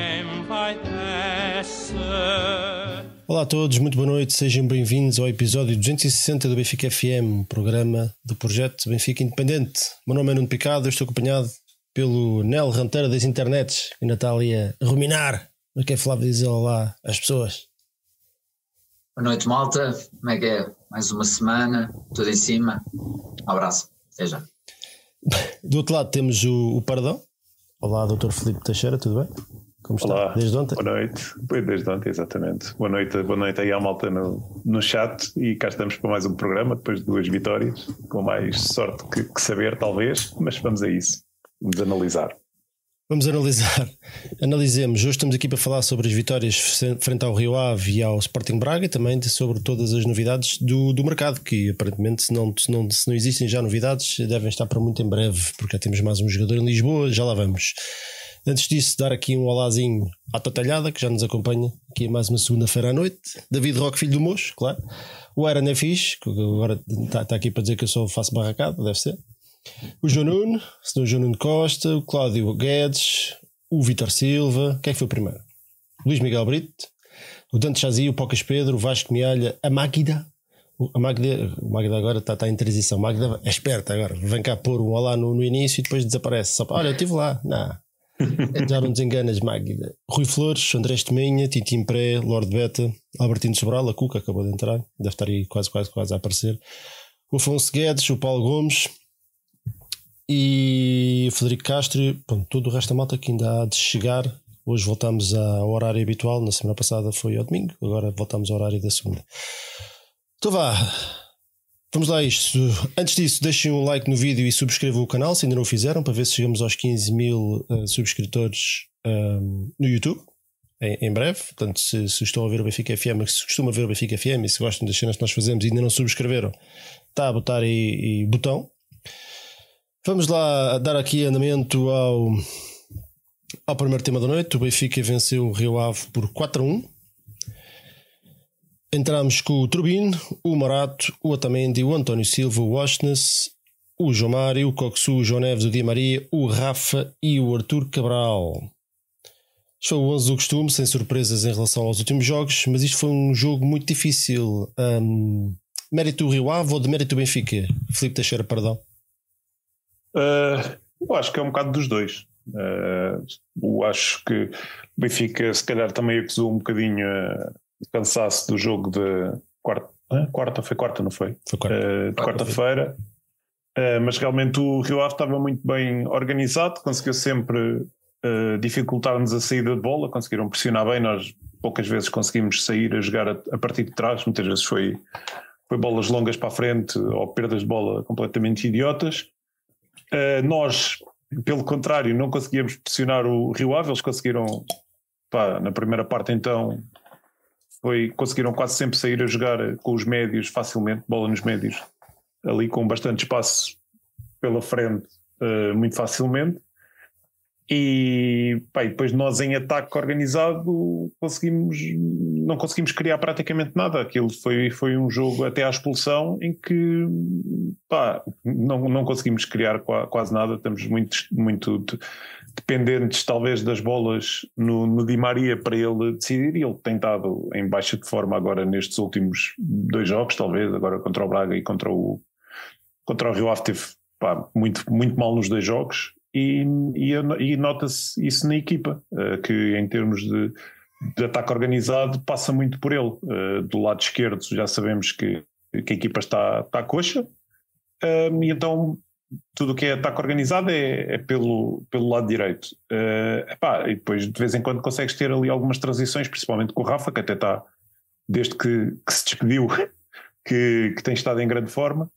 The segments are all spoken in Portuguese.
vai descer. Olá a todos, muito boa noite, sejam bem-vindos ao episódio 260 do Benfica FM, programa do projeto Benfica Independente. O meu nome é Nuno Picado, eu estou acompanhado pelo Nel Ranteiro das internets, que ainda está ali a ruminar, mas quer falar, dizer olá às pessoas. Boa noite, malta, como é que é? Mais uma semana, tudo em cima, um abraço, até já. Do outro lado temos o Pardão. Olá, Dr. Filipe Teixeira, tudo bem? Como está? Olá, desde ontem? Boa noite. Desde ontem, exatamente. Boa noite aí à malta no chat e cá estamos para mais um programa, depois de 2 vitórias, com mais sorte que saber, talvez, mas vamos a isso. Vamos analisar. Vamos analisar. Analisemos. Hoje estamos aqui para falar sobre as vitórias frente ao Rio Ave e ao Sporting Braga e também sobre todas as novidades do mercado, que aparentemente se não existem já novidades, devem estar para muito em breve, porque já temos mais um jogador em Lisboa, já lá vamos. Antes disso, dar aqui um olázinho à Totalhada, que já nos acompanha aqui mais uma segunda-feira à noite. David Roque, filho do Mocho, claro. O Aaron é fixe, que agora está aqui para dizer que eu só faço barracado, deve ser. O João Nuno, o João Nuno Costa, o Cláudio Guedes, o Vítor Silva. Quem é que foi o primeiro? Luís Miguel Brito, o Dante Chazi, o Pocas Pedro, o Vasco Mialha, a Magda. O Magda agora está em transição. Magda é esperta agora, vem cá pôr um olá no início e depois desaparece. Só para, olha, eu estive lá. Não. Já não desenganas, Magda. Rui Flores, André Esteminha, Titim Pré, Lord Beta, Albertino Sobral, a Cuca acabou de entrar, deve estar aí quase a aparecer. O Afonso Guedes, o Paulo Gomes e o Frederico Castro. Bom, todo o resto da malta que ainda há de chegar. Hoje voltamos ao horário habitual. Na semana passada foi ao domingo, agora voltamos ao horário da segunda. Então vá, vamos lá a isto. Antes disso, deixem um like no vídeo e subscrevam o canal se ainda não o fizeram, para ver se chegamos aos 15 mil subscritores no YouTube em breve. Portanto, se estão a ver o Benfica FM, se costumam ver o Benfica FM e se gostam das cenas que nós fazemos e ainda não subscreveram, está a botar aí botão. Vamos lá dar aqui andamento ao primeiro tema da noite. O Benfica venceu o Rio Ave por 4-1. Entramos com o Turbino, o Morato, o Otamendi, o António Silva, o Oshness, o João Mário, o Coxu, o João Neves, o Di Maria, o Rafa e o Arthur Cabral. Isto foi o 11 do costume, sem surpresas em relação aos últimos jogos, mas isto foi um jogo muito difícil. Mérito do Rio Ave ou de mérito do Benfica? Filipe Teixeira, perdão. Eu acho que é um bocado dos dois. Eu acho que o Benfica se calhar também acusou um bocadinho o cansaço do jogo de quarta, não foi? Foi quarta. De quarta-feira. Mas realmente o Rio Ave estava muito bem organizado, conseguiu sempre dificultar-nos a saída de bola, conseguiram pressionar bem, nós poucas vezes conseguimos sair a jogar a partir de trás, muitas vezes foi bolas longas para a frente ou perdas de bola completamente idiotas. Nós, pelo contrário, não conseguíamos pressionar o Rio Ave, eles conseguiram, na primeira parte então, conseguiram quase sempre sair a jogar com os médios facilmente, bola nos médios, ali com bastante espaço pela frente, muito facilmente. E depois nós em ataque organizado não conseguimos criar praticamente nada. Aquilo foi um jogo até à expulsão em que não conseguimos criar quase nada. Estamos muito dependentes talvez das bolas no Di Maria para ele decidir, e ele tem estado em baixa de forma agora nestes últimos 2 jogos, talvez agora contra o Braga e contra o Rio Ave teve muito, muito mal nos 2 jogos. E nota-se isso na equipa, que em termos de ataque organizado passa muito por ele. Do lado esquerdo já sabemos que a equipa está coxa, e então tudo o que é ataque organizado é pelo lado direito. E depois de vez em quando consegues ter ali algumas transições, principalmente com o Rafa, que até está, desde que se despediu, que tem estado em grande forma.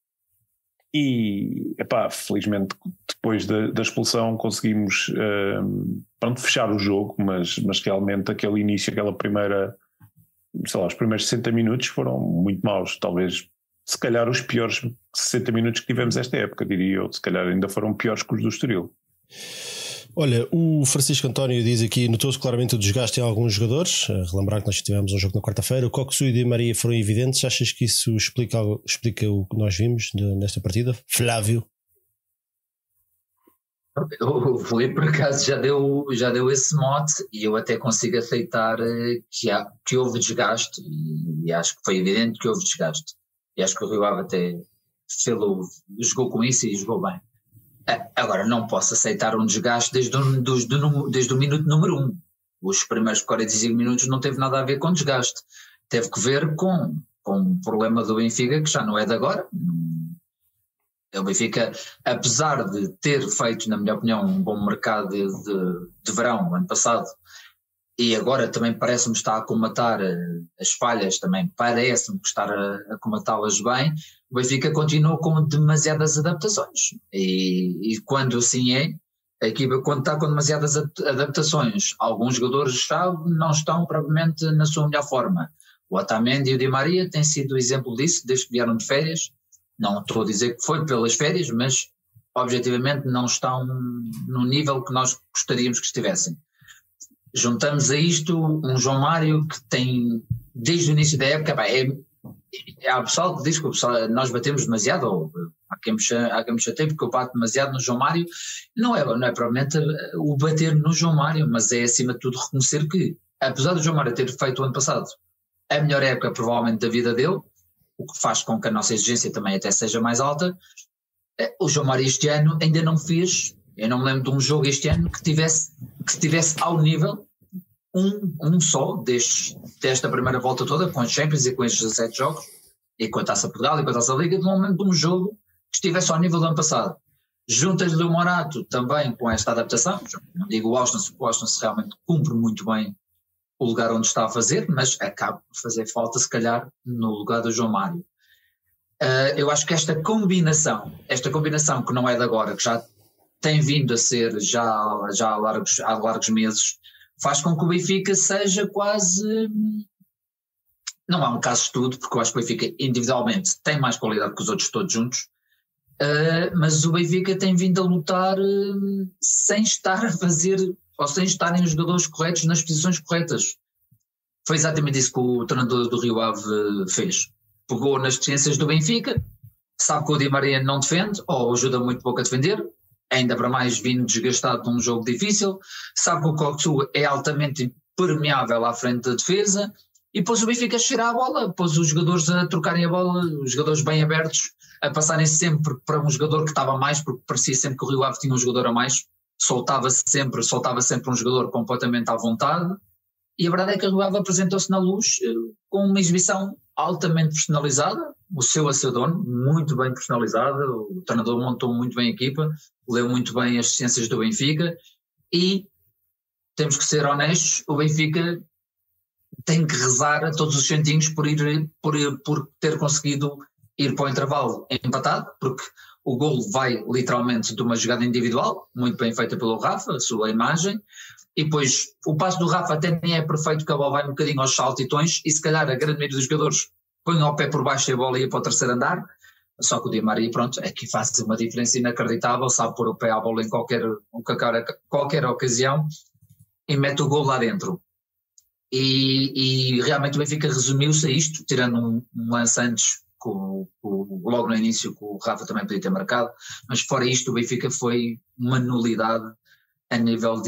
E, felizmente, depois da expulsão conseguimos fechar o jogo, mas realmente aquele início, aquela primeira, os primeiros 60 minutos foram muito maus, talvez, se calhar os piores 60 minutos que tivemos esta época, diria eu, se calhar ainda foram piores que os do Estoril. Olha, o Francisco António diz aqui, notou-se claramente o desgaste em alguns jogadores, relembrar que nós tivemos um jogo na quarta-feira, o Coxu e o Di Maria foram evidentes. Achas que isso explica o que nós vimos nesta partida? Flávio? O Filipe, por acaso, já deu esse mote e eu até consigo aceitar que houve desgaste e acho que foi evidente que houve desgaste. E acho que o Rio Ave até jogou com isso e jogou bem. Agora, não posso aceitar um desgaste desde o minuto número 1. Os primeiros 45 minutos não teve nada a ver com desgaste. Teve que ver com o problema do Benfica, que já não é de agora. O Benfica, apesar de ter feito, na minha opinião, um bom mercado de verão, ano passado, e agora também parece-me estar a comatar as falhas, também parece-me que estar a comatá-las bem, o Benfica continua com demasiadas adaptações. E quando assim é, a equipa, quando está com demasiadas adaptações, alguns jogadores já não estão provavelmente na sua melhor forma. O Otamendi e o Di Maria têm sido o exemplo disso, desde que vieram de férias. Não estou a dizer que foi pelas férias, mas objetivamente não estão no nível que nós gostaríamos que estivessem. Juntamos a isto um João Mário que tem, desde o início da época, há pessoal que diz que nós batemos demasiado, ou há quem me chateie porque eu bato demasiado no João Mário. Não é provavelmente o bater no João Mário, mas é acima de tudo reconhecer que, apesar do João Mário ter feito o ano passado a melhor época provavelmente da vida dele, o que faz com que a nossa exigência também até seja mais alta, o João Mário este ano ainda não fez, eu não me lembro de um jogo este ano que estivesse ao nível um só desta primeira volta toda, com as Champions e com estes 17 jogos, e com a Taça Portugal e com a Taça Liga, não me lembro de um jogo que estivesse ao nível do ano passado. Juntas do Morato também com esta adaptação, não digo o Austin realmente cumpre muito bem o lugar onde está a fazer, mas acaba por fazer falta se calhar no lugar do João Mário. Eu acho que esta combinação que não é de agora, que já tem vindo a ser já há largos meses, faz com que o Benfica seja quase, não há um caso de estudo, porque eu acho que o Benfica individualmente tem mais qualidade que os outros todos juntos, mas o Benfica tem vindo a lutar sem estar a fazer, ou sem estarem os jogadores corretos nas posições corretas. Foi exatamente isso que o treinador do Rio Ave fez. Pegou nas deficiências do Benfica, sabe que o Di Maria não defende, ou ajuda muito pouco a defender, ainda para mais vindo desgastado de um jogo difícil, sabe que o Coxu é altamente permeável à frente da defesa, e pôs o Benfica a cheirar a bola, pôs os jogadores a trocarem a bola, os jogadores bem abertos, a passarem sempre para um jogador que estava mais, porque parecia sempre que o Rio Ave tinha um jogador a mais, soltava sempre um jogador completamente à vontade, e a verdade é que o Rio Ave apresentou-se na Luz com uma exibição altamente personalizada, o seu a seu dono, muito bem personalizada, o treinador montou muito bem a equipa, leu muito bem as ciências do Benfica, e temos que ser honestos, o Benfica tem que rezar a todos os centinhos por ter conseguido ir para o intervalo empatado, porque o golo vai literalmente de uma jogada individual, muito bem feita pelo Rafa, a sua imagem, e depois o passo do Rafa até nem é perfeito, porque a bola vai um bocadinho aos saltitões, e se calhar a grande maioria dos jogadores põe o pé por baixo e a bola ia para o terceiro andar, só que o Di Maria, pronto, é que faz uma diferença inacreditável, sabe pôr o pé à bola em qualquer ocasião, e mete o golo lá dentro. E realmente o Benfica resumiu-se a isto, tirando um lance antes, logo no início, que o Rafa também podia ter marcado, mas fora isto o Benfica foi uma nulidade a nível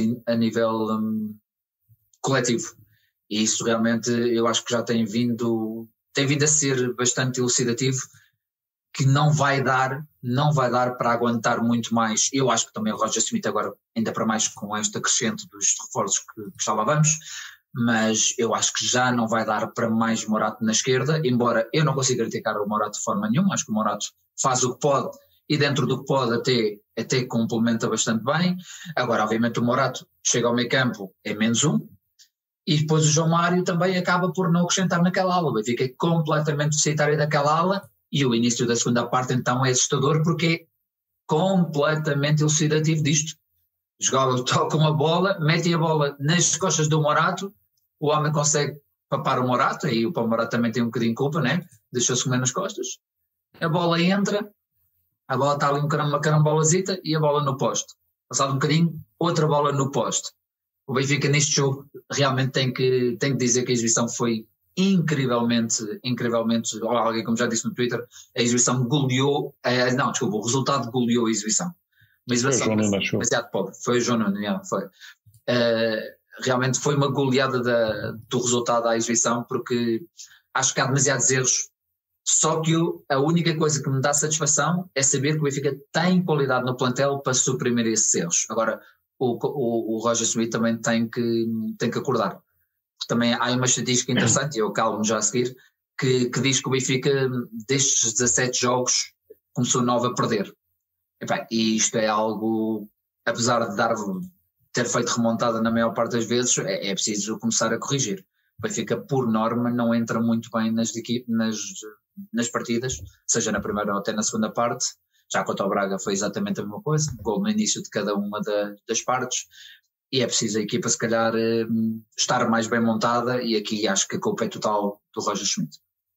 coletivo, e isso realmente eu acho que já tem vindo a ser bastante elucidativo, que não vai dar para aguentar muito mais. Eu acho que também o Roger Smith agora, ainda para mais com esta crescente dos reforços que já lá vamos, mas eu acho que já não vai dar para mais Morato na esquerda, embora eu não consiga criticar o Morato de forma nenhuma, acho que o Morato faz o que pode, e dentro do que pode até complementa bastante bem. Agora, obviamente o Morato chega ao meio campo, é -1, e depois o João Mário também acaba por não acrescentar naquela ala, fica completamente deficitário daquela ala, e o início da segunda parte então é assustador, porque é completamente elucidativo disto. Os jogadores tocam a bola, metem a bola nas costas do Morato, o homem consegue papar o Morato, aí o Morato também tem um bocadinho de culpa, né? Deixou-se comer nas costas, a bola entra, a bola está ali uma carambolazita e a bola no poste. Passado um bocadinho, outra bola no poste. O Benfica neste jogo realmente tem que dizer que a exibição foi incrivelmente, alguém como já disse no Twitter, a exibição goleou, o resultado goleou a exibição. exibição demasiado pobre. Foi o João Nuno, foi. Realmente foi uma goleada do resultado da exibição, porque acho que há demasiados erros. Só que a única coisa que me dá satisfação é saber que o Benfica tem qualidade no plantel para suprimir esses erros. Agora, o Roger Smith também tem que acordar. Também há uma estatística interessante, e eu calmo já a seguir, que diz que o Benfica, destes 17 jogos, começou 9 a perder. E isto é algo, apesar de ter feito remontada na maior parte das vezes, é preciso começar a corrigir. O Benfica, por norma, não entra muito bem nas partidas, seja na primeira ou até na segunda parte. Já quanto ao Braga foi exatamente a mesma coisa, gol no início de cada uma das partes, e é preciso a equipa se calhar estar mais bem montada, e aqui acho que a culpa é total do Roger Schmidt.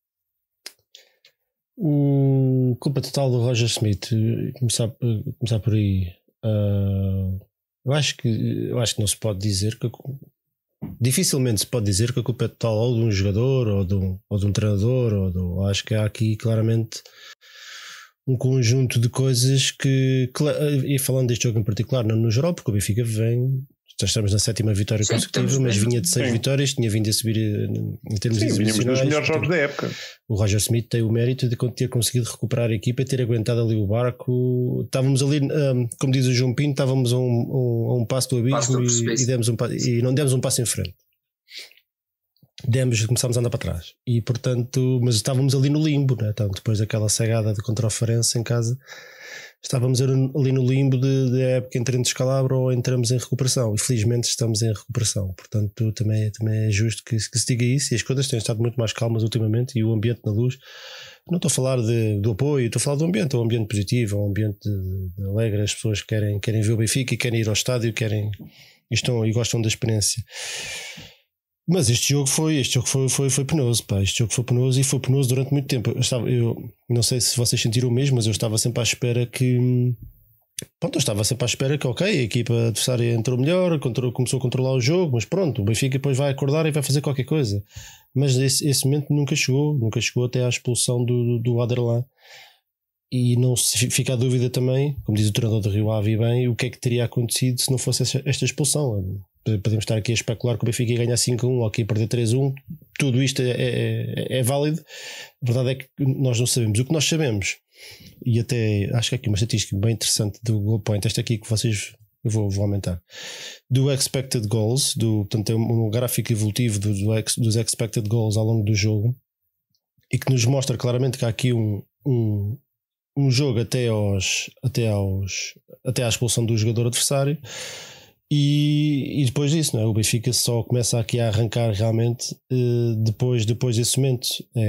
O culpa total do Roger Smith, começar por aí. Eu acho que não se pode dizer que dificilmente se pode dizer que a culpa é total ou de um jogador ou de um treinador, acho que há aqui claramente um conjunto de coisas e falando deste jogo em particular, não no geral, porque o Benfica já estamos na 7ª vitória consecutiva, mas vinha de 6 vitórias, tinha vindo a subir em termos exibicionais. Nos melhores jogos da época. O Roger Smith tem o mérito de ter conseguido recuperar a equipa e ter aguentado ali o barco. Estávamos ali, como diz o João Pinto, estávamos a um passo do abismo e não demos um passo em frente. Começámos a andar para trás e portanto, mas estávamos ali no limbo, né? Então, depois daquela cegada contra o Farense em casa, estávamos ali no limbo da época entre descalabro ou entramos em recuperação, e felizmente estamos em recuperação, portanto também é justo que se diga isso, e as coisas têm estado muito mais calmas ultimamente, e o ambiente na Luz, não estou a falar do apoio, estou a falar do ambiente, é um ambiente positivo, é um ambiente de alegre, as pessoas querem ver o Benfica e querem ir ao estádio, e gostam da experiência. Mas este jogo foi penoso, pá. Este jogo foi penoso, e foi penoso durante muito tempo. Eu não sei se vocês sentiram o mesmo, mas eu estava sempre à espera que ok, a equipa adversária entrou melhor, começou a controlar o jogo, mas pronto, o Benfica depois vai acordar e vai fazer qualquer coisa. Mas esse momento nunca chegou até à expulsão do Aderlan. E não se fica a dúvida também, como diz o treinador do Rio Ave bem, o que é que teria acontecido se não fosse esta expulsão. Podemos estar aqui a especular que o Benfica ia ganhar 5-1 ou que ia perder 3-1. Tudo isto é válido. A verdade é que nós não sabemos. O que nós sabemos, e até acho que há aqui uma estatística bem interessante do Goal Point, esta aqui que vocês, eu vou aumentar, do expected goals, portanto é um gráfico evolutivo dos expected goals ao longo do jogo, e que nos mostra claramente que há aqui um jogo até à expulsão do jogador adversário, e depois disso, não é? O Benfica só começa aqui a arrancar realmente depois desse momento,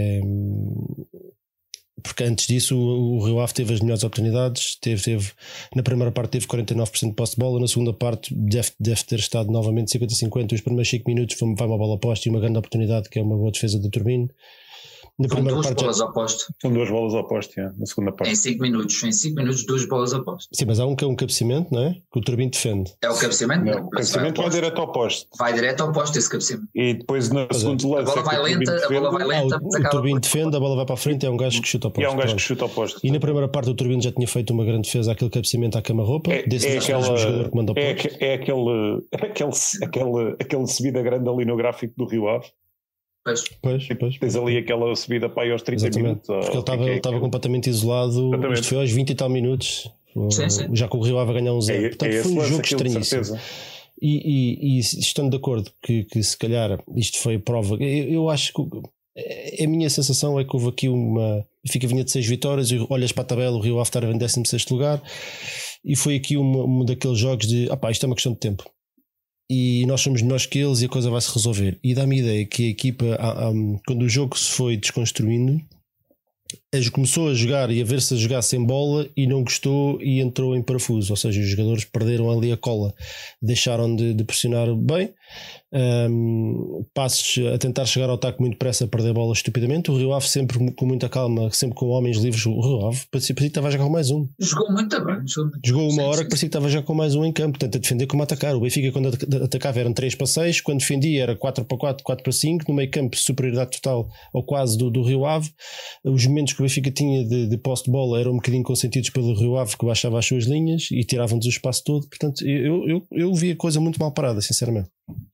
porque antes disso o Rio Ave teve as melhores oportunidades, teve na primeira parte teve 49% de posse de bola, na segunda parte deve ter estado novamente 50-50, os primeiros 5 minutos vai uma bola posta e uma grande oportunidade, que é uma boa defesa do Turbino. São duas bolas ao poste. São 2 bolas ao poste, na segunda parte. Em 5 minutos, 2 bolas ao poste. Sim, mas há que é um cabeceamento, não é? Que o Turbino defende. É o cabeceamento? Não, o cabeceamento vai direto ao poste. Vai direto ao poste esse cabeceamento. E depois na segunda lance. A bola vai lenta. O Turbino defende, a bola vai para a frente, é um gajo que chuta ao poste. E é um gajo que chuta ao poste. E na primeira parte o Turbino já tinha feito uma grande defesa, aquele cabeceamento à cama-roupa. Jogador que manda ao poste. É aquele subida grande ali no gráfico do Rio Ave. Pois. Tens ali aquela subida para aí aos 30 minutos. Porque ele estava completamente isolado. Exatamente. Isto foi aos 20 e tal minutos. Sim. Já que o Rio Ave a ganhar 1-0. Portanto, foi um jogo estranhíssimo. E estando de acordo que se calhar isto foi prova, eu acho que a minha sensação é que houve aqui Fica vinha de 6 vitórias, e olhas para a tabela, o Rio Ave estava em 16º lugar, e foi aqui um daqueles jogos de isto é uma questão de tempo. E nós somos melhores que eles e a coisa vai se resolver. E dá-me a ideia que a equipa, quando o jogo se foi desconstruindo, começou a jogar e a ver-se a jogar sem bola e não gostou e entrou em parafuso. Ou seja, os jogadores perderam ali a cola, deixaram de pressionar bem. passes a tentar chegar ao ataque muito depressa, a perder bola estupidamente. O Rio Ave sempre com muita calma, sempre com homens livres. O Rio Ave parecia que estava a jogar com mais um. Jogou muito bem. Jogou uma hora que parecia que estava já com mais um em campo, tanto a defender como a atacar. O Benfica, quando atacava, eram 3-6, quando defendia era 4-4, 4-5, no meio campo, superioridade total ou quase do Rio Ave. Os momentos que o Benfica tinha de posse de bola eram um bocadinho consentidos pelo Rio Ave, que baixava as suas linhas e tiravam-nos o espaço todo. Portanto, eu vi a coisa muito mal parada, sinceramente.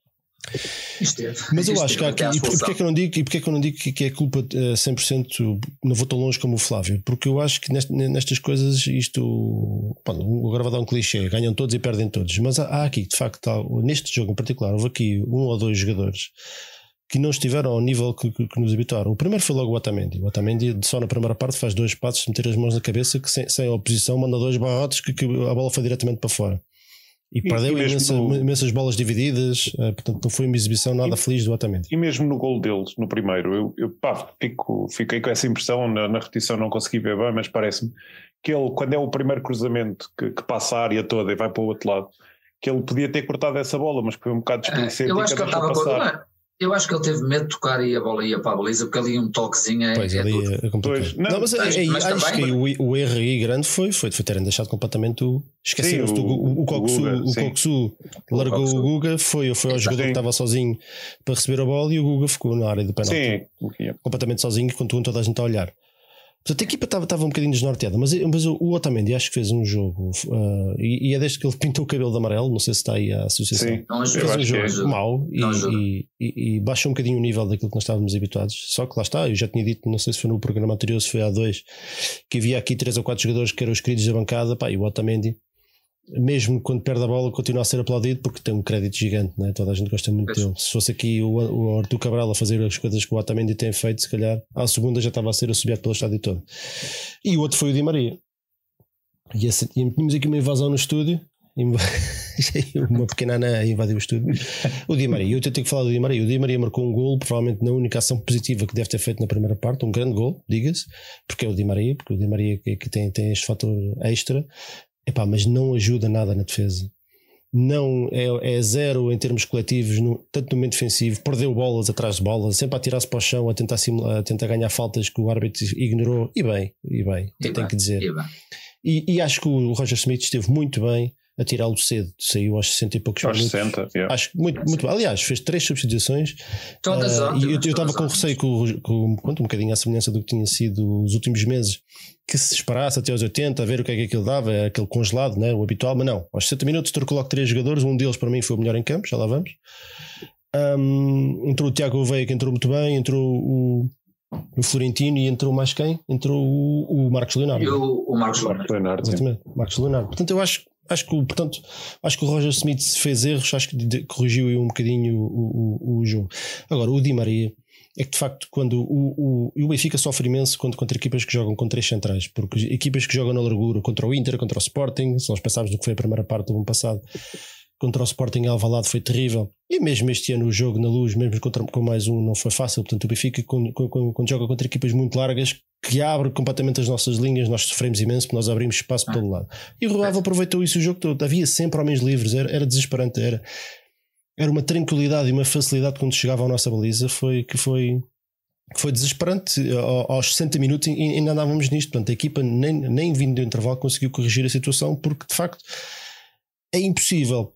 Mas eu acho que há aqui, e porque é que eu não digo que é culpa 100%, não vou tão longe como o Flávio, porque eu acho que nestas coisas isto, bom, agora vou dar um clichê, ganham todos e perdem todos, mas há aqui de facto, neste jogo em particular, houve aqui um ou dois jogadores que não estiveram ao nível que nos habituaram. O primeiro foi logo o Otamendi. O Otamendi só na primeira parte faz 2 passos, meter as mãos na cabeça, que sem oposição manda 2 barrotes que a bola foi diretamente para fora. E perdeu imensas bolas divididas, portanto não foi uma exibição nada feliz do Otamendi. E mesmo no gol deles, no primeiro, fiquei com essa impressão, na repetição não consegui ver bem, mas parece-me que ele, quando é o primeiro cruzamento que passa a área toda e vai para o outro lado, que ele podia ter cortado essa bola, mas foi um bocado desplicente. Eu acho que ele estava passar. Eu acho que ele teve medo de tocar e a bola ia para a baliza, porque ali um toquezinho pois, ali é complicado. Mas acho que o erro aí grande foi terem deixado completamente esqueceram-se o Coxu largou o Guga, foi ao jogador que estava sozinho para receber a bola e o Guga ficou na área do penalti. Completamente sozinho, com toda a gente a olhar. Portanto, a equipa estava um bocadinho desnorteada, mas o Otamendi acho que fez um jogo e é desde que ele pintou o cabelo de amarelo, não sei se está aí a associação. Sim, fez um jogo mau e baixou um bocadinho o nível daquilo que nós estávamos habituados. Só que lá está, eu já tinha dito, não sei se foi no programa anterior, se foi há 2, que havia aqui 3 ou 4 jogadores que eram os queridos da bancada, e o Otamendi, mesmo quando perde a bola, continua a ser aplaudido porque tem um crédito gigante, né? Toda a gente gosta muito dele. Se fosse aqui o Artur Cabral a fazer as coisas que o Otamendi tem feito, se calhar à segunda já estava a ser assobiado pelo estádio todo. E o outro foi o Di Maria. E tínhamos aqui uma invasão no estúdio, uma pequena anã invadiu o estúdio. O Di Maria, eu tenho que falar do Di Maria. O Di Maria marcou um golo, provavelmente na única ação positiva que deve ter feito na primeira parte, um grande golo, diga-se, porque é o Di Maria, porque o Di Maria que tem este fator extra. Mas não ajuda nada na defesa. Não é zero em termos coletivos, tanto no meio defensivo. Perdeu bolas atrás de bolas, sempre a tirar-se para o chão, a tentar ganhar faltas que o árbitro ignorou. E bem, tenho que dizer. E acho que o Roger Smith esteve muito bem a tirá-lo cedo, saiu aos 60 e poucos minutos. 60, acho muito bem. Aliás, fez 3 substituições. E eu estava com receio um bocadinho à semelhança do que tinha sido os últimos meses, que se esperasse até aos 80 a ver o que é que aquilo dava, aquele congelado, né, o habitual, mas não, aos 60 minutos trocou logo 3 jogadores, um deles para mim foi o melhor em campo, já lá vamos. Entrou o Tiago Oveia, que entrou muito bem, entrou o Florentino e entrou mais quem? Entrou o Marcos Leonardo. E o Marcos Leonardo. Exatamente, Marcos Leonardo. Portanto, eu acho que o Roger Smith fez erros, acho que corrigiu um bocadinho o jogo. Agora, o Di Maria é que de facto quando o Benfica sofre imenso contra equipas que jogam com 3 centrais, porque equipas que jogam na largura, contra o Inter, contra o Sporting, se nós pensarmos no que foi a primeira parte do ano passado, contra o Sporting em Alvalade foi terrível, e mesmo este ano o jogo na Luz, mesmo com mais um, não foi fácil. Portanto, o Benfica quando joga contra equipas muito largas, que abre completamente as nossas linhas, nós sofremos imenso porque nós abrimos espaço por todo lado, e o Rio Ave aproveitou isso o jogo todo. Havia sempre homens livres, era desesperante, era uma tranquilidade e uma facilidade quando chegava à nossa baliza, foi desesperante. Aos 60 minutos ainda andávamos nisto. Portanto, a equipa nem vindo do intervalo conseguiu corrigir a situação, porque de facto é impossível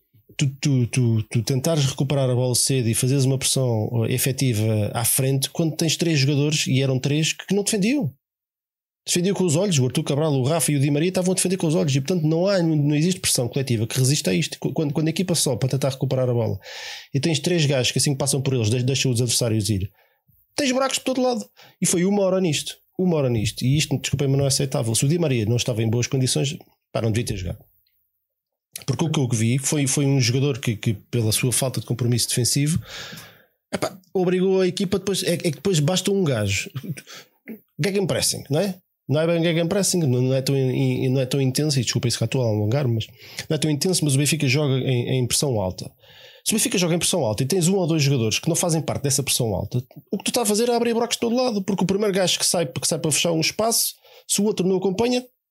tu tentares recuperar a bola cedo e fazeres uma pressão efetiva à frente quando tens 3 jogadores, e eram 3 que não defendiam com os olhos. O Artur Cabral, o Rafa e o Di Maria estavam a defender com os olhos, e portanto não existe pressão coletiva que resista a isto. Quando a equipa sobe para tentar recuperar a bola e tens 3 gajos que assim que passam por eles deixam os adversários ir, tens buracos por todo lado. E foi uma hora nisto, e isto, desculpem-me, não é aceitável. Se o Di Maria não estava em boas condições, não devia ter jogado. Porque o que eu vi foi um jogador que pela sua falta de compromisso defensivo, obrigou a equipa depois. É que depois basta um gajo. Gag pressing, não é? Não é bem gag pressing, não é tão intenso. E desculpa, isso que estou a alongar, mas não é tão intenso. Mas o Benfica joga em pressão alta. Se o Benfica joga em pressão alta e tens 1 ou 2 jogadores que não fazem parte dessa pressão alta, o que tu estás a fazer é abrir buracos de todo lado. Porque o primeiro gajo que sai para fechar um espaço, se o outro não acompanha,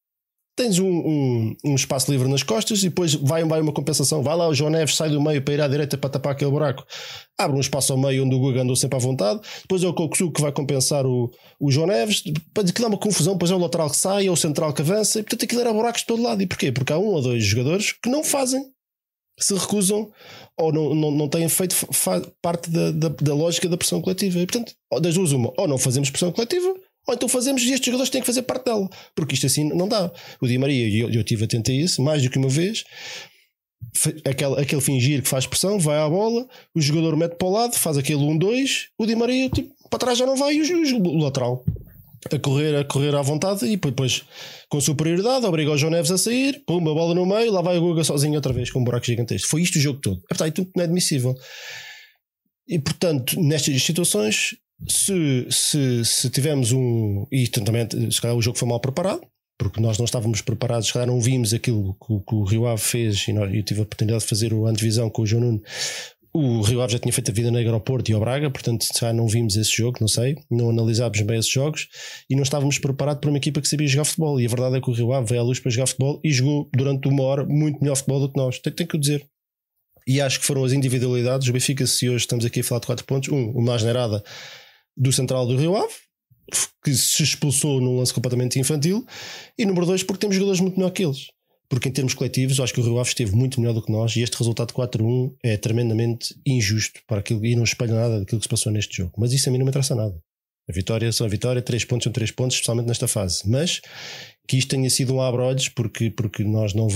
tens um espaço livre nas costas e depois vai uma compensação. Vai lá o João Neves, sai do meio para ir à direita para tapar aquele buraco, abre um espaço ao meio onde o Guga andou sempre à vontade. Depois é o Coxu que vai compensar o João Neves, para que dá uma confusão. Depois é o lateral que sai, é o central que avança, e portanto aquilo era buracos de todo lado. E porquê? Porque há 1 ou 2 jogadores que não fazem, se recusam ou não têm feito parte da lógica da pressão coletiva. E portanto, das duas uma, ou não fazemos pressão coletiva, ou então fazemos e estes jogadores têm que fazer parte dela, porque isto assim não dá. O Di Maria, eu estive atento a isso mais do que uma vez, aquele fingir que faz pressão, vai à bola, o jogador mete para o lado, faz aquele 1-2, o Di Maria tipo, para trás já não vai, e o lateral a correr à vontade, e depois com superioridade obriga o João Neves a sair, pum, a bola no meio, lá vai o Guga sozinho outra vez com um buraco gigantesco. Foi isto o jogo todo. Isto não é admissível. E portanto, nestas situações, se tivermos e também se calhar o jogo foi mal preparado, porque nós não estávamos preparados, se calhar não vimos aquilo que o Rio Ave fez, e eu tive a oportunidade de fazer a antevisão com o João Nuno. O Rio Ave já tinha feito a vida negra ao Porto e ao Braga, portanto já não vimos esse jogo, não sei, não analisámos bem esses jogos e não estávamos preparados para uma equipa que sabia jogar futebol. E a verdade é que o Rio Ave veio à luz para jogar futebol e jogou durante 1 hora muito melhor futebol do que nós, tenho que o dizer. E acho que foram as individualidades. O Benfica, se hoje estamos aqui a falar de 4 pontos, uma asneirada do central do Rio Ave, que se expulsou num lance completamente infantil, e número 2, porque temos jogadores muito melhor que eles. Porque em termos coletivos, acho que o Rio Ave esteve muito melhor do que nós, e este resultado de 4-1 é tremendamente injusto para aquilo, e não espelha nada daquilo que se passou neste jogo. Mas isso a mim não me interessa nada. A vitória são a vitória, 3 pontos são 3 pontos, especialmente nesta fase. Mas que isto tenha sido um abre-olhos, porque nós não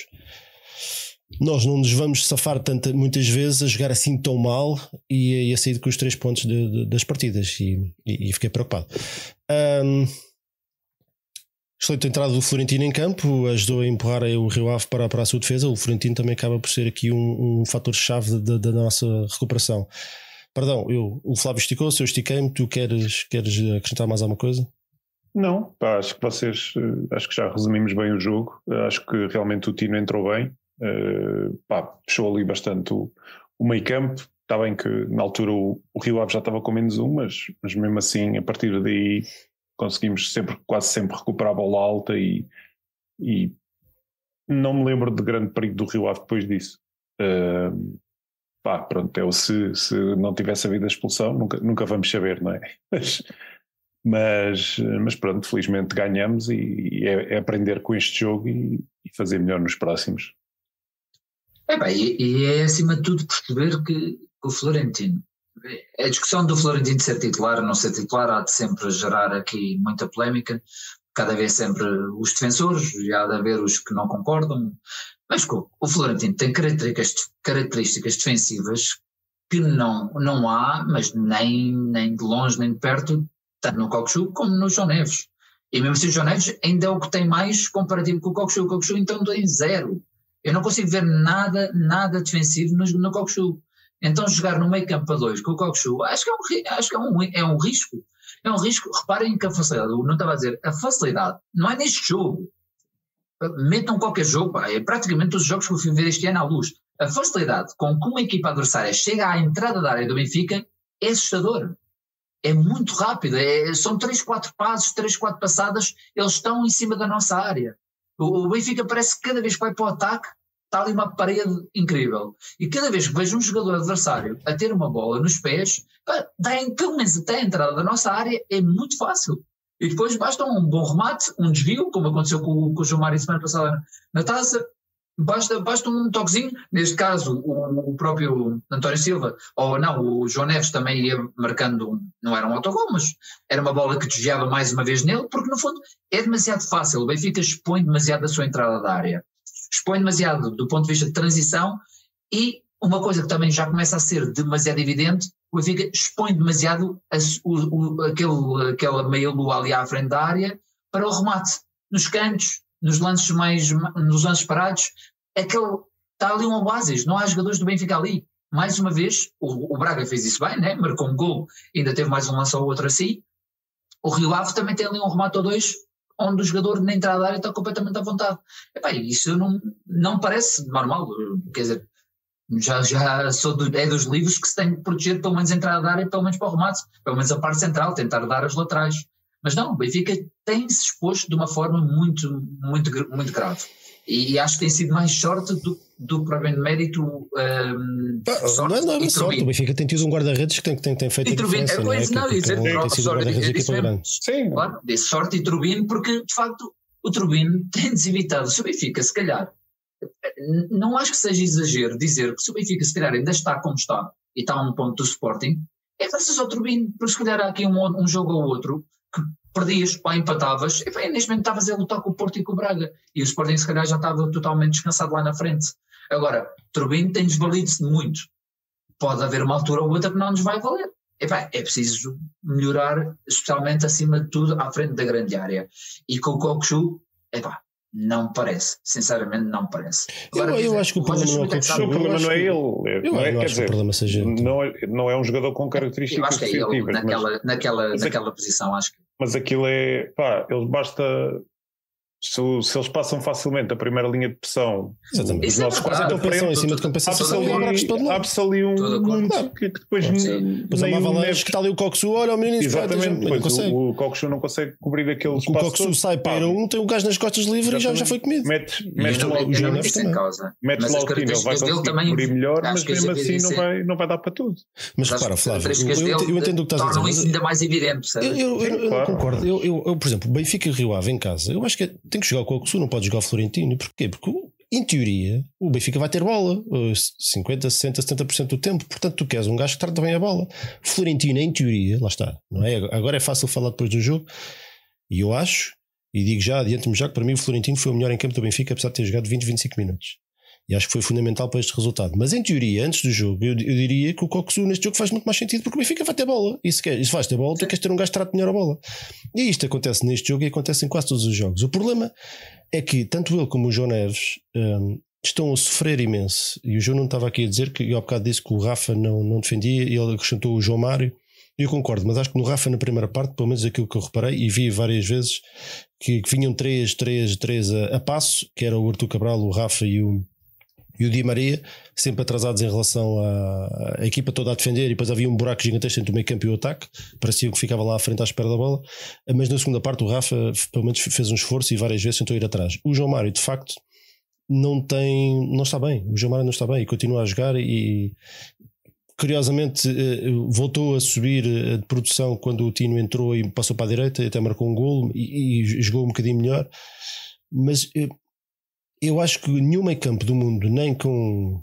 nos vamos safar muitas vezes a jogar assim tão mal e a sair com os 3 pontos das partidas, e fiquei preocupado. Excelente entrada do Florentino em campo, ajudou a empurrar o Rio Ave para a sua defesa. O Florentino também acaba por ser aqui um fator-chave da nossa recuperação. Perdão, o Flávio esticou-se, eu estiquei-me. Tu queres acrescentar mais alguma coisa? Não, acho que já resumimos bem o jogo. Acho que realmente o Tino entrou bem. Fechou ali bastante o meio campo. Está bem que na altura o Rio Ave já estava com -1, mas mesmo assim, a partir daí conseguimos quase sempre recuperar a bola alta, e não me lembro de grande perigo do Rio Ave depois disso. Pronto, se não tivesse havido a expulsão, nunca vamos saber, não é? Mas pronto, felizmente ganhamos, e é aprender com este jogo e fazer melhor nos próximos. E é acima de tudo perceber que o Florentino, a discussão do Florentino de ser titular ou não ser titular há de sempre gerar aqui muita polémica, cada vez sempre os defensores, e há de haver os que não concordam, mas o Florentino tem características defensivas que não há, mas nem de longe nem de perto, tanto no Coxu como no João Neves. E mesmo assim o João Neves ainda é o que tem mais comparativo com o Coxu. O Coxu então tem 0. Eu não consigo ver nada defensivo no Coxu. Então jogar no meio campo a 2 com o Coxu, acho que é um risco. É um risco. Reparem que a facilidade, não estava a dizer, a facilidade não é neste jogo. Metam qualquer jogo, é praticamente todos os jogos que eu fui ver este ano à luz. A facilidade com que uma equipa adversária chega à entrada da área do Benfica é assustador. É muito rápido, são 3-4 passos, 3-4 passadas, eles estão em cima da nossa área. O Benfica parece que cada vez que vai para o ataque está ali uma parede incrível. E cada vez que vejo um jogador adversário a ter uma bola nos pés, pelo menos até a entrada da nossa área, é muito fácil. E depois basta um bom remate, um desvio, como aconteceu com o João Mário semana passada na taça, basta um toquezinho. Neste caso, o próprio António Silva, ou não, o João Neves também ia marcando, não era um autogol, mas era uma bola que desviava mais uma vez nele, porque no fundo é demasiado fácil. O Benfica expõe demasiado a sua entrada da área. Expõe demasiado do ponto de vista de transição, e uma coisa que também já começa a ser demasiado evidente, o Benfica expõe demasiado aquela meia-lua ali à frente da área para o remate, nos cantos, nos lances parados, está ali um oásis, não há jogadores do Benfica ali. Mais uma vez, o Braga fez isso bem, né? Marcou um gol, ainda teve mais um lance ou outro assim. O Rio Ave também tem ali um remate ou 2, onde o jogador na entrada da área está completamente à vontade. Isso não parece normal, quer dizer, já é dos livros que se tem que proteger pelo menos a entrada da área, pelo menos para o remate, pelo menos a parte central, tentar dar as laterais. Mas não, o Benfica tem-se exposto de uma forma muito, muito, muito grave. E acho que tem sido mais sorte do propriamente mérito. Não é sorte, o Benfica tem tido um guarda-redes que tem feito a diferença. Sim, claro, disse sorte e Turbino, porque de facto o Turbino tem desevitado. Se o Benfica, se calhar, não acho que seja exagero dizer que se o Benfica, se calhar, ainda está como está e está a um ponto do Sporting, é graças ao Turbino, porque se calhar há aqui um jogo ou outro que perdias, empatavas, e neste momento estavas a lutar com o Porto e com o Braga, e o Sporting se calhar já estava totalmente descansado lá na frente. Agora, Turbino tem desvalido-se muito, pode haver uma altura ou outra que não nos vai valer. É preciso melhorar, especialmente acima de tudo à frente da grande área, e com o Cockchu, não me parece, sinceramente não me parece. Agora, eu acho que o problema não é o Cockchu, o problema não é ele. Eu não acho que o problema seja não é um jogador com características positivas. Eu acho que é ele naquela posição, acho que. Mas aquilo eles basta. Se eles passam facilmente a primeira linha de pressão, os nossos quadros de frente, em cima de compensação, abre-se ali um mundo que depois há uma avalanche que está ali o Cockchu, olha o menino. Exatamente, o Cockchu não consegue cobrir aquele espaço. O Cockchu sai para ir a tem o gajo nas costas livre e já foi comido. Metes lá o Jonas também. Metes lá o Tino, ele vai conseguir cobrir melhor, mas mesmo assim não vai dar para tudo. Mas repara, Flávio, eu entendo o que estás a dizer. Tornam isso ainda mais evidente. Eu não concordo. Eu, por exemplo, Benfica e Rio Ave em casa, eu acho que tem que jogar o Cockchu, não pode jogar o Florentino. Porquê? Porque em teoria o Benfica vai ter bola 50, 60, 70% do tempo, portanto tu queres um gajo que trata bem a bola. O Florentino em teoria, lá está, não é? Agora é fácil falar depois do jogo, e eu acho, e digo já, adianto-me já, que para mim o Florentino foi o melhor em campo do Benfica, apesar de ter jogado 20, 25 minutos, e acho que foi fundamental para este resultado. Mas em teoria, antes do jogo, eu diria que o Cockchu neste jogo faz muito mais sentido, porque o Benfica vai ter bola, e se vais ter bola, tu queres ter um gajo que trate melhor a bola, e isto acontece neste jogo e acontece em quase todos os jogos. O problema é que tanto ele como o João Neves estão a sofrer imenso, e o João não estava aqui a dizer que eu há bocado disse que o Rafa não defendia, e ele acrescentou o João Mário, e eu concordo, mas acho que no Rafa na primeira parte, pelo menos aquilo que eu reparei e vi várias vezes, que vinham 3 a passo, que era o Artur Cabral, o Rafa e o Di Maria, sempre atrasados em relação à equipa toda a defender, e depois havia um buraco gigantesco entre o meio campo e o ataque, parecia que ficava lá à frente à espera da bola, mas na segunda parte o Rafa pelo menos fez um esforço e várias vezes tentou ir atrás. O João Mário de facto não está bem, o João Mário não está bem e continua a jogar, e curiosamente voltou a subir de produção quando o Tino entrou e passou para a direita e até marcou um golo e jogou um bocadinho melhor, mas eu acho que nenhum meio campo do mundo, nem com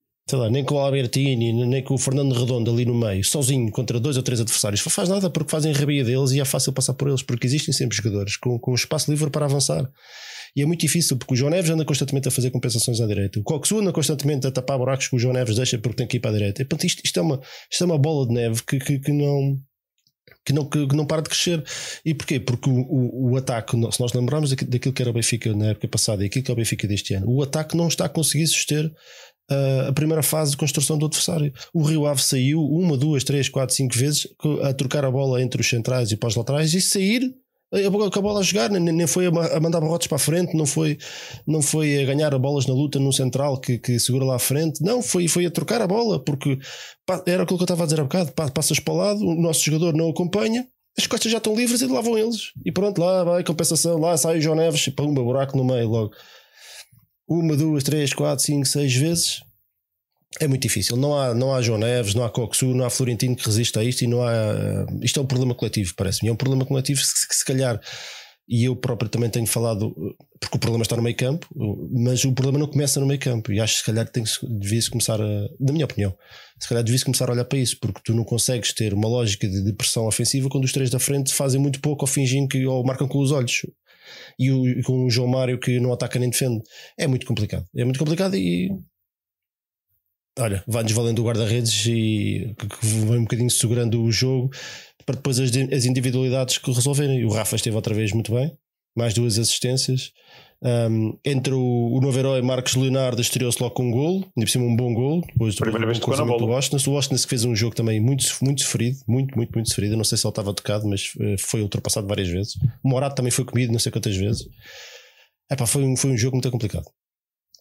o Albertini, nem com o Fernando Redondo ali no meio, sozinho contra 2 ou 3 adversários, faz nada, porque fazem a rabia deles e é fácil passar por eles, porque existem sempre jogadores com espaço livre para avançar. E é muito difícil, porque o João Neves anda constantemente a fazer compensações à direita, o Cockchu anda constantemente a tapar buracos que o João Neves deixa porque tem que ir para a direita. E, portanto, isto é uma bola de neve que não para de crescer. E porquê? Porque o ataque, se nós lembrarmos daquilo que era o Benfica na época passada e aquilo que é o Benfica deste ano, o ataque não está a conseguir suster a primeira fase de construção do adversário. O Rio Ave saiu 1, 2, 3, 4, 5 vezes a trocar a bola entre os centrais e para os laterais e sair com a bola a jogar, nem foi a mandar barrotes para a frente, não foi a ganhar bolas na luta no central que segura lá à frente, não, foi a trocar a bola, porque era aquilo que eu estava a dizer há bocado, passas para o lado, o nosso jogador não acompanha, as costas já estão livres e lá vão eles, e pronto, lá vai compensação, lá sai o João Neves, pumba, buraco no meio logo. 1, 2, 3, 4, 5, 6 vezes. É muito difícil, não há João Neves, não há Cockchu, não há Florentino que resista a isto, e não há. Isto é um problema coletivo, parece-me. É um problema coletivo que se calhar, e eu próprio também tenho falado, porque o problema está no meio campo, mas o problema não começa no meio campo, e acho que se calhar devia-se começar na minha opinião, se calhar devia-se começar a olhar para isso, porque tu não consegues ter uma lógica de pressão ofensiva quando os 3 da frente fazem muito pouco ou fingem que ou marcam com os olhos. E com o João Mário que não ataca nem defende. É muito complicado e olha, vai-nos valendo o guarda-redes e que vai um bocadinho segurando o jogo para depois as individualidades que resolverem. O Rafa esteve outra vez muito bem, mais 2 assistências. Entre o novo herói Marcos Leonardo estreou-se logo com um golo, ainda por cima um bom golo. Depois primeira vez que tocou na bola. O Washington que fez um jogo também muito sofrido, muito sofrido. Eu não sei se ele estava tocado, mas foi ultrapassado várias vezes. O Morato também foi comido não sei quantas vezes. Foi um jogo muito complicado.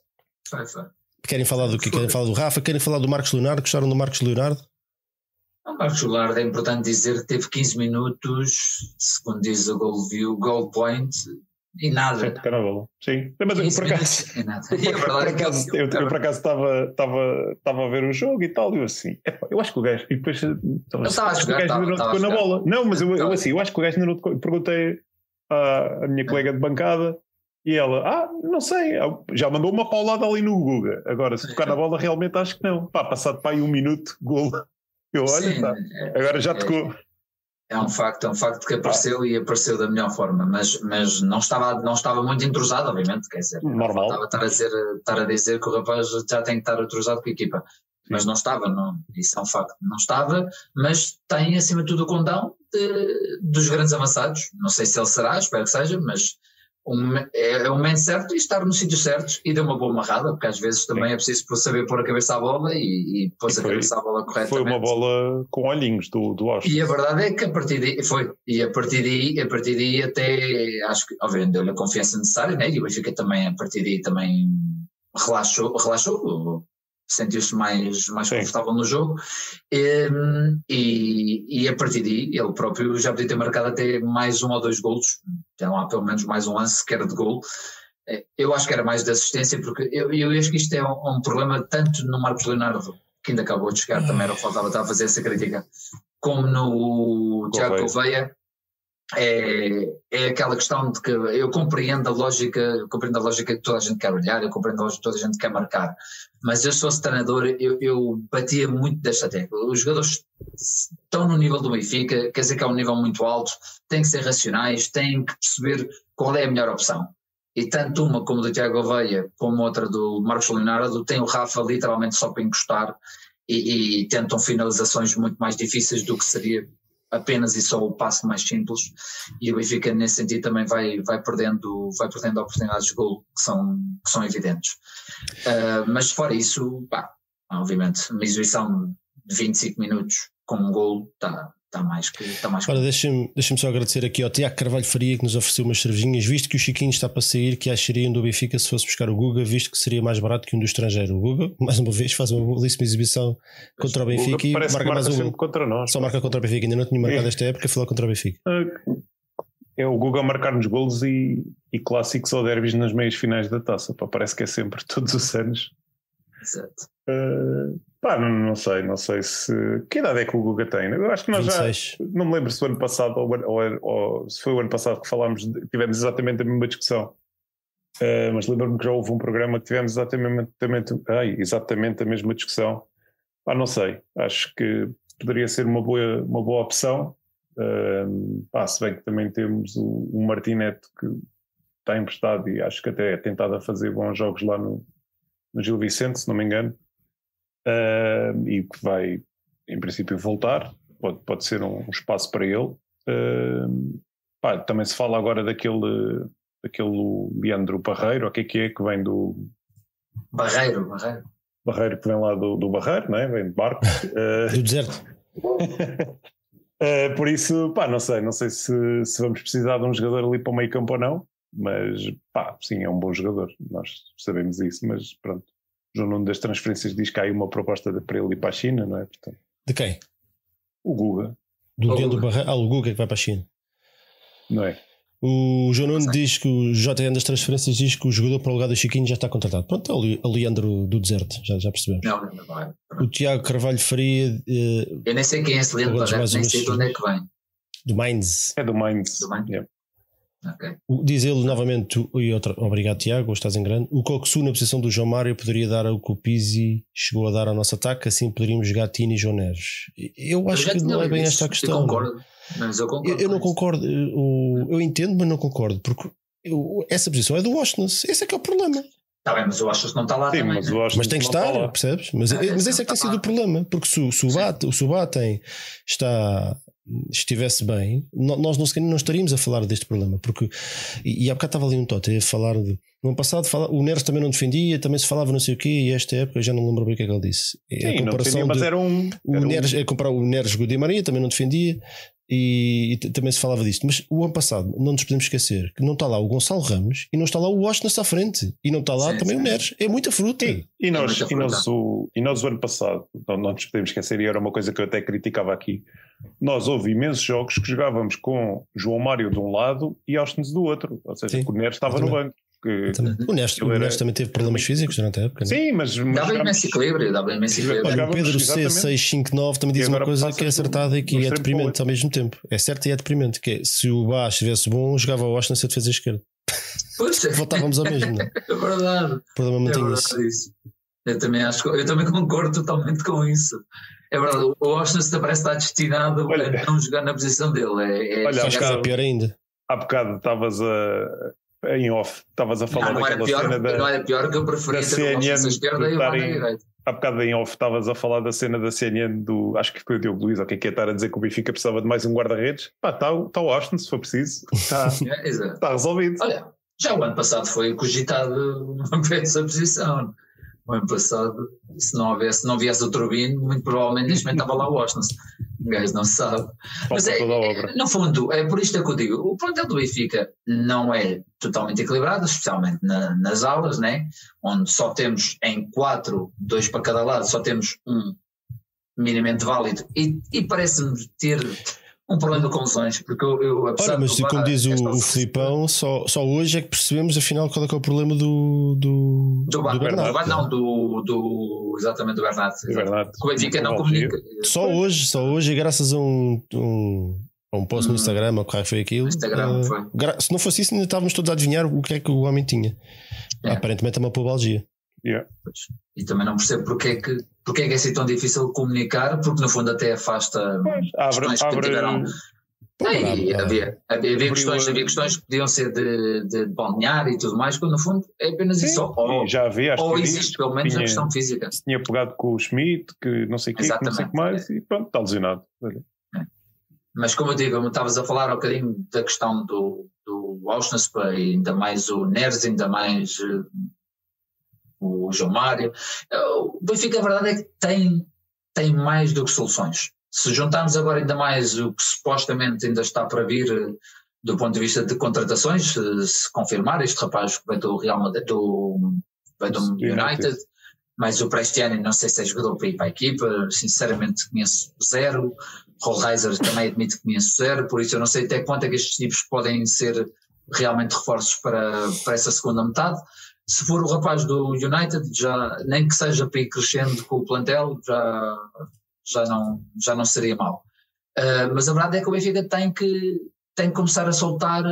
Foi. Querem falar do que? Querem falar do Rafa? Querem falar do Marcos Leonardo? Gostaram do Marcos Leonardo? O Marcos Goulart, é importante dizer que teve 15 minutos, segundo diz o Goal Goal Point, e nada. Tocar na bola. Sim, mas eu por acaso, eu por acaso estava a ver o jogo e tal, e eu assim, eu acho que o gajo, e depois estava a jogar, tocou na bola. Não, mas eu assim, eu acho que o gajo ainda não tocou. Perguntei à minha colega de bancada e ela, não sei, já mandou uma paulada ali no Guga. Agora, se tocar na bola, realmente acho que não. Passado para aí 1 minuto, gol. Eu olho, sim, agora já tocou. É um facto que apareceu e apareceu da melhor forma, mas não estava muito entrosado, obviamente, quer dizer, normal. Estar a dizer que o rapaz já tem que estar entrosado com a equipa, mas não estava, isso é um facto, não estava, mas tem acima de tudo o condão dos grandes avançados, não sei se ele será, espero que seja, mas é o momento certo e estar no sítio certo e deu uma boa amarrada, porque às vezes também é preciso saber pôr a cabeça à bola e pôs a cabeça à bola corretamente. Foi uma bola com olhinhos do Austin. E a verdade é que a partir daí até acho que obviamente deu-lhe a confiança necessária, né? E o Benfica também a partir daí também relaxou, sentiu-se mais confortável no jogo e a partir daí ele próprio já podia ter marcado até mais 1 ou 2 golos, então há pelo menos mais um lance que era de golo. Eu acho que era mais de assistência, porque eu acho que isto é um problema tanto no Marcos Leonardo, que ainda acabou de chegar, também era o que faltava, estava a fazer essa crítica, como no Tiago Gouveia. É aquela questão de que eu compreendo a lógica que toda a gente quer olhar, eu compreendo a lógica que toda a gente quer marcar, mas eu se fosse treinador eu batia muito desta tecla. Os jogadores estão no nível do Benfica, quer dizer que é um nível muito alto, têm que ser racionais, têm que perceber qual é a melhor opção, e tanto uma como do Tiago Gouveia como outra do Marcos Leonardo tem o Rafa literalmente só para encostar e tentam finalizações muito mais difíceis do que seria apenas e só o passo mais simples, e o Benfica nesse sentido também vai perdendo oportunidades de golo que são evidentes, mas fora isso, obviamente uma exibição de 25 minutos com um golo está mais que Ora, deixa-me só agradecer aqui ao Tiago Carvalho Faria, que nos ofereceu umas cervejinhas, visto que o Chiquinho está para sair, que achariam do Benfica se fosse buscar o Guga, visto que seria mais barato que um do estrangeiro. O Guga, mais uma vez, faz uma belíssima exibição contra o Benfica e marca mais um. Contra nós, só marca contra o Benfica, ainda não tinha marcado esta época, foi lá contra o Benfica. É o Guga marcar-nos golos e clássicos ou derbys nas meias finais da taça. Parece que é sempre todos os anos. Exato. Não sei se. Que idade é que o Guga tem? Eu acho que nós 26. Já. Não me lembro se o ano passado ou se foi o ano passado que falámos, tivemos exatamente a mesma discussão. Mas lembro-me que já houve um programa que tivemos exatamente a mesma discussão. Não sei. Acho que poderia ser uma boa opção. Se bem que também temos o Martinete, que está emprestado e acho que até é tentado a fazer bons jogos lá no Gil Vicente, se não me engano. E que vai em princípio voltar, pode ser um espaço para ele. Também se fala agora daquele Leandro Barreiro, o que é que vem do Barreiro que vem lá do Barreiro, não é? Vem de barco do deserto. Por isso, não sei se vamos precisar de um jogador ali para o meio campo ou não, mas sim, é um bom jogador, nós sabemos isso, mas pronto. João Nuno das transferências diz que há aí uma proposta para ele ir para a China, não é? Portanto, de quem? O Guga. Do Barreiro? O Guga que vai para a China. Não é? O João Nuno diz que o JN das transferências diz que o jogador para o lugar do Chiquinho já está contratado. Pronto, é o Leandro do deserto, já percebemos. Não. O Tiago Carvalho Faria. Eu nem sei quem é esse Leandro, nem sei de onde é que vem. Do Mainz. É do Mainz. Yeah. Okay. Diz ele novamente, obrigado Tiago, estás em grande. O Coxu na posição do João Mário poderia dar o que o Pizzi chegou a dar ao nosso ataque, assim poderíamos jogar Tino e João Neves. Eu acho que não é bem esta a questão. Eu concordo, mas eu concordo. Eu não concordo, eu entendo, mas não concordo, porque essa posição é do Washington, esse é que é o problema. Está bem, mas o Washington não está lá. Sim, também. Mas tem que estar, percebes? Mas esse é que tem sido o problema, porque se o Subatem estivesse bem, nós não estaríamos a falar deste problema, porque e há bocado estava ali um Totti a falar no ano passado, o Neres também não defendia, também se falava não sei o quê, e esta época eu já não lembro bem o que é que ele disse. Sim, a comparação não defendia, mas era Neres, comparar o Neres com o Di Maria também não defendia, e também se falava disto. Mas o ano passado, não nos podemos esquecer que não está lá o Gonçalo Ramos e não está lá o Washington à frente e não está lá também o Neres. É muita fruta. E nós o ano passado, não nos podemos esquecer, e era uma coisa que eu até criticava aqui, nós houve imensos jogos que jogávamos com João Mário de um lado e Austin do outro, ou seja, o Neres estava no banco. O Neres também teve problemas físicos durante a época. Sim, mas dava imenso equilíbrio. Olha, o Pedro C659 também diz uma coisa que é acertada e que é deprimente ao mesmo tempo. É certo e é deprimente, que é, se o Bá estivesse bom, jogava o Washington se a defesa esquerda. Voltávamos ao mesmo. É verdade. O problema mantém isso. Eu também concordo totalmente com isso. É verdade, o Washington parece estar destinado a não jogar na posição dele. Acho que é pior ainda. Há bocado estavas em off, estavas a falar daquela cena da... Não era pior que eu preferia ter o Washington à esquerda e o Bá na direita. Há bocado em off estavas a falar da cena da CNN acho que foi o Diogo Luís, ou quem quer estar a dizer que o Benfica precisava de mais um guarda-redes. Está o Washington, se for preciso. Está resolvido. Olha, já o ano passado foi cogitado essa posição. O ano passado, se não viesse o Turbino, muito provavelmente neste momento estava lá o Washington. O gajo não se sabe. Mas no fundo, é por isto que eu digo, o plantel do Benfica não é totalmente equilibrado, especialmente nas aulas, né? Onde só temos em 4, 2 para cada lado, só temos um minimamente válido e parece-me ter um problema de confusões, porque eu apesar mas como diz o Filipão, só hoje é que percebemos afinal qual é que é o problema do Bernardo. Exatamente, do Bernardo. O Benfica não comunica. Só hoje, e graças a um post no Instagram, o que foi aquilo. Se não fosse isso, ainda estávamos todos a adivinhar o que é que o homem tinha. Aparentemente é uma pubalgia. E também não percebo porque é que é assim tão difícil comunicar, porque no fundo até afasta questões que tiveram. Havia questões que podiam ser de balnear e tudo mais, quando no fundo é apenas isso. Ou existe pelo menos a questão física. Se tinha pegado com o Schmidt, que não sei o que, não sei o que mais, e pronto, está lesionado. Mas como eu digo, como estavas a falar um bocadinho da questão do Auschwitz, ainda mais o Neres, ainda mais o João Mário. O Benfica, a verdade é que tem mais do que soluções. Se juntarmos agora ainda mais o que supostamente ainda está para vir do ponto de vista de contratações, se confirmar este rapaz que vem do Real Madrid, vem do United, mas o Prestiani não sei se é jogador para ir para a equipa, sinceramente conheço zero. Rollheiser também admite que conheço zero, por isso eu não sei até quanto é que estes tipos podem ser realmente reforços para essa segunda metade. Se for o rapaz do United, já, nem que seja para ir crescendo com o plantel, já não seria mau. Mas a verdade é que o Benfica tem que começar a soltar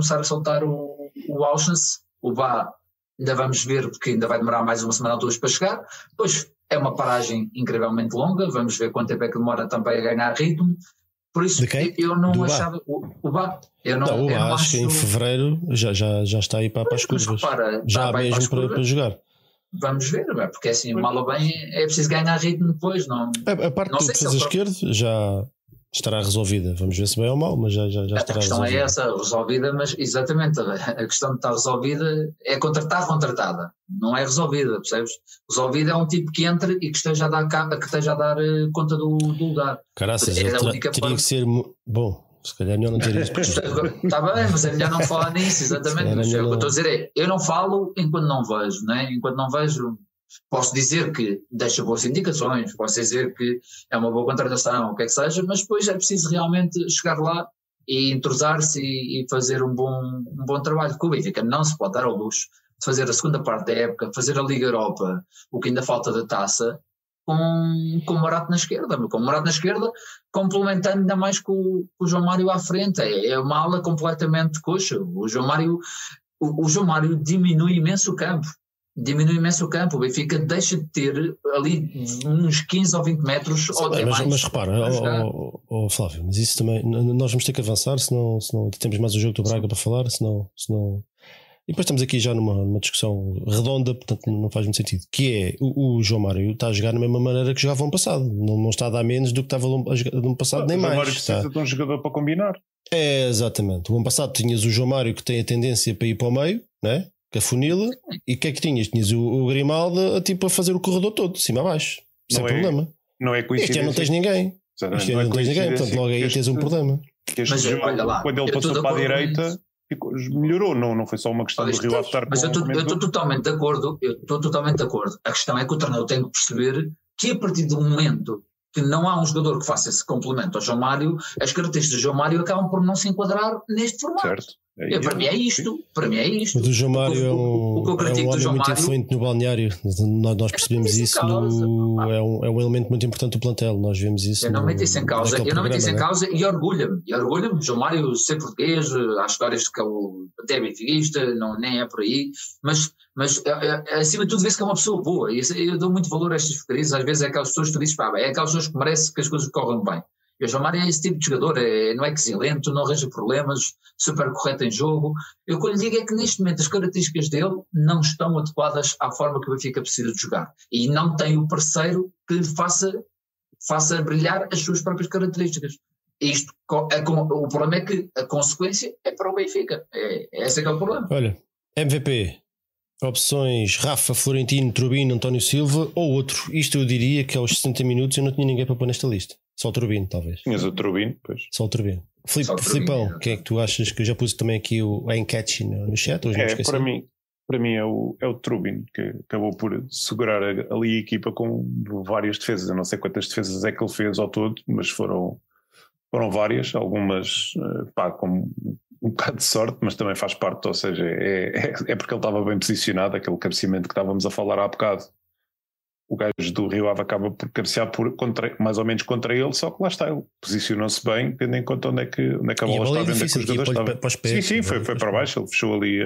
o Auschwitz, o Bá ainda vamos ver, porque ainda vai demorar mais uma semana ou duas para chegar, depois é uma paragem incrivelmente longa, vamos ver quanto tempo é que demora também a ganhar ritmo. Por isso eu não achava o Bá. Eu acho que em fevereiro já está aí para as curvas. Repara, já mesmo para jogar. Vamos ver, porque assim, mal ou bem é preciso ganhar ritmo depois. A parte do defesa esquerdo já estará resolvida. Vamos ver se bem ou mal, mas já estará resolvida. A questão é essa, resolvida, mas exatamente, a questão de estar resolvida é contratada, não é resolvida, percebes? Resolvida é um tipo que entra e que esteja a dar conta do lugar. Caraças, teria que ser bom. Se calhar é melhor não ter isso. Está bem, mas é melhor não falar nisso, exatamente. Mas o que eu estou a dizer é, eu não falo enquanto não vejo, né? Enquanto não vejo, posso dizer que deixa boas indicações, posso dizer que é uma boa contratação, o que é que seja, mas depois é preciso realmente chegar lá e entrosar-se e fazer um bom trabalho. Com o Benfica não se pode dar ao luxo de fazer a segunda parte da época, fazer a Liga Europa, o que ainda falta da taça, com o Morato na esquerda, complementando ainda mais com o João Mário à frente. É uma ala completamente coxa. O João Mário diminui imenso o campo. O Benfica deixa de ter ali uns 15 ou 20 metros. Mas repara, Flávio, mas isso também, nós vamos ter que avançar, senão temos mais o jogo do Braga para falar, senão... E depois estamos aqui já numa discussão redonda, portanto não faz muito sentido. Que é, o João Mário está a jogar da mesma maneira que jogava no passado. Não está a dar menos do que estava no passado, nem mais. O João Mário precisa de um jogador para combinar. É, exatamente. O ano passado tinhas o João Mário que tem a tendência para ir para o meio, né? Que afunila. E o que é que tinhas? Tinhas o Grimaldo a fazer o corredor todo, de cima a baixo. Sem problema. Não é coincidência. Este ano não tens ninguém. Acho que não tens ninguém, portanto logo aí tens um problema. Mas jogo, olha lá, quando ele passou para a direita, melhorou, não foi só uma questão do Rio Ave estar. Mas eu estou totalmente de acordo, A questão é que o treinador tem que perceber que a partir do momento que não há um jogador que faça esse complemento ao João Mário, as características do João Mário acabam por não se enquadrar neste formato. Certo. Para mim é isto. Mas o João Mário é um homem muito influente no balneário. Nós percebemos isso. É um elemento muito importante do plantel. Nós vemos isso. Eu não meto isso em causa. E orgulha-me. João Mário ser português, há histórias que ele até é benfiquista, nem é por aí. Mas acima de tudo vê-se que é uma pessoa boa. E eu dou muito valor a estas porcarias. Às vezes é aquelas pessoas que tu dizes, é aquelas pessoas que merecem que as coisas corram bem. E o João Mário é esse tipo de jogador, não é quesilento, não arranja problemas, super correto em jogo. Eu o que lhe digo é que neste momento as características dele não estão adequadas à forma que o Benfica precisa de jogar. E não tem o parceiro que lhe faça brilhar as suas próprias características. O problema é que a consequência é para o Benfica. Esse é que é o problema. Olha, MVP, opções Rafa, Florentino, Turbino, António Silva ou outro. Isto eu diria que aos 60 minutos eu não tinha ninguém para pôr nesta lista. Só o Turbino, talvez. Tinhas o Turbino, pois. Só o Turbino. Filipão, quem é que tu achas? Que eu já pus também aqui o enquete no chat? Para mim é o Turbino, que acabou por segurar ali a equipa com várias defesas. Eu não sei quantas defesas é que ele fez ao todo, mas foram várias, algumas com um bocado de sorte, mas também faz parte, ou seja, é porque ele estava bem posicionado, aquele cabeceamento que estávamos a falar há bocado. O gajo do Rio Ave acaba por cabecear mais ou menos contra ele, só que lá está, ele posicionou-se bem, tendo em conta onde é que a bola estava, onde é que os jogadores estavam. Sim, foi para baixo, ele fechou ali,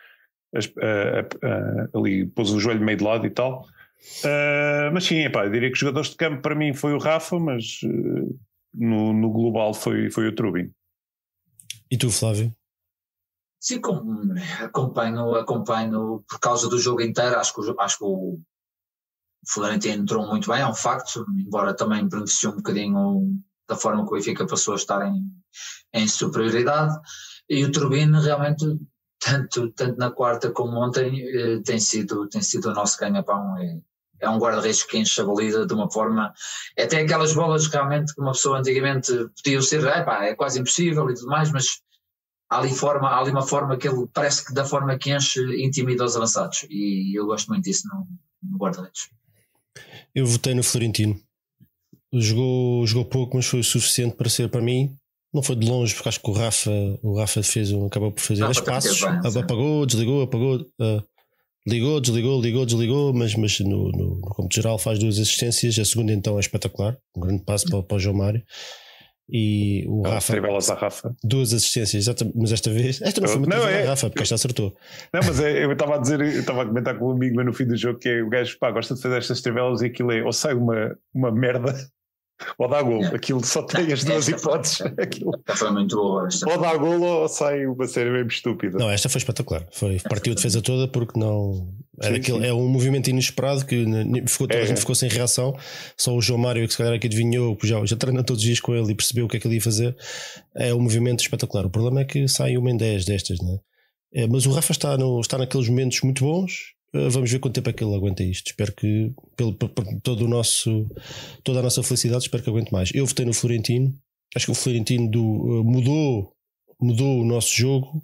ali pôs o joelho meio de lado e tal. Mas sim, eu diria que os jogadores de campo para mim foi o Rafa, mas no global foi o Turbino. E tu, Flávio? Sim, acompanho por causa do jogo inteiro. Acho que o Florentino entrou muito bem, é um facto, embora também beneficiou um bocadinho da forma que o Benfica passou a estar em superioridade. E o Turbino realmente, tanto na quarta como ontem, tem sido o nosso ganha-pão. É um guarda-redes que enche a baliza de uma forma, até aquelas bolas realmente que uma pessoa antigamente podia ser, é quase impossível e tudo mais, mas há ali uma forma que ele parece que da forma que enche intimida os avançados, e eu gosto muito disso no guarda-redes. Eu votei no Florentino. Jogou pouco, mas foi o suficiente para ser, para mim, não foi de longe, porque acho que o Rafa acabou por fazer espaços, apagou, desligou, ligou, desligou, mas no campo geral faz 2 assistências. A segunda então é espetacular, um grande passo para o João Mário. E o Rafa, trivelas a Rafa, 2 assistências, mas esta vez não foi muito a Rafa, porque esta acertou. Não, mas eu estava a comentar com um amigo meu no fim do jogo que o gajo gosta de fazer estas trivelas e aquilo ou sai uma merda ou dá golo, aquilo só tem as duas hipóteses. Foi muito boa. Ou dá golo ou sai uma série mesmo estúpida. Não, esta foi espetacular. Partiu a defesa toda porque não. É um movimento inesperado que toda a gente ficou sem reação. Só o João Mário, que se calhar aqui adivinhou, já treina todos os dias com ele e percebeu o que é que ele ia fazer. É um movimento espetacular. O problema é que sai uma em 10 destas, não é? Mas o Rafa está naqueles momentos muito bons. Vamos ver quanto tempo é que ele aguenta isto. Espero que, por toda a nossa felicidade, espero que aguente mais. Eu votei no Florentino. Acho que o Florentino mudou o nosso jogo,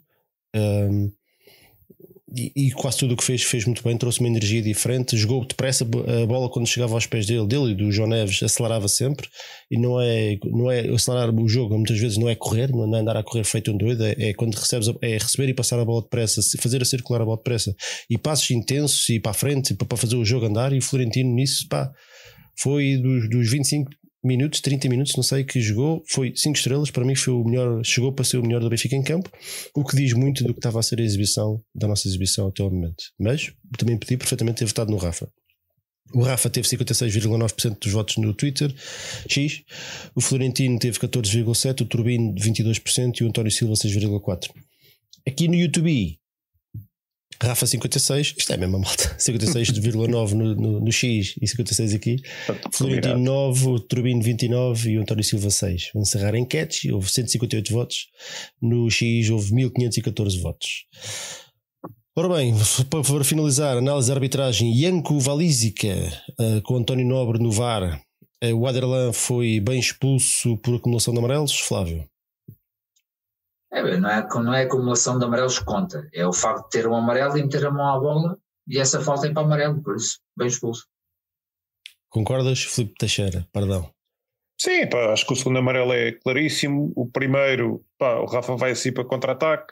e quase tudo o que fez muito bem. Trouxe uma energia diferente, jogou depressa. A bola, quando chegava aos pés dele e do João Neves, acelerava sempre. E não é acelerar o jogo, muitas vezes não é correr, não é andar a correr feito um doido, é quando receber e passar a bola depressa, fazer a circular a bola depressa e passos intensos e para a frente para fazer o jogo andar. E o Florentino nisso, foi dos 25 minutos, 30 minutos, não sei, que jogou, foi 5 estrelas. Para mim foi o melhor, chegou para ser o melhor do Benfica em campo, o que diz muito do que estava a ser a nossa exibição até o momento. Mas também podia perfeitamente ter votado no Rafa. O Rafa teve 56,9% dos votos no Twitter X, o Florentino teve 14,7%, o Turbino 22% e o António Silva 6,4%. Aqui no YouTube, Rafa 56, isto é a mesma malta, 56,9 no X e 56 aqui. Florentino 9, o Turbino 29 e o António Silva 6. Vou encerrar a enquete, houve 158 votos, no X houve 1514 votos. Ora bem, para finalizar, análise de arbitragem, Janko Valísica com António Nobre no VAR. O Aderlan foi bem expulso por acumulação de amarelos, Flávio? Não é a acumulação de amarelos que conta, é o facto de ter um amarelo e meter a mão à bola e essa falta é para amarelo, por isso, bem expulso. Concordas, Filipe Teixeira? Perdão. Sim, pá, acho que o segundo amarelo é claríssimo. O primeiro, pá, o Rafa vai assim para contra-ataque.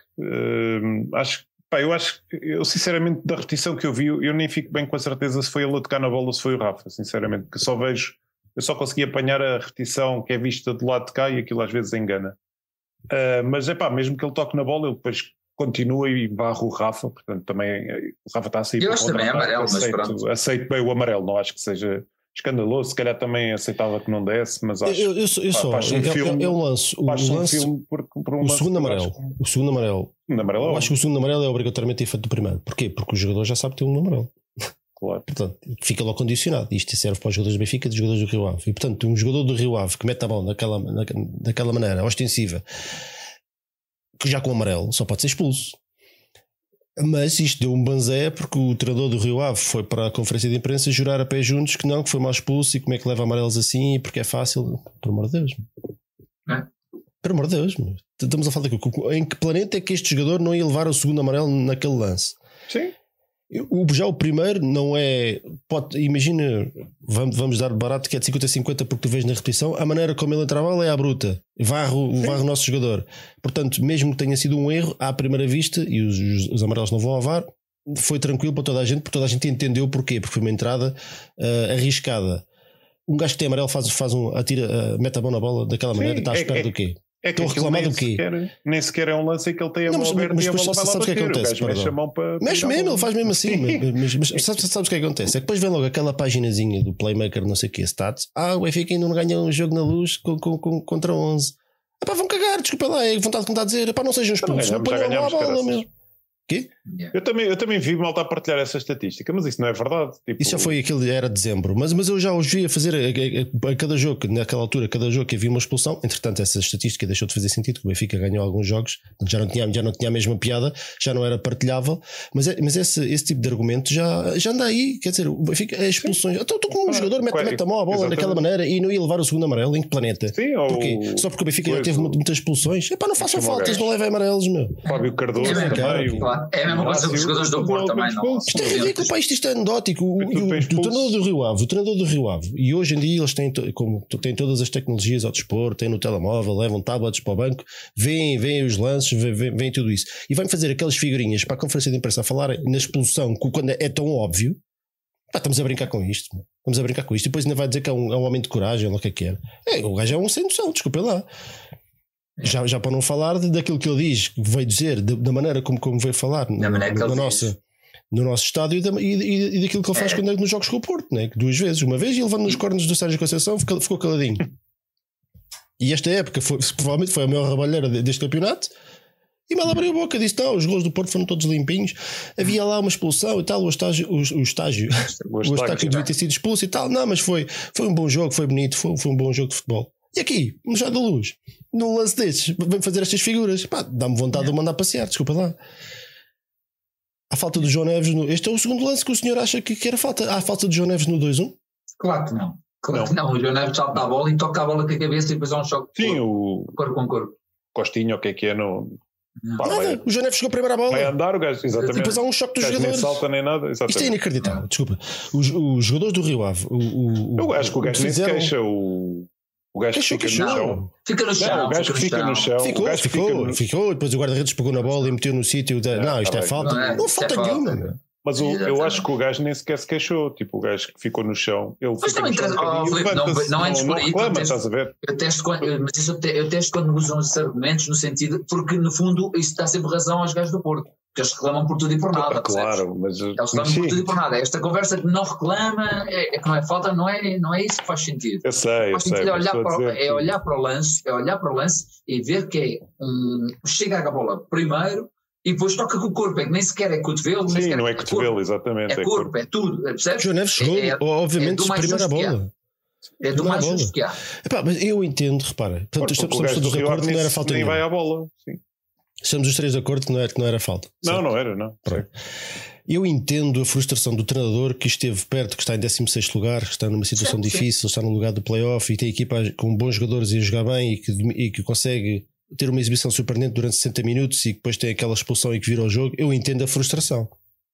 Eu sinceramente, da repetição que eu vi, eu nem fico bem com a certeza se foi ele a tocar na bola ou se foi o Rafa, sinceramente, porque eu só consegui apanhar a repetição que é vista do lado de cá e aquilo às vezes engana. Mas é pá, mesmo que ele toque na bola, ele depois continua e barra o Rafa, portanto também o Rafa está a sair. Eu acho também amarelo, mas pronto. Aceito bem o amarelo, não acho que seja escandaloso, se calhar também aceitava que não desse, mas acho é um lance. O segundo amarelo. Eu acho que o segundo amarelo é obrigatoriamente efeito do primeiro. Porquê? Porque o jogador já sabe ter um amarelo. Claro. Portanto, fica logo condicionado. Isto serve para os jogadores do Benfica e dos jogadores do Rio Ave. E portanto, um jogador do Rio Ave que mete a mão daquela maneira ostensiva, que já com amarelo, só pode ser expulso. Mas isto deu um banzé porque o treinador do Rio Ave foi para a conferência de imprensa jurar a pé juntos que não, que foi mal expulso e como é que leva amarelos assim, porque é fácil. Por amor de Deus. Por amor de Deus. Estamos a falar em que planeta é que este jogador não ia levar o segundo amarelo naquele lance? Sim. Já o primeiro não é. Imagina, vamos dar barato que é de 50-50 porque tu vês na repetição. A maneira como ele entra a bola é à bruta, varre o nosso jogador. Portanto, mesmo que tenha sido um erro à primeira vista e os amarelos não vão ao VAR, foi tranquilo para toda a gente, porque toda a gente entendeu porquê, porque foi uma entrada arriscada. Um gajo que tem amarelo mete a mão na bola daquela maneira, está à espera do quê? Estou a reclamar do quê? Nem sequer é um lance em que ele tem a mão aberta e a bola vai lá bater. Acontece, mexe mesmo, ele faz mesmo assim. Mas sabes o que é que acontece? É que depois vem logo aquela paginazinha do Playmaker, não sei o que, stats. O Benfica ainda não ganha um jogo na Luz contra 11. Vão cagar, desculpa lá, é vontade que me está a dizer. Não sejam expulsos, não ponham a bola mesmo. Quê? Eu também vi malta a partilhar essa estatística, mas isso não é verdade. Isso já foi era dezembro, mas eu já os vi a fazer a cada jogo, naquela altura, cada jogo que havia uma expulsão. Entretanto, essa estatística deixou de fazer sentido, que o Benfica ganhou alguns jogos, já não tinha a mesma piada, já não era partilhável, mas esse tipo de argumento já anda aí. Quer dizer, o Benfica, as expulsões. Estou com um jogador, mete a mão à bola daquela maneira e não ia levar o segugo amarelo. Em que planeta? Sim, porquê? Só porque o Benfica já teve muitas expulsões. Não façam faltas, não levem amarelos, meu. Fábio Cardoso é a mesma coisa que os jogadores do Porto também não. Isto é ridículo, isto é anedótico. O treinador do Rio Ave, e hoje em dia eles têm todas as tecnologias ao dispor, têm no telemóvel, levam tablets para o banco, veem os lances, veem tudo isso. E vai-me fazer aquelas figurinhas para a conferência de imprensa a falar na expulsão, quando é tão óbvio. Estamos a brincar com isto. E depois ainda vai dizer que é um homem de coragem, ou o que é. O gajo é um sem noção, desculpa lá. Já para não falar daquilo que ele diz, que veio dizer, da maneira como veio falar no nosso estádio e daquilo que ele faz nos jogos com o Porto, né? 2 vezes, uma vez, e levando nos cornos do Sérgio Conceição, ficou caladinho. E esta época provavelmente foi a maior rabalheira deste campeonato. E mal abriu a boca, disse: não, os golos do Porto foram todos limpinhos, havia lá uma expulsão e tal, o estágio devia ter sido expulso e tal. Não, mas foi um bom jogo, foi bonito, foi um bom jogo de futebol. E aqui, no Jardim da Luz, num lance destes, vem fazer estas figuras. Dá-me vontade de o mandar passear, desculpa lá. A falta do João Neves este é o segundo lance que o senhor acha que era falta. Há falta do João Neves no 2-1? Claro que não. O João Neves salta a bola e toca a bola com a cabeça e depois há um choque. Sim, corpo com corpo. Costinho, o que é no... Nada, o João Neves chegou a primeira bola. Vai andar o gajo, exatamente. E depois há um choque dos jogadores. Nem salta nem nada, exatamente. Isto é inacreditável, desculpa. Os jogadores do Rio Ave. Eu acho que o gajo nem se queixa. O gajo que fica no chão. Fica no chão. O gajo que fica no chão. Ficou. Depois o guarda-redes pegou na bola e meteu no sítio. Não, isto é falta. Não falta nenhuma. Mas eu acho que o gajo nem sequer se queixou. Tipo, o gajo que ficou no chão. Ele mas também não é por aí. Estás a ver? Eu testo quando usam esses argumentos, no sentido. Porque no fundo isso dá sempre razão aos gajos do Porto. Porque eles reclamam por tudo e por nada. Claro, mas. Eles reclamam por tudo e por nada. Esta conversa que não reclama, que não é falta, não é isso que faz sentido. Eu sei. Faz sentido olhar para o lance e ver que chega a bola primeiro. E depois toca com o corpo, é que nem sequer é cotovelo. Sim, não é cotovelo, exatamente. É corpo, é tudo, percebes? João Neves chegou, obviamente, de primeira bola. É do mais justo que há. Mas eu entendo, repara. Portanto, estamos todos de acordo que não era falta nenhuma. Nem vai à bola, sim. Estamos os três de acordo que não era falta. Não era, não. Eu entendo a frustração do treinador que esteve perto, que está em 16º lugar, que está numa situação difícil, está no lugar do playoff e tem equipa com bons jogadores e a jogar bem e que consegue ter uma exibição surpreendente durante 60 minutos e depois tem aquela expulsão e que vira o jogo. Eu entendo a frustração.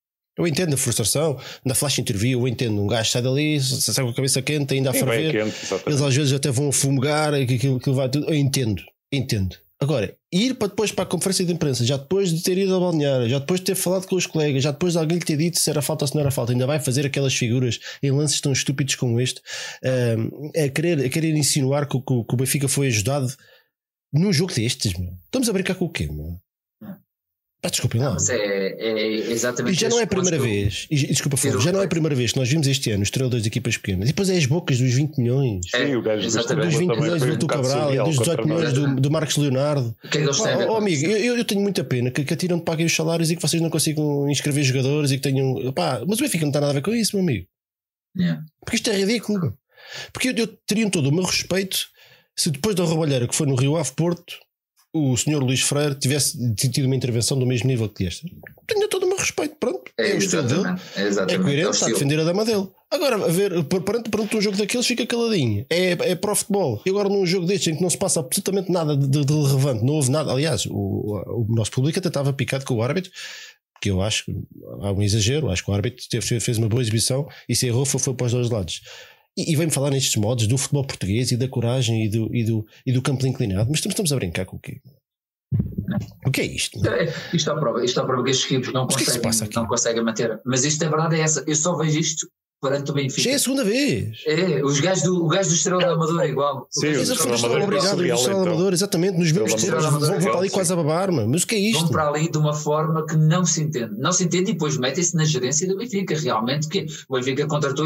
Na flash interview, eu entendo. Um gajo sai dali, sai com a cabeça quente, ainda a ferver. Eles às vezes até vão fumegar, aquilo vai tudo. Eu entendo. Agora, ir depois para a conferência de imprensa, já depois de ter ido ao balneário, já depois de ter falado com os colegas, já depois de alguém lhe ter dito se era falta ou se não era falta, ainda vai fazer aquelas figuras em lances tão estúpidos como este, a querer insinuar que o Benfica foi ajudado num jogo destes, meu. Estamos a brincar com o quê, meu? Desculpem lá. Mas é exatamente. E já não é a primeira vez. Desculpa, Flávio, já não é a primeira vez que nós vimos este ano os treinadores de equipas pequenas. E depois é as bocas dos 20 milhões. Sim, o gajo dos 20 milhões do Artur Cabral, dos 18 milhões do Marcos Leonardo. Amigo, eu tenho muita pena que atiram de paguem os salários e que vocês não consigam inscrever jogadores e que tenham. Mas o Benfica não tem nada a ver com isso, meu amigo. Porque isto é ridículo. Porque eu teria todo o meu respeito se depois da roubalheira que foi no Rio Ave Porto o senhor Luís Freire tivesse tido uma intervenção do mesmo nível que esta. Tenho todo o meu respeito, pronto. É o estilo dele. É coerente, está a defender a dama dele. Agora, a ver, perante um jogo daqueles fica caladinho. É para o futebol. E agora num jogo destes em que não se passa absolutamente nada de relevante, não houve nada. Aliás, o nosso público até estava picado com o árbitro, que eu acho que há um exagero. Acho que o árbitro fez uma boa exibição e se errou foi para os dois lados. E vem-me falar nestes modos do futebol português e da coragem e do campo inclinado. Mas estamos a brincar com o quê? O que é isto? Isto à prova que estes equipes não conseguem manter. Mas isto, a verdade é essa. Eu só vejo isto perante o Benfica. Já é a segunda vez. Os gajos do Estrela da Amadora é igual. Sim, o Estrela da Amadora, exatamente. Nos mesmos termos vão para ali quase a babar-me. Mas o que é isto? Vão para ali de uma forma que não se entende. Não se entende e depois metem-se na gerência do Benfica. Realmente, que o Benfica contratou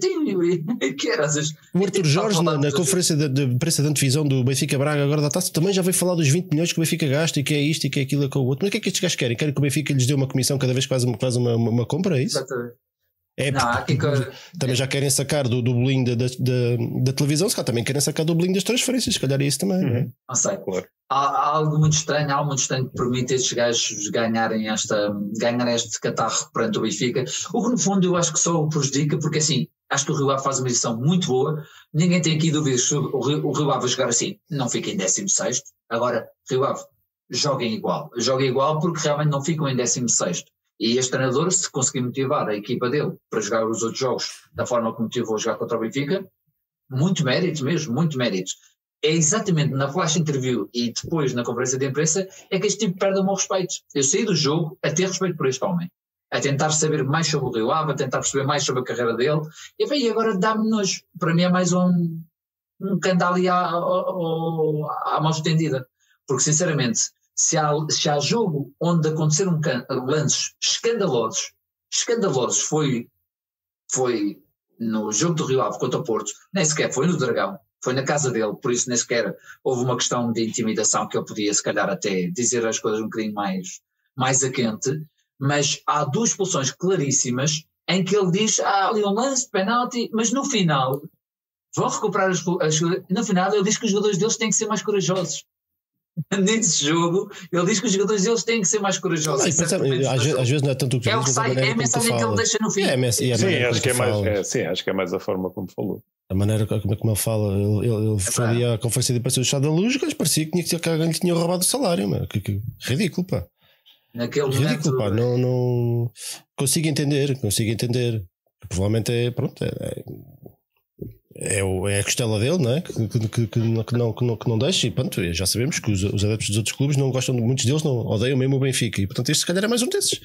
o Artur Jorge, na conferência de imprensa da divisão do Benfica Braga, agora da taça, também já veio falar dos 20 milhões que o Benfica gasta e que é isto e que é aquilo e que é o outro. Mas o que é que estes gajos querem? Querem que o Benfica lhes dê uma comissão cada vez que faz uma compra? É isso? Exatamente. Também já querem sacar do bolinho da televisão, se calhar também querem sacar do bolinho das transferências, se calhar é isso também. Não sei, claro. Há algo muito estranho, que permite estes gajos ganharem este catarro perante o Benfica, o que no fundo eu acho que só o prejudica, porque assim, acho que o Rio Ave faz uma edição muito boa, ninguém tem aqui dúvidas sobre o Rio Ave a jogar assim, não fica em 16º, agora Rio Ave joguem igual porque realmente não ficam em 16º. E este treinador, se conseguir motivar a equipa dele para jogar os outros jogos da forma como motivou a jogar contra o Benfica, muito mérito mesmo, muito mérito. É exatamente na flash interview e depois na conferência de imprensa é que este tipo perde o meu respeito. Eu saí do jogo a ter respeito por este homem, a tentar saber mais sobre o Rio Ave, a tentar perceber mais sobre a carreira dele, e agora dá-me nojo. Para mim é mais um canto ali à mão estendida, porque sinceramente se há jogo onde aconteceram lances escandalosos foi no jogo do Rio Ave contra o Porto, nem sequer foi no Dragão, foi na casa dele, por isso nem sequer houve uma questão de intimidação que ele podia se calhar até dizer as coisas um bocadinho mais a quente, mas há duas expulsões claríssimas em que ele diz, ali um lance de penalti, mas no final vão recuperar no final ele diz que os jogadores deles têm que ser mais corajosos. Nesse jogo, ele diz que os jogadores deles têm que ser mais corajosos. Às vezes não é tanto o que é a mensagem que ele deixa no fim. Acho que é mais a forma como falou. A maneira como ele fala, ele fazia a conferência de imprensa do Estado da Luz, que parecia que alguém lhe tinha roubado o salário, mano. Que ridículo, pá. Naquele ridículo, pá. Não consigo entender. Provavelmente é a costela dele, não é? Que não deixa, e pronto, já sabemos que os adeptos dos outros clubes não gostam, muitos deles não odeiam mesmo o Benfica, e portanto este se calhar é mais um desses.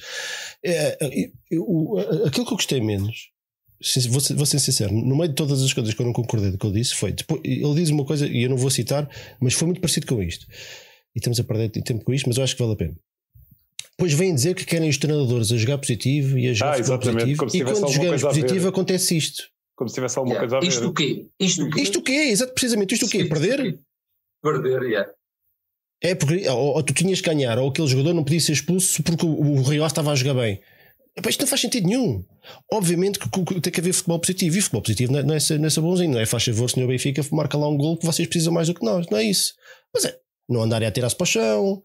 Aquilo que eu gostei menos, vou ser sincero, no meio de todas as coisas que eu não concordei do que ele disse, foi depois, ele diz uma coisa e eu não vou citar, mas foi muito parecido com isto, e estamos a perder tempo com isto, mas eu acho que vale a pena. Depois vêm dizer que querem os treinadores a jogar positivo e a jogar positivo, e quando jogamos positivo acontece isto. Como se tivesse alguma coisa a ver. Isto o quê? Isto o quê? Exato, precisamente. Isto o quê? Perder? Perder. É porque ou tu tinhas que ganhar, ou aquele jogador não podia ser expulso porque o Rio estava a jogar bem. Isto não faz sentido nenhum. Obviamente que tem que haver futebol positivo. E futebol positivo não é ser bonzinho. Não é faz favor, senhor Benfica, marca lá um gol que vocês precisam mais do que nós. Não é isso. Mas não andarem a tirar-se para o chão,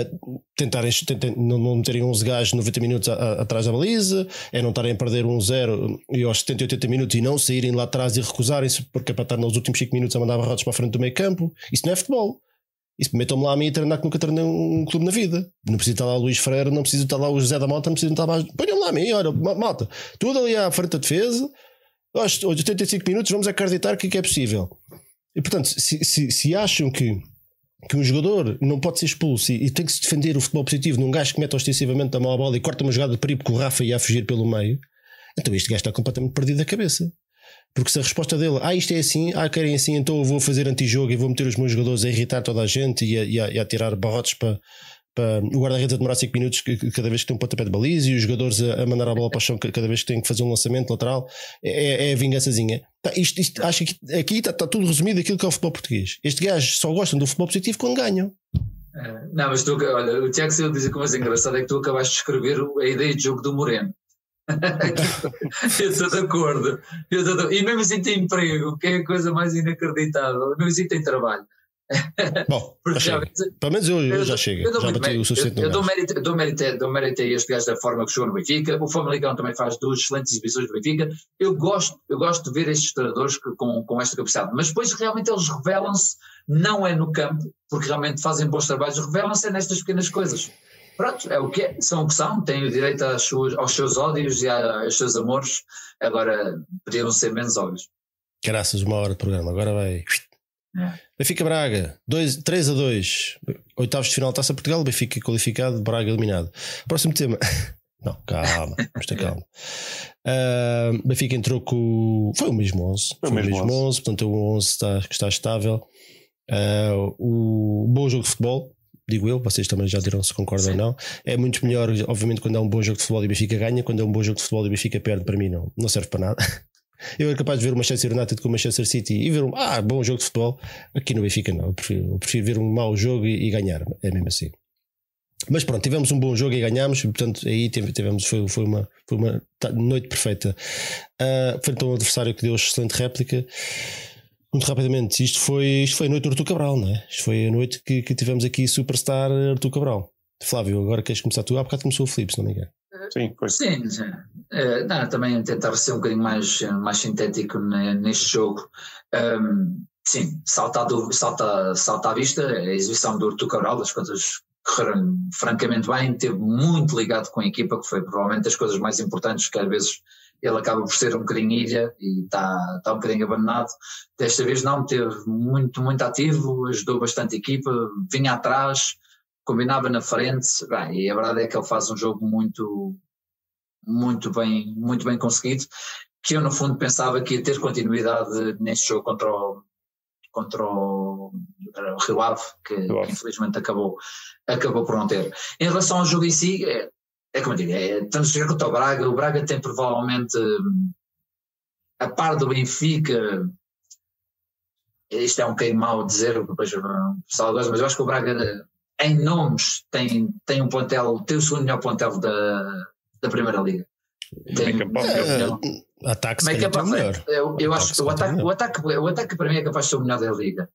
não meterem 11 gajos 90 minutos atrás da baliza, é não estarem a perder 1-0 e aos 70 e 80 minutos e não saírem lá atrás e recusarem-se porque é para estar nos últimos 5 minutos a mandar barrotes para a frente do meio campo. Isso não é futebol. Isso metam-me lá a mim a treinar que nunca treinei um clube na vida. Não precisa estar lá o Luís Freire, não precisa estar lá o José da Mota, não precisa estar mais. Ponham lá a mim, olha, malta, tudo ali à frente da defesa, aos 85 minutos vamos acreditar que é possível. E portanto, se acham que um jogador não pode ser expulso e tem que se defender o futebol positivo num gajo que mete ostensivamente a mão à bola e corta uma jogada de perigo com o Rafa e a fugir pelo meio, então este gajo está completamente perdido da cabeça. Porque se a resposta dele, isto é assim, querem assim, então eu vou fazer antijogo e vou meter os meus jogadores a irritar toda a gente e a tirar barrotes para o guarda-redes a demorar 5 minutos cada vez que tem um pontapé de baliza e os jogadores a mandar a bola para o chão cada vez que têm que fazer um lançamento lateral, é a vingançazinha. Isto acho que aqui está tudo resumido aquilo que é o futebol português. Estes gajos só gostam do futebol positivo quando ganham. Não, mas olha, o Tiago Silva diz que uma coisa engraçada é que tu acabaste de escrever a ideia de jogo do Moreno. Eu estou de acordo. E mesmo assim tem emprego, que é a coisa mais inacreditável. Mesmo assim tem trabalho. Bom, pelo menos eu já chego. Já bati o suficiente. Eu dou mérito a este gajo da forma que jogou no Benfica. O Famalicão também faz 2 excelentes exibições do Benfica. Eu gosto de ver estes treinadores com esta capacidade, mas depois realmente eles revelam-se, não é no campo, porque realmente fazem bons trabalhos, revelam-se nestas pequenas coisas. Pronto, é o que é, são o que são, têm o direito aos seus ódios e aos seus amores, agora podiam ser menos óbvios. Graças, 1 hora de programa, agora vai. Benfica Braga, 3-2, oitavos de final Taça Portugal, Benfica qualificado, Braga eliminado. Próximo tema. Não, calma, vamos ter calma. Benfica entrou com. Foi o mesmo 11. Foi o mesmo 11, portanto o 11 está estável. O bom jogo de futebol, digo eu, vocês também já dirão se concordam ou não. É muito melhor, obviamente, quando é um bom jogo de futebol e o Benfica ganha. Quando é um bom jogo de futebol e o Benfica perde, para mim não serve para nada. Eu era capaz de ver o Manchester United com o Manchester City e ver bom jogo de futebol. Aqui no Benfica não, eu prefiro ver um mau jogo e ganhar, é mesmo assim. Mas pronto, tivemos um bom jogo e ganhámos, portanto aí foi uma noite perfeita. Frente a um adversário que deu excelente réplica. Muito rapidamente, isto foi a noite do Artur Cabral, não é? Isto foi a noite que tivemos aqui Superstar Artur Cabral. Flávio, agora queres começar tu? Há bocado começou o Filipe, se não me engano. Sim, foi. Sim. Também tentar ser um bocadinho mais sintético neste jogo. Sim, salta à vista a exibição do Artur Cabral, as coisas correram francamente bem, esteve muito ligado com a equipa, que foi provavelmente das coisas mais importantes, que às vezes ele acaba por ser um bocadinho ilha e está um bocadinho abandonado. Desta vez não, esteve muito, muito ativo, ajudou bastante a equipa, vinha atrás, combinava na frente, e a verdade é que ele faz um jogo muito, muito bem conseguido, que eu no fundo pensava que ia ter continuidade neste jogo contra o Rio Ave, que infelizmente acabou por não ter. Em relação ao jogo em si, é como eu digo, estamos a jogar contra o Braga tem provavelmente, a par do Benfica, isto é um bocadinho mau dizer, depois o pessoal gosta, mas eu acho que o Braga em nomes tem um plantel, tem o segundo melhor plantel da Primeira Liga. Ataque se calhar o melhor. Eu acho que o ataque para mim é capaz de ser o melhor da Liga.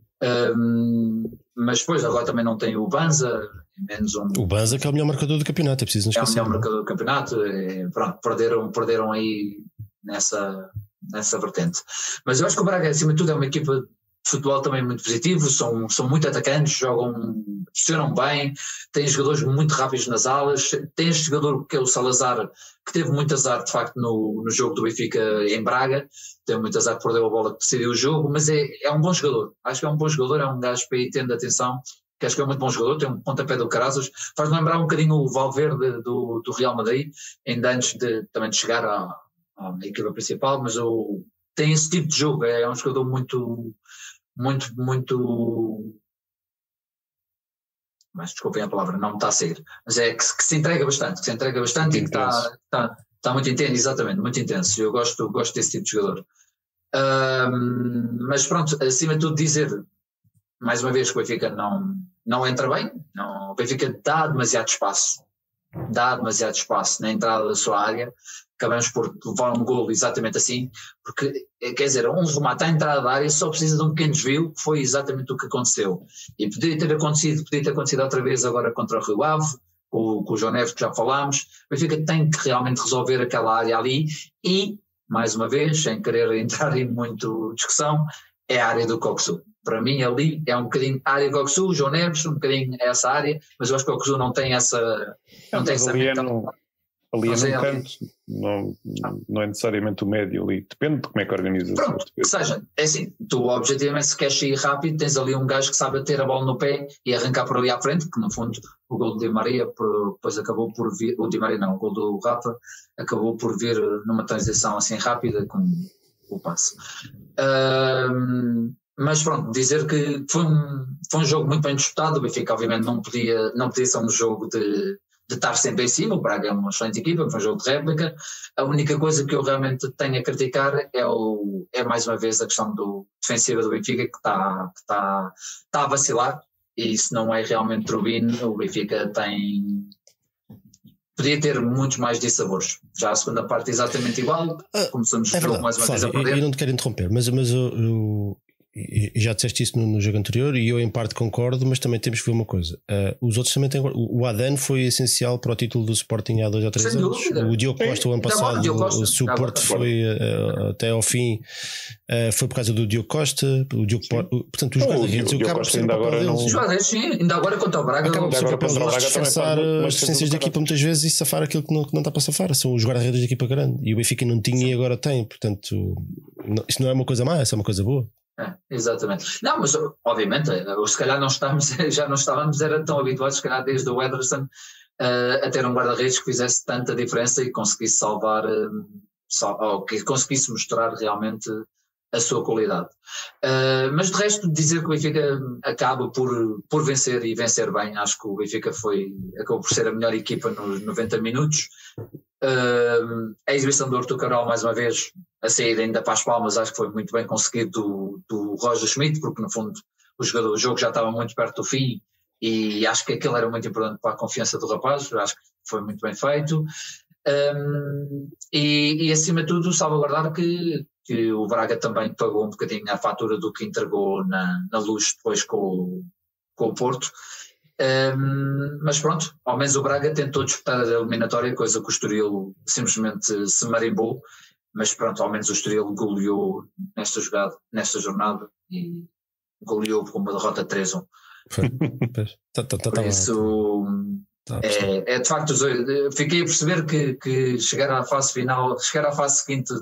Mas depois agora também não tem o Banza, menos o Banza, que é o melhor marcador do campeonato, é preciso não esquecer. É o melhor marcador do campeonato, pronto, perderam aí nessa vertente. Mas eu acho que o Braga, acima de tudo, é uma equipa de futebol também muito positivo, são muito atacantes, funcionam bem, têm jogadores muito rápidos nas alas, tem este jogador que é o Salazar, que teve muito azar de facto no jogo do Benfica em Braga, teve muito azar que perdeu a bola que decidiu o jogo, mas é um bom jogador, acho que é um bom jogador, é um gajo para ir tendo atenção, que acho que é um muito bom jogador, tem um pontapé do caraças, faz lembrar um bocadinho o Valverde do Real Madrid, ainda antes também de chegar à equipa principal, mas tem esse tipo de jogo, é um jogador muito, mas desculpem a palavra, não me está a sair, mas é que se entrega bastante, e que está muito intenso, exatamente, muito intenso. Eu gosto desse tipo de jogador. Mas pronto, acima de tudo dizer, mais uma vez, que o Benfica não entra bem, o Benfica dá demasiado espaço na entrada da sua área, acabamos por levar um golo exatamente assim, porque, quer dizer, um remate à entrada da área só precisa de um pequeno desvio, que foi exatamente o que aconteceu. E podia ter acontecido outra vez agora contra o Rio Ave, com o João Neves, que já falámos. O Benfica tem que realmente resolver aquela área ali e, mais uma vez, sem querer entrar em muito discussão, é a área do Coxu. Para mim ali é um bocadinho a área do Coxu, o João Neves, um bocadinho essa área, mas eu acho que o Coxu não tem essa... Não tem essa ali é no canto, não é necessariamente o médio ali, depende de como é que organizas. Pronto, que seja, é assim, tu objetivamente se queres sair rápido, tens ali um gajo que sabe ter a bola no pé e arrancar por ali à frente, que no fundo o gol do Di Maria depois acabou por vir, o Di Maria não, o gol do Rafa acabou por vir numa transição assim rápida com o passe. Mas pronto, dizer que foi um jogo muito bem disputado. O Benfica obviamente não podia ser um jogo de estar sempre em cima. O Braga é uma excelente equipa, foi um jogo de réplica. A única coisa que eu realmente tenho a criticar é mais uma vez a questão defensiva do Benfica, que está a vacilar, e isso não é realmente turbino. O Benfica podia ter muitos mais dissabores. Já a segunda parte é exatamente igual, começamos o jogo mais uma vez a perder. Eu não te quero interromper, mas eu já disseste isso no jogo anterior e eu em parte concordo, mas também temos que ver uma coisa. Os outros também têm. O Adan foi essencial para o título do Sporting há 2 ou 3 anos. Dúvida. O Diogo Costa o ano passado, se o Porto foi até ao fim, foi por causa do Diogo Costa. Portanto, os guarda-redes acabam por ser o papel deles. Os guarda-redes, sim, ainda agora contra o Braga. Acabam por ser o papel deles disfarçar as deficiências da equipa muitas vezes e safar aquilo que não está para safar. São os guarda-redes da equipa grande. E o Benfica não tinha e agora tem. Portanto, isto não é uma coisa má, isso é uma coisa boa. Exatamente. Não, mas obviamente se calhar já não estávamos era tão habituados, se calhar desde o Ederson a ter um guarda-redes que fizesse tanta diferença e conseguisse salvar ou que conseguisse mostrar realmente a sua qualidade. Mas de resto, dizer que o Benfica acaba por vencer e vencer bem. Acho que o Benfica acabou por ser a melhor equipa nos 90 minutos. A exibição do Artur Cabral, mais uma vez, a sair ainda para as palmas, acho que foi muito bem conseguido do Roger Schmidt, porque no fundo o jogo já estava muito perto do fim e acho que aquilo era muito importante para a confiança do rapaz. Acho que foi muito bem feito. E acima de tudo salvaguardar que o Braga também pagou um bocadinho a fatura do que entregou na Luz depois com o Porto. Mas pronto, ao menos o Braga tentou disputar a eliminatória, coisa que o Estoril simplesmente se marimbou, mas pronto, ao menos o Estoril goleou nesta jornada e goleou com uma derrota 3-1. Por isso de facto, fiquei a perceber que chegar à fase final, chegar à fase seguinte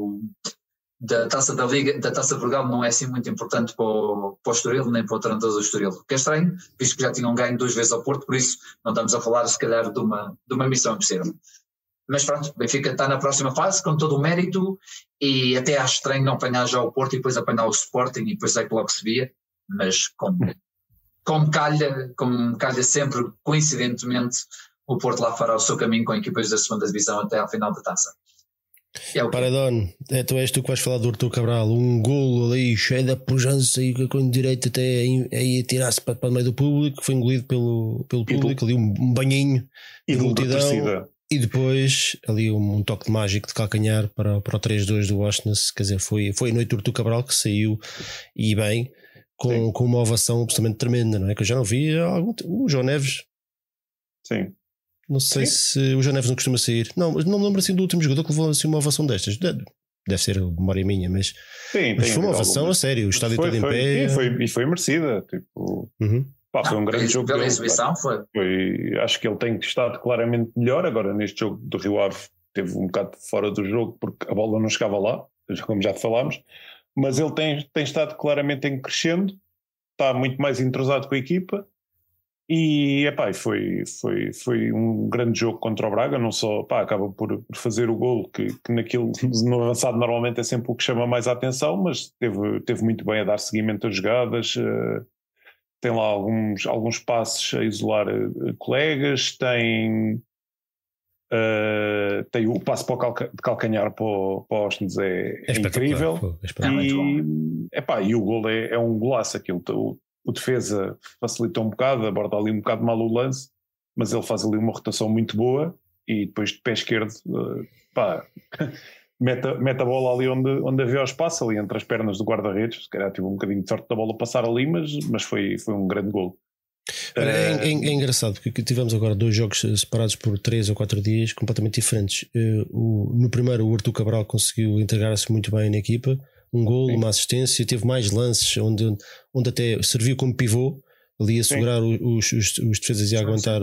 da Taça da Liga, da Taça de Portugal, não é assim muito importante para o Estoril nem para o treinador do Estoril, o que é estranho, visto que já tinham ganho 2 vezes ao Porto, por isso não estamos a falar se calhar de uma missão impossível. Mas pronto, o Benfica está na próxima fase com todo o mérito e até acho estranho não apanhar já o Porto e depois apanhar o Sporting e depois é que logo se via, mas como calha sempre, coincidentemente, o Porto lá fará o seu caminho com equipas da segunda divisão até à final da taça. Paradone, tu és tu que vais falar do Artur Cabral, um golo ali cheio de pujança e com direito até aí a tirar-se para o meio do público, foi engolido pelo público, ali um banhinho de multidão e depois ali um toque de mágico de calcanhar para o 3-2 do Washington. Quer dizer, foi a noite do Artur Cabral que saiu e bem com uma ovação absolutamente tremenda, não é? Que eu já não vi o João Neves. Sim. Não sei se o João Neves não costuma sair. Não me lembro assim do último jogador que levou assim uma ovação destas. Deve ser memória minha, mas foi uma ovação a sério. O estádio todo em pé. E foi merecida. Tipo, foi um grande jogo. Pela exibição acho que ele tem estado claramente melhor. Agora, neste jogo do Rio Ave, teve um bocado fora do jogo porque a bola não chegava lá, como já falámos. Mas ele tem estado claramente em crescendo, está muito mais entrosado com a equipa. E foi um grande jogo contra o Braga, não só acaba por fazer o golo que naquilo no avançado normalmente é sempre o que chama mais a atenção, mas teve muito bem a dar seguimento às jogadas, tem lá alguns passes a isolar colegas, tem o passo de calcanhar para o Austin é incrível, e o golo é um golaço. Aquilo o defesa facilitou um bocado, aborda ali um bocado mal o lance, mas ele faz ali uma rotação muito boa e depois de pé esquerdo, pá, mete a bola ali onde havia o espaço, ali entre as pernas do guarda-redes. Se calhar tive um bocadinho de sorte da bola passar ali, mas foi um grande gol. É engraçado porque tivemos agora 2 jogos separados por 3 ou 4 dias completamente diferentes. No primeiro, o Arthur Cabral conseguiu integrar-se muito bem na equipa, um gol, uma assistência, teve mais lances onde até serviu como pivô ali a segurar os defesas e a aguentar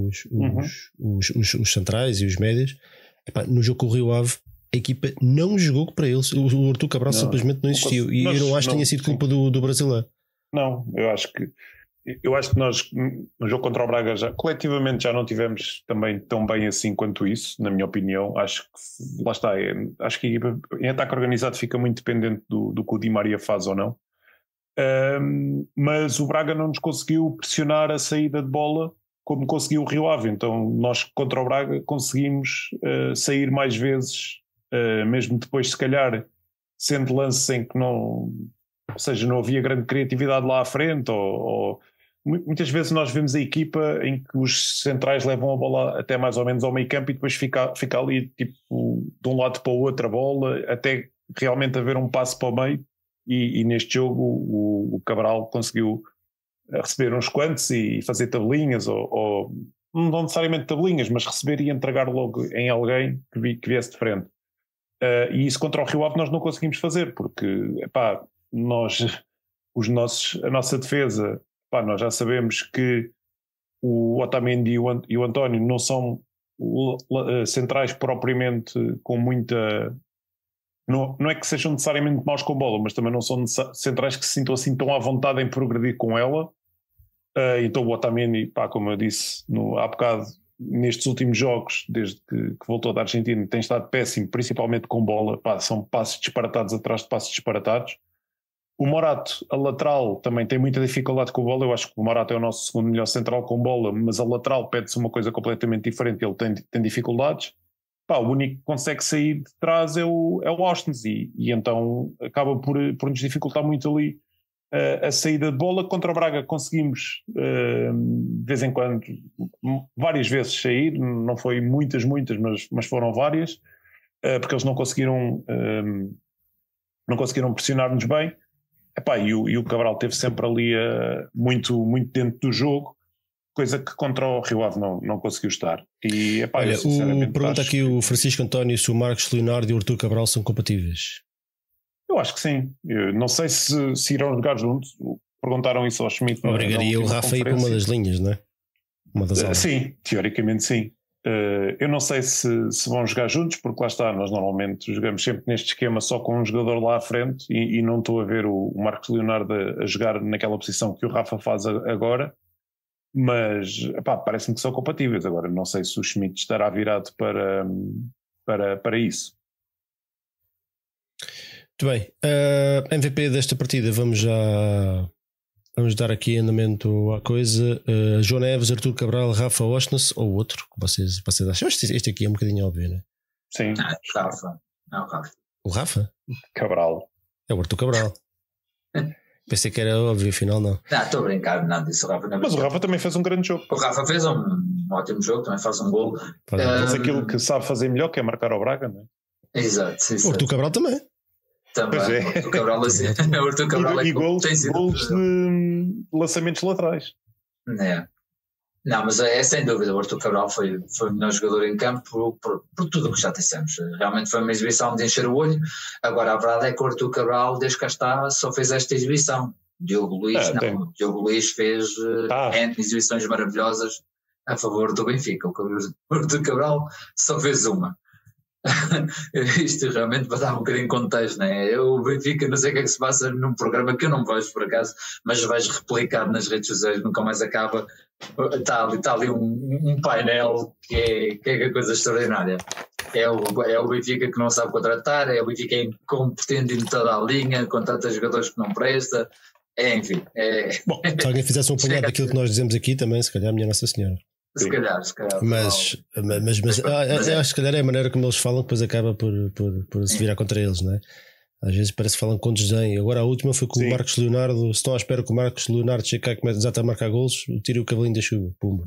os centrais e os médios. Epá, no jogo com o Rio Ave, a equipa não jogou para eles. O Arthur Cabral simplesmente não existiu. E eu não acho que tenha sido culpa do brasileiro. Não, eu acho que nós no jogo contra o Braga coletivamente já não tivemos também tão bem assim quanto isso, na minha opinião. Acho que lá está, acho que a equipa em ataque organizado fica muito dependente do que o Di Maria faz ou não. Mas o Braga não nos conseguiu pressionar a saída de bola como conseguiu o Rio Ave. Então nós contra o Braga conseguimos sair mais vezes, mesmo depois se calhar sendo lances em que não havia grande criatividade lá à frente, ou muitas vezes nós vemos a equipa em que os centrais levam a bola até mais ou menos ao meio campo e depois fica ali tipo de um lado para o outro a bola, até realmente haver um passo para o meio. E neste jogo o Cabral conseguiu receber uns quantos e fazer tabelinhas, ou não necessariamente tabelinhas, mas receber e entregar logo em alguém que viesse de frente. E isso contra o Rio Ave nós não conseguimos fazer, porque epá, a nossa defesa, epá, nós já sabemos que o Otamendi e o António não são centrais propriamente com muita... Não é que sejam necessariamente maus com bola, mas também não são centrais que se sintam assim tão à vontade em progredir com ela. Então o Otamendi, pá, como eu disse há bocado, nestes últimos jogos, desde que voltou da Argentina, tem estado péssimo, principalmente com bola. Pá, são passos disparatados atrás de passos disparatados. O Morato, a lateral, também tem muita dificuldade com a bola. Eu acho que o Morato é o nosso segundo melhor central com bola, mas a lateral pede-se uma coisa completamente diferente. Ele tem dificuldades. Pá, o único que consegue sair de trás é o Austin, e então acaba por nos dificultar muito ali a saída de bola. Contra o Braga conseguimos de vez em quando, várias vezes sair, não foi muitas, mas foram várias, porque eles não conseguiram pressionar-nos bem. Epá, e o Cabral esteve sempre ali muito, muito dentro do jogo, coisa que contra o Rio Ave não conseguiu estar. E, epá, olha, pergunta aqui o Francisco António se o Marcos Leonardo e o Arthur Cabral são compatíveis. Eu acho que sim. Eu não sei se irão jogar juntos. Perguntaram isso ao Schmidt. Obrigaria o Rafa a ir para uma das linhas, não é? Uma das aulas. Sim, teoricamente sim. Eu não sei se vão jogar juntos, porque lá está, nós normalmente jogamos sempre neste esquema só com um jogador lá à frente, e não estou a ver o Marcos Leonardo a jogar naquela posição que o Rafa faz agora. Mas epá, parece-me que são compatíveis. Agora não sei se o Schmidt estará virado para isso. Muito bem, MVP desta partida, vamos dar aqui andamento à coisa. João Neves, Arthur Cabral, Rafa Osnes ou outro que vocês acham? Este aqui é um bocadinho óbvio, não é? Sim. Rafa. Não, Rafa. O Rafa? Cabral. É o Arthur Cabral. Pensei que era óbvio, afinal não. Não, estou a brincar, nada disso. Mas o Rafa também fez um grande jogo. O Rafa fez um ótimo jogo, também faz um gol. Faz aquilo que sabe fazer melhor, que é marcar ao Braga, não é? Exato. O Arthur Cabral também. Também. É. O Arthur Cabral, assim, o Arthur Cabral e gols de lançamentos laterais. É. Não, mas é sem dúvida, o Arthur Cabral foi o melhor jogador em campo por tudo o que já dissemos. Realmente foi uma exibição de encher o olho. Agora a verdade é que o Arthur Cabral, desde cá está, só fez esta exibição. Diogo Luís Diogo Luís fez N exibições maravilhosas a favor do Benfica. O Arthur Cabral só fez uma. Isto realmente para dar um bocadinho de contexto, não é? O Benfica, não sei o que é que se passa num programa que eu não vejo por acaso, mas vejo replicado nas redes sociais, nunca mais acaba. Está ali um painel que é coisa extraordinária. É o Benfica que não sabe contratar, é o Benfica incompetente em toda a linha, contrata jogadores que não presta, enfim. Bom, se alguém fizesse um apanhado daquilo que nós dizemos aqui também, se calhar, minha Nossa Senhora. Se calhar. Mas acho que se calhar é a maneira como eles falam que depois acaba por se virar contra eles, não é? Às vezes parece que falam com desdém. Agora a última foi com o Marcos Leonardo. Se estão à espera que o Marcos Leonardo chegue cá e comece já a marcar golos, tire o cavalinho da chuva. Pumba.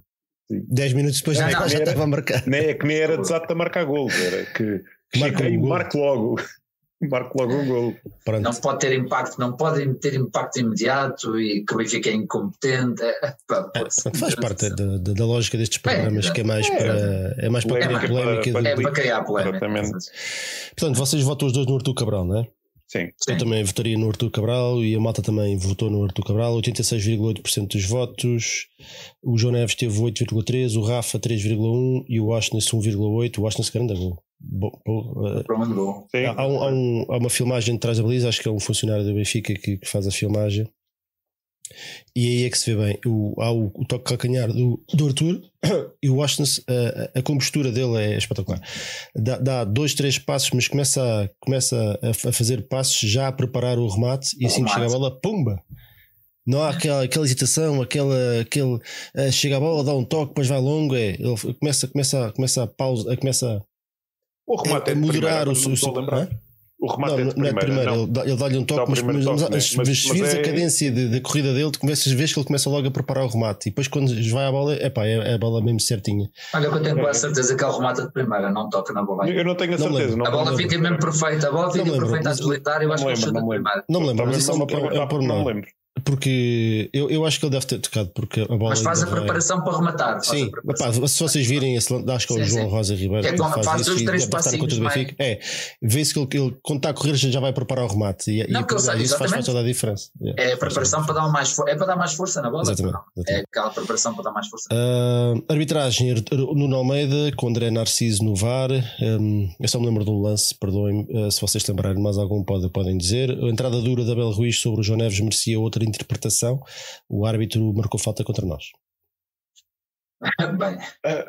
10 minutos depois já estava a marcar. Nem era exato a marcar gol, era que marque logo um gol. Pronto. Não pode ter impacto, não podem ter impacto imediato e que o Benfica é incompetente. Faz parte da lógica destes programas, que é mais para criar polémica. É para criar polémica. Portanto, vocês votam os dois no Artur Cabral, não é? Sim. Eu também votaria no Artur Cabral e a malta também votou no Artur Cabral, 86,8% dos votos. O João Neves teve 8,3%, o Rafa 3,1% e o Ashness 1,8%. O Ashness grande gol. Há uma filmagem de trás da baliza, acho que é um funcionário da Benfica que faz a filmagem. E aí é que se vê bem. Há o toque de calcanhar do Arthur e o Ashness, a compostura dele é espetacular. Dá 2-3 passos, mas começa a fazer passos já a preparar o remate e assim que chega a bola, pumba! Não há aquela hesitação, aquele chega a bola, dá um toque, depois vai longo. Ele começa a pausa, começa o remate a moderar o seu. O remate não é de primeiro. Ele dá-lhe um toque, mas se vires a cadência da corrida dele, tu começas a ver que ele começa logo a preparar o remate. E depois, quando vai à bola, é a bola mesmo certinha. Olha, eu tenho quase certeza que ele remata de primeira, não toca na bola. Eu não tenho a certeza. A bola fica mesmo perfeita. A bola fica perfeita a deslitar. Eu acho que ele chuta de primeira. Não me lembro, mas isso é uma não me lembro. Porque eu acho que ele deve ter tocado porque a bola. Mas faz a preparação para rematar. Sim, se vocês virem esse, acho que é o João Rosa Ribeiro que faz os 3 passinhos. Vê-se que ele quando está a correr já vai preparar o remate e isso faz toda a diferença. É a preparação para dar mais força. É para dar mais força na bola. Exatamente. É aquela preparação para dar mais força. Arbitragem Nuno Almeida com André Narciso no VAR. Eu só me lembro de um lance, perdoem se vocês lembrarem, mais algum podem dizer. A entrada dura da Abel Ruiz sobre o João Neves merecia outra interpretação. O árbitro marcou falta contra nós. Bem.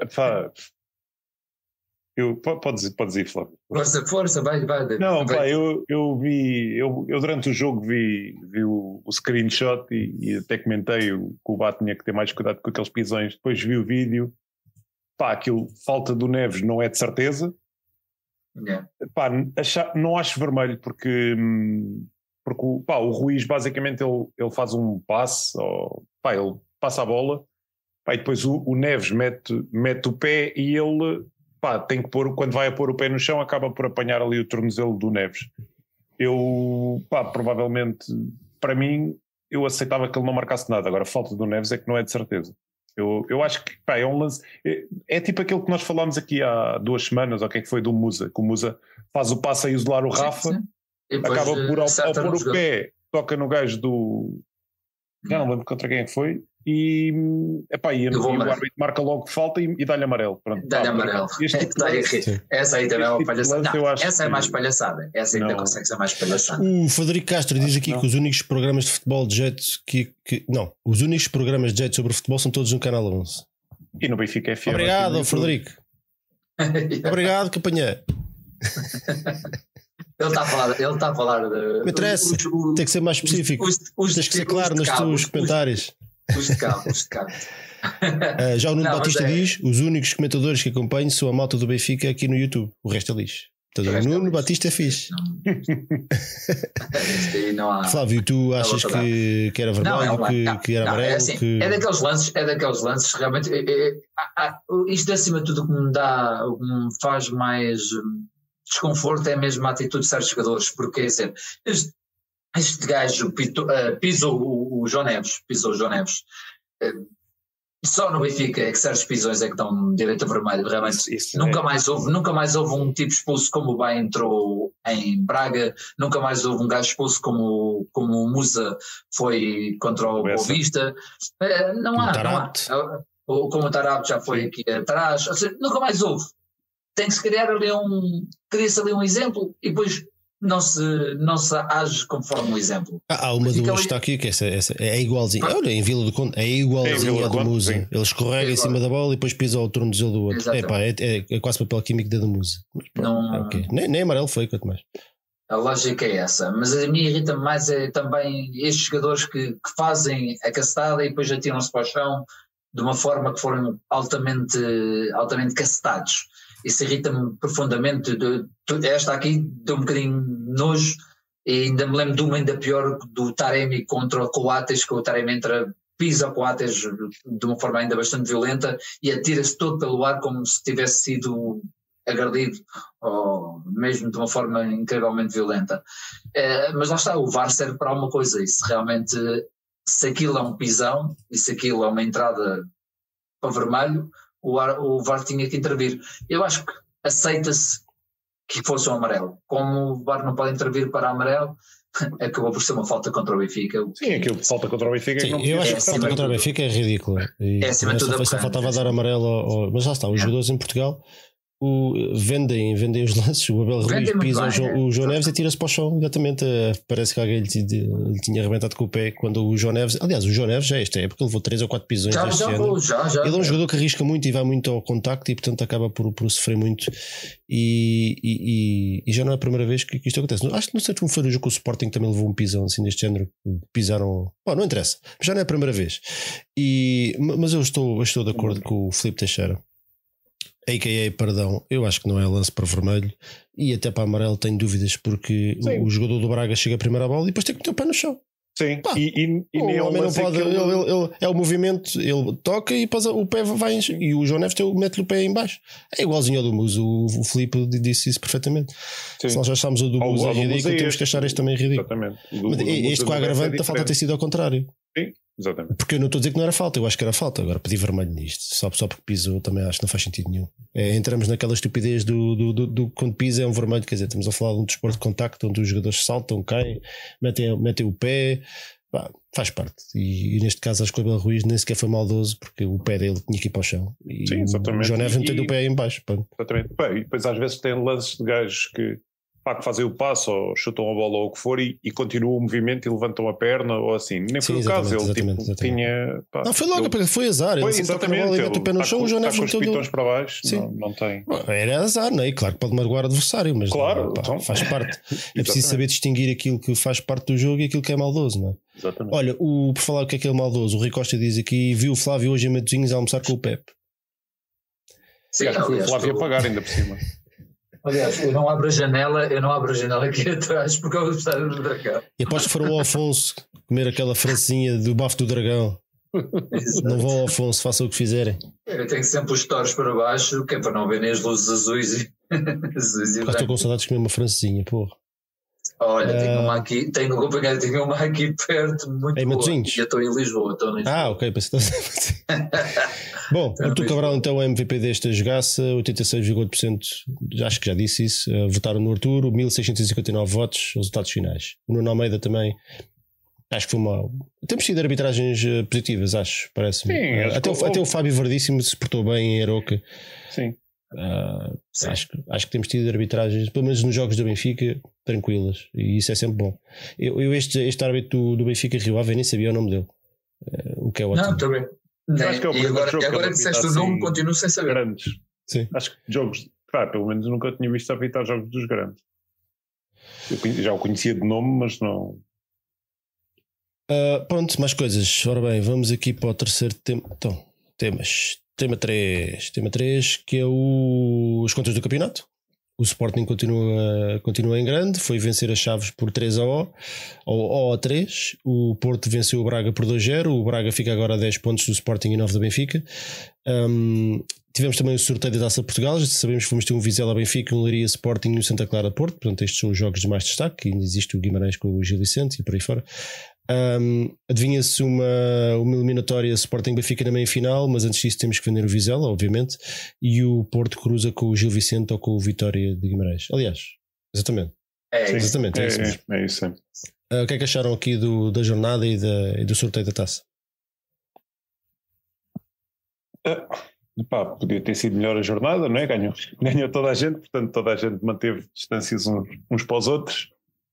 Podes ir, Flávio. Força, vai. Não, pá, eu durante o jogo vi o screenshot e até comentei que o Bá tinha que ter mais cuidado com aqueles pisões. Depois vi o vídeo. Pá, aquilo, falta do Neves não é de certeza. Yeah. Pá, não acho vermelho porque o Ruiz basicamente ele faz um passe, ele passa a bola, pá, e depois o Neves mete o pé e ele tem que pôr, quando vai a pôr o pé no chão acaba por apanhar ali o tornozelo do Neves. Provavelmente para mim eu aceitava que ele não marcasse nada, agora a falta do Neves é que não é de certeza. Eu acho que é um lance, é tipo aquilo que nós falámos aqui há 2 semanas, ou o que é que foi do Musa, que o Musa faz o passe a isolar o Rafa. Sim. Acaba por ao pôr o pé, toca no gajo do. Já não lembro contra quem foi. E o árbitro marca logo falta e dá-lhe amarelo. Pronto, dá-lhe amarelo. Essa aí também é uma palhaçada. Essa é mais palhaçada. Essa ainda consegue ser mais palhaçada. O Frederico Castro diz aqui que os únicos programas de futebol de jeito os únicos programas de jeito sobre futebol são todos no Canal 11. E no Benfica FM. Obrigado, Frederico. Obrigado, companheiro. Ele está a falar de. Me interessa, tem que ser mais específico. Tens que ser claro nos teus comentários. Os de cabo. Já o Nuno Batista diz: os únicos comentadores que acompanho são a malta do Benfica aqui no YouTube. O resto é lixo. O Nuno Batista é fixe. Flávio, tu achas que era vermelho, que era amarelo? É daqueles lances realmente. Isto acima de tudo o que me faz mais desconforto é mesmo a atitude de certos jogadores, porque assim, este gajo pisou o João Neves, só no Benfica é que certos pisões é que dão direito a vermelho, realmente. Nunca mais houve um tipo expulso como o Bá entrou em Braga, nunca mais houve um gajo expulso como o Musa foi contra o Boa Vista, não há. Como o Tarapte já foi aqui atrás, ou seja, nunca mais houve. Tem-se cria-se ali um exemplo e depois não se age conforme o exemplo. Há uma do Eustáquio que essa é igualzinho. Olha, em Vila do Conde é igualzinho a do Musa. Ele escorrega em cima da bola e depois pisa ao tornozelo do outro. É quase papel químico da do Musa. Nem amarelo foi, quanto mais. A lógica é essa, mas a mim irrita-me mais também estes jogadores que fazem a cacetada e depois atiram-se para o chão de uma forma que foram altamente cacetados. Isso irrita-me profundamente. Esta aqui deu um bocadinho nojo e ainda me lembro de uma ainda pior do Taremi contra o Coates, que o Taremi entra pisa o Coates de uma forma ainda bastante violenta e atira-se todo pelo ar como se tivesse sido agredido, ou mesmo de uma forma incrivelmente violenta. Mas lá está, o VAR serve para alguma coisa, e se aquilo é um pisão, e se aquilo é uma entrada para vermelho, o VAR tinha que intervir. Eu acho que aceita-se que fosse um amarelo. Como o VAR não pode intervir para amarelo, acabou por ser uma falta contra o Benfica. Sim, aquilo de falta contra o Benfica. Sim, eu acho que falta contra o Benfica é ridícula. Acima de tudo só faltava dar amarelo, mas lá está, os jogadores em Portugal vendem os lances. O Abel Ruiz pisa o João Neves e tira-se para o chão. Exatamente. Parece que alguém lhe tinha arrebentado com o pé quando o João Neves. Aliás, o João Neves já esta época levou 3 ou 4 pisões deste género. Ele é um jogador que arrisca muito e vai muito ao contacto e portanto acaba por sofrer muito. E já não é a primeira vez que isto acontece. Acho que não sei como foi o jogo com o Sporting, também levou um pisão assim deste género. Pisaram. Não interessa. Já não é a primeira vez. Mas eu estou de acordo com o Filipe Teixeira. A.K.A. perdão, eu acho que não é lance para vermelho e até para amarelo tenho dúvidas porque o jogador do Braga chega primeiro à bola e depois tem que meter o pé no chão. Sim, e o homem não pode, ele é o movimento, ele toca e depois o pé vai e o João Neves mete-lhe o pé em baixo. É igualzinho ao do Muso, o Filipe disse isso perfeitamente. Sim. Se nós já achamos o do Muso é ridículo, temos que achar este também ridículo. Exatamente. Este com a agravante da falta ter sido ao contrário. Sim. Exatamente. Porque eu não estou a dizer que não era falta, eu acho que era falta. Agora pedir vermelho nisto, só porque pisou, também acho que não faz sentido nenhum. Entramos naquela estupidez do quando pisa é um vermelho, quer dizer, estamos a falar de um desporto de contacto onde os jogadores saltam, caem, metem o pé, faz parte. E neste caso acho que o Abel Ruiz nem sequer foi maldoso porque o pé dele tinha que ir para o chão. E sim, exatamente. O João Neves meteu o pé aí em baixo. Exatamente. E depois às vezes tem lances de gajos que fazem o passo ou chutam a bola ou o que for e continuam o movimento e levantam a perna ou assim. Nem foi o caso, ele exatamente. Tinha. Não, foi logo, foi azar. Foi exatamente. Ele mete o pé no chão, o João Neves meteu os pitões para baixo. Não tem. Era azar, não é? Claro que pode magoar o adversário, mas claro, então, faz parte. É preciso saber distinguir aquilo que faz parte do jogo e aquilo que é maldoso, não é? Exatamente. Olha, por falar o que é maldoso, o Rui Costa diz aqui: viu o Flávio hoje em Matosinhos a almoçar com o Pepe. Sim, acho que foi o Flávio a pagar ainda por cima. Aliás, eu não abro a janela aqui atrás porque eu vou estar no dragão. E aposto que foram ao Afonso comer aquela francesinha do bafo do dragão. Não vão ao Afonso, façam o que fizerem. Eu tenho sempre os touros para baixo, que é para não verem as luzes azuis e estou com saudades de comer uma francesinha, porra. Olha, tenho um companheiro, tenho uma aqui perto, muito boa. E eu estou em Lisboa, ok, pensei que Bom, Artur Cabral então é MVP desta jogaça, 86,8%, acho que já disse isso, votaram no Arturo, 1659 votos, resultados finais. O Nuno Almeida também, acho que foi uma... Temos tido arbitragens positivas, parece-me. Sim, até o Fábio Verdíssimo se portou bem em Aroca. Sim. Acho que temos tido arbitragens, pelo menos nos jogos do Benfica, tranquilas, e isso é sempre bom. Este árbitro do Benfica Rio Ave nem sabia o nome dele, o que é ótimo. Não, estou bem. Acho que é o agora que disseste o nome, continuo sem saber. Grandes. Sim. Acho que jogos, pelo menos nunca tinha visto arbitrar jogos dos grandes. Eu já o conhecia de nome, mas não. Pronto, mais coisas. Ora bem, vamos aqui para o terceiro tema. Então, temas. Tema 3, que é os contas do campeonato. O Sporting continua em grande, foi vencer as Chaves por 3-0 ou a 3. O Porto venceu o Braga por 2-0. O Braga fica agora a 10 pontos do Sporting e 9 do Benfica. Tivemos também o sorteio da Taça de Portugal. Já sabemos que vamos ter um Vizela Benfica, um Leiria Sporting e um Santa Clara Porto. Portanto, estes são os jogos de mais destaque. Ainda existe o Guimarães com o Gil Vicente e por aí fora. Adivinha-se uma eliminatória Sporting Benfica na meia-final, mas antes disso temos que vender o Vizela, obviamente, e o Porto cruza com o Gil Vicente ou com o Vitória de Guimarães. Aliás, exatamente. Exatamente, é isso mesmo. É isso. O que é que acharam aqui da jornada e do sorteio da taça? Podia ter sido melhor a jornada, não é? Ganhou toda a gente, portanto toda a gente manteve distâncias uns para os outros.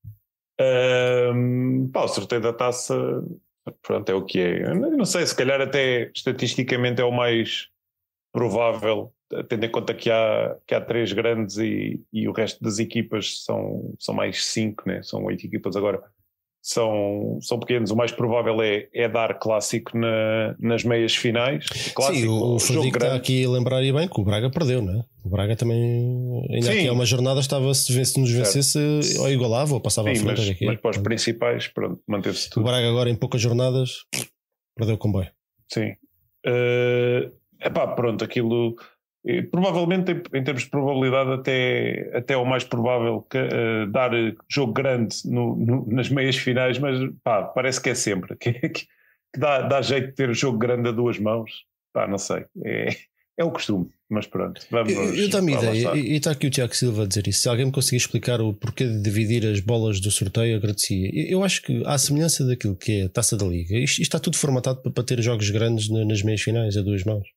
O sorteio da taça, pronto, é o que é. Eu não sei, se calhar até estatisticamente é o mais provável, tendo em conta que há 3 grandes e o resto das equipas são mais 5, né? São 8 equipas agora, são pequenos. O mais provável é dar clássico nas meias finais. Clássico, sim, o Frederico está aqui a lembrar bem que o Braga perdeu, não é? O Braga também, ainda aqui há uma jornada, estava, se nos vencesse, ou igualava ou passava à frente. Mas para os principais, pronto, manteve-se tudo. O Braga agora em poucas jornadas Perdeu o comboio. Sim. Pronto, aquilo provavelmente em termos de probabilidade até é o mais provável que, dar jogo grande nas meias finais, mas parece que é sempre que dá jeito de ter jogo grande a duas mãos. Não sei, é o costume, mas pronto, vamos. Eu dou-me ideia, e está aqui o Tiago Silva a dizer isso. Se alguém me conseguir explicar o porquê de dividir as bolas do sorteio, agradecia. Eu acho que, à semelhança daquilo que é a Taça da Liga, isto está tudo formatado para ter jogos grandes nas meias finais a duas mãos.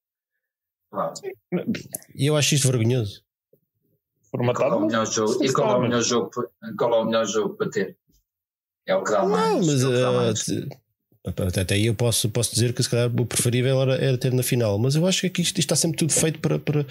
E eu acho isto vergonhoso. Formatado? Qual é o melhor jogo para ter? É o que dá mais. Até aí eu posso dizer que se calhar o preferível era ter na final, mas eu acho que aqui isto está sempre tudo feito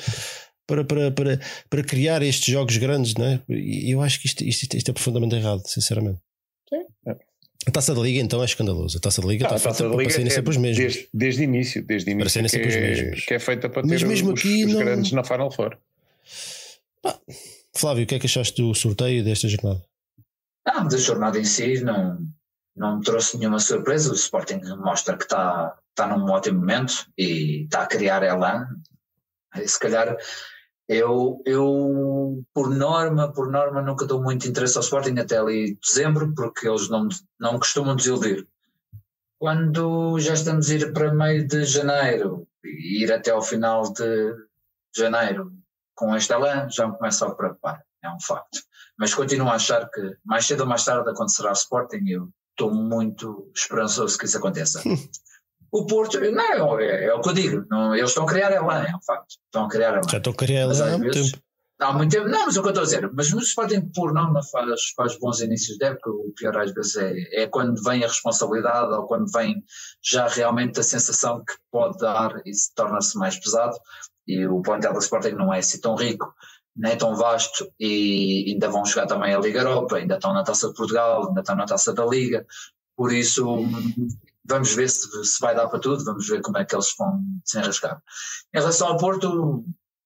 para criar estes jogos grandes, não é? E eu acho que isto é profundamente errado, sinceramente. Sim. A Taça da Liga então é escandalosa. A Taça da Liga está feita para serem sempre os mesmos. Desde início para serem sempre os mesmos. Que é feita para ter os grandes na Final Four. Flávio, o que é que achaste do sorteio desta jornada? Da jornada em si não me trouxe nenhuma surpresa. O Sporting mostra que está num ótimo momento e está a criar elan. E se calhar eu por norma nunca dou muito interesse ao Sporting até ali dezembro, porque eles não costumam desiludir. Quando já estamos a ir para meio de janeiro e ir até ao final de janeiro com este elan, já me começa a preocupar, é um facto. Mas continuo a achar que mais cedo ou mais tarde acontecerá ao Sporting e eu estou muito esperançoso que isso aconteça. O Porto, não, é o que eu digo, eles estão a criar elan, é um facto. Estão a criar elan. Já estão a criar elan há muito tempo. Há muito tempo, não, mas é o que eu estou a dizer. Mas o Sporting, por norma, faz bons inícios de época. O pior às vezes é quando vem a responsabilidade ou quando vem já realmente a sensação que pode dar e se torna-se mais pesado. E o plantel do Sporting não é assim tão rico, nem tão vasto, e ainda vão jogar também a Liga Europa, ainda estão na Taça de Portugal, ainda estão na Taça da Liga. Por isso, vamos ver se vai dar para tudo, vamos ver como é que eles vão se enrascar. Em relação ao Porto,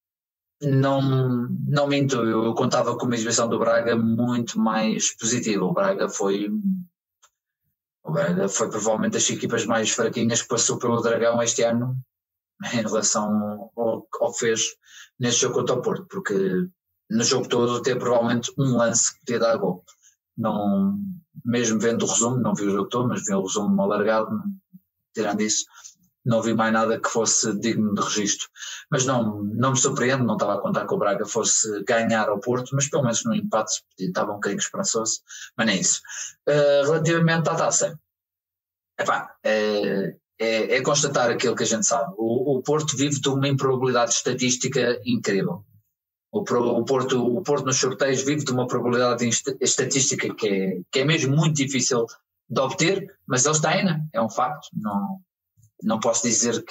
não minto, eu contava com uma exibição do Braga muito mais positiva. O Braga foi provavelmente das equipas mais fraquinhas que passou pelo Dragão este ano em relação ao que fez neste jogo contra o Porto, porque no jogo todo teve provavelmente um lance que podia dar gol. Não, mesmo vendo o resumo, não vi o jogo todo, mas vi o resumo alargado, tirando isso, não vi mais nada que fosse digno de registro. Mas não me surpreende, não estava a contar que o Braga fosse ganhar ao Porto, mas pelo menos no empate estava um bocadinho esperançoso, mas nem isso. Relativamente à taça, é constatar aquilo que a gente sabe. O Porto vive de uma improbabilidade estatística incrível. O Porto nos sorteios vive de uma probabilidade estatística que é mesmo muito difícil de obter, mas eles têm, né? É um facto. Não posso dizer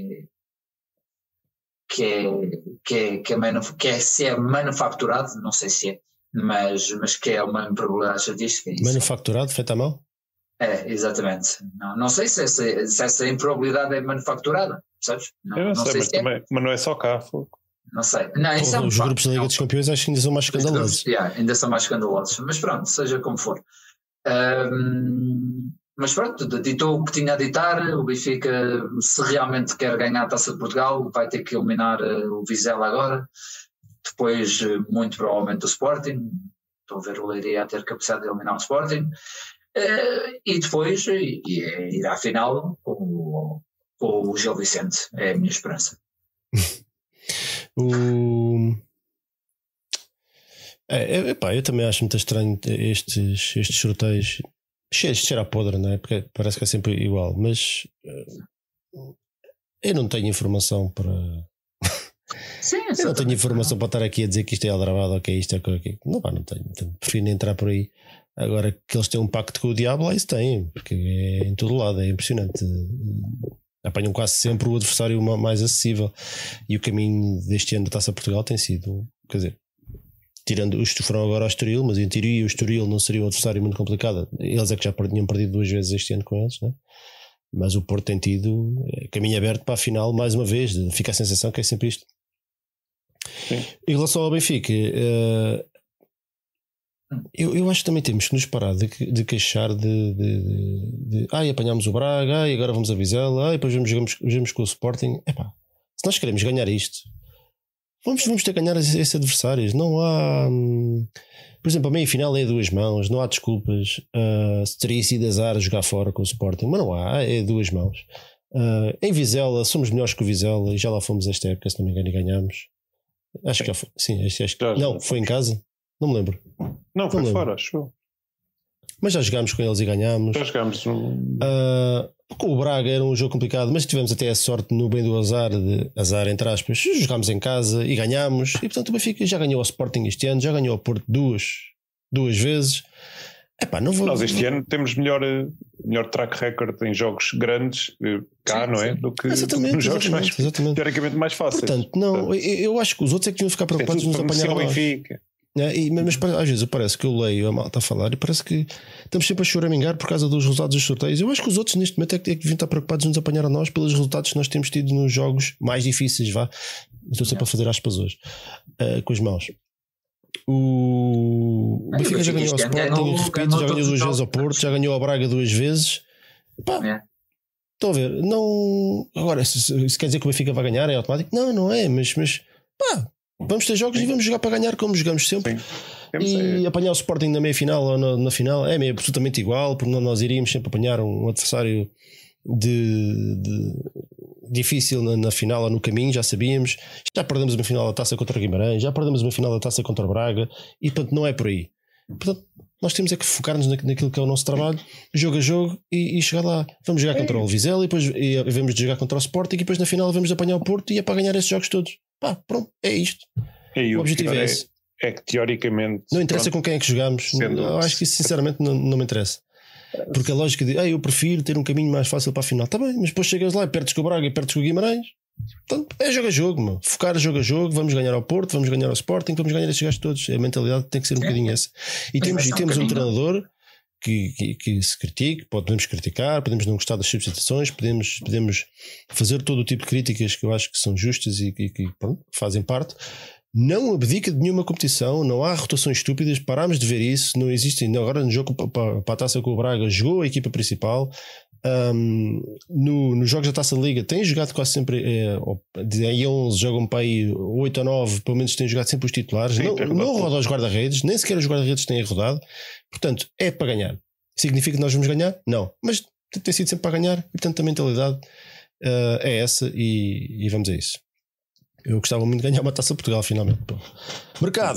se é manufaturado, não sei se é, mas que é uma improbabilidade estatística. Manufaturado, feito à mão? É, exatamente. Não sei se essa improbabilidade é manufaturada, sabes? Eu não sei, mas também, mas não é só cá. Não sei. Não, isso os grupos da Liga dos Campeões acho que ainda são mais escandalosos. Ainda são mais escandalosos, mas pronto, seja como for. Mas pronto, ditou o que tinha a ditar. O Benfica, se realmente quer ganhar a Taça de Portugal, vai ter que eliminar o Vizela agora. Depois, muito provavelmente, o Sporting. Estou a ver o Leiria a ter capacidade de eliminar o Sporting. E depois ir à final com o Gil Vicente. É a minha esperança. Eu também acho muito estranho estes sorteios cheios de cheiro a podre, não é? Porque parece que é sempre igual, mas eu não tenho informação para. Sim, eu não tenho informação para estar aqui a dizer que isto é aldrabado ou que é isto ou que é aquilo. Não tenho. Prefiro nem entrar por aí. Agora que eles têm um pacto com o diabo, lá isso tem, porque é em todo lado, é impressionante. Apanham quase sempre o adversário mais acessível, e o caminho deste ano da Taça Portugal tem sido, quer dizer, tirando os que foram agora ao Estoril, mas em teoria o Estoril não seria um adversário muito complicado. Eles é que já tinham perdido 2 vezes este ano com eles, né? Mas o Porto tem tido caminho aberto para a final mais uma vez. Fica a sensação que é sempre isto. Sim. Em relação ao Benfica, Eu acho que também temos que nos parar de queixar de apanhámos o Braga, agora vamos a Vizela, depois jogamos com o Sporting. Epá, se nós queremos ganhar isto, vamos ter que ganhar esses adversários. Não há, por exemplo, a meia-final é a 2 mãos, não há desculpas. Teria sido azar jogar fora com o Sporting, mas não há, é 2 mãos. Em Vizela somos melhores que o Vizela e já lá fomos esta época, se não me engano, e ganhámos. Acho que já foi. Sim, acho que não, foi em casa. Não me lembro. Não, foi fora, acho. Mas já jogámos com eles e ganhámos. Já jogámos. Com o Braga era um jogo complicado, mas tivemos até a sorte no bem do azar, entre aspas. Jogámos em casa e ganhámos. E portanto o Benfica já ganhou ao Sporting este ano, já ganhou ao Porto duas vezes. Epá, não vou... Nós este ano temos melhor track record em jogos grandes cá, não é? Do que nos jogos mais teoricamente mais fáceis. Portanto, não, eu acho que os outros é que deviam ficar preocupados nos apanhar a nós. Mas às vezes parece que eu leio a malta a falar e parece que estamos sempre a choramingar por causa dos resultados dos sorteios. Eu acho que os outros neste momento é que deviam estar preocupados de nos apanhar a nós pelos resultados que nós temos tido nos jogos mais difíceis. Estou sempre a fazer aspas hoje com as mãos. O Benfica já ganhou ao Sporting, repito, já ganhou 2 vezes ao Porto, já ganhou ao Braga 2 vezes. Estão a ver? Não... Agora, se quer dizer que o Benfica vai ganhar, é automático? Não é, mas vamos ter jogos e vamos jogar para ganhar como jogamos sempre. E apanhar o Sporting na meia-final ou na final é meio absolutamente igual, porque nós iríamos sempre apanhar um adversário difícil na final ou no caminho, já sabíamos. Já perdemos uma final da taça contra o Guimarães, já perdemos uma final da taça contra o Braga, e portanto não é por aí. Portanto, nós temos é que focar-nos naquilo que é o nosso trabalho, jogo a jogo, e chegar lá. Vamos jogar contra o Vizela e depois vamos jogar contra o Sporting e depois na final vamos apanhar o Porto e é para ganhar esses jogos todos. Pronto, é isto. O objetivo é esse. É que teoricamente não interessa com quem é que jogamos. Eu acho que isso sinceramente não me interessa. Porque a lógica de eu prefiro ter um caminho mais fácil para a final. Está bem, mas depois chegas lá e perdes com o Braga e perdes com o Guimarães. Portanto, é jogo a jogo, mano. Focar jogo a jogo. Vamos ganhar ao Porto, vamos ganhar ao Sporting, vamos ganhar estes gajos todos. A mentalidade tem que ser um bocadinho essa. E temos um treinador que se critique, podemos criticar, podemos não gostar das substituições, podemos fazer todo o tipo de críticas que eu acho que são justas e que fazem parte. Não abdica de nenhuma competição, não há rotações estúpidas, parámos de ver isso, não existe. Agora no jogo para a taça com o Braga jogou a equipa principal. Nos jogos da Taça da Liga tem jogado quase sempre em 11 jogam para aí 8 ou 9, pelo menos tem jogado sempre os titulares. Sim, não roda os guarda-redes, nem sequer os guarda-redes têm rodado. Portanto, é para ganhar. Significa que nós vamos ganhar? Não, mas tem sido sempre para ganhar, e portanto a mentalidade é essa, e vamos a isso. Eu gostava muito de ganhar uma Taça Portugal finalmente. Mercado.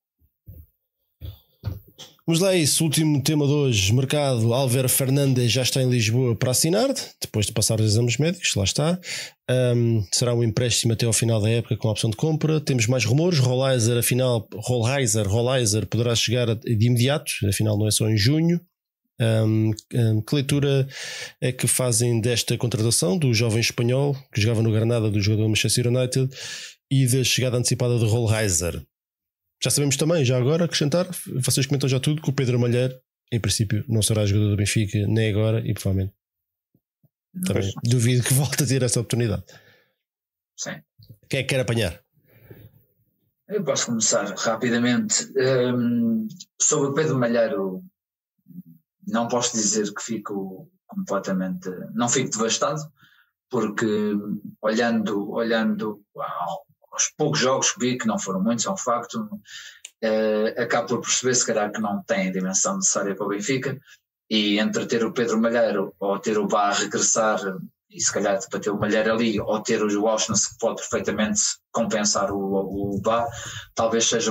Vamos lá a isso, último tema de hoje. Mercado. Álvaro Fernandes já está em Lisboa para assinar, depois de passar os exames médicos, lá está. Será um empréstimo até ao final da época com a opção de compra. Temos mais rumores. Rolheiser, afinal, Rolheiser poderá chegar de imediato, afinal não é só em junho. Que leitura é que fazem desta contratação do jovem espanhol que jogava no Granada, do jogador Manchester United, e da chegada antecipada de Rolheiser? Já sabemos também, já agora acrescentar, vocês comentam já tudo, que o Pedro Malheiro em princípio não será jogador do Benfica nem agora, e provavelmente também duvido que volte a ter essa oportunidade. Sim. Quem é que quer apanhar? Eu posso começar rapidamente. Sobre o Pedro Malheiro, não posso dizer que fico completamente, não fico devastado, porque olhando aos poucos jogos que vi, que não foram muitos, é um facto, acabo por perceber se calhar que não tem a dimensão necessária para o Benfica, e entre ter o Pedro Malheiro ou ter o Bá a regressar, e se calhar para ter o Malheiro ali, ou ter o Washington que pode perfeitamente compensar o Bá, talvez seja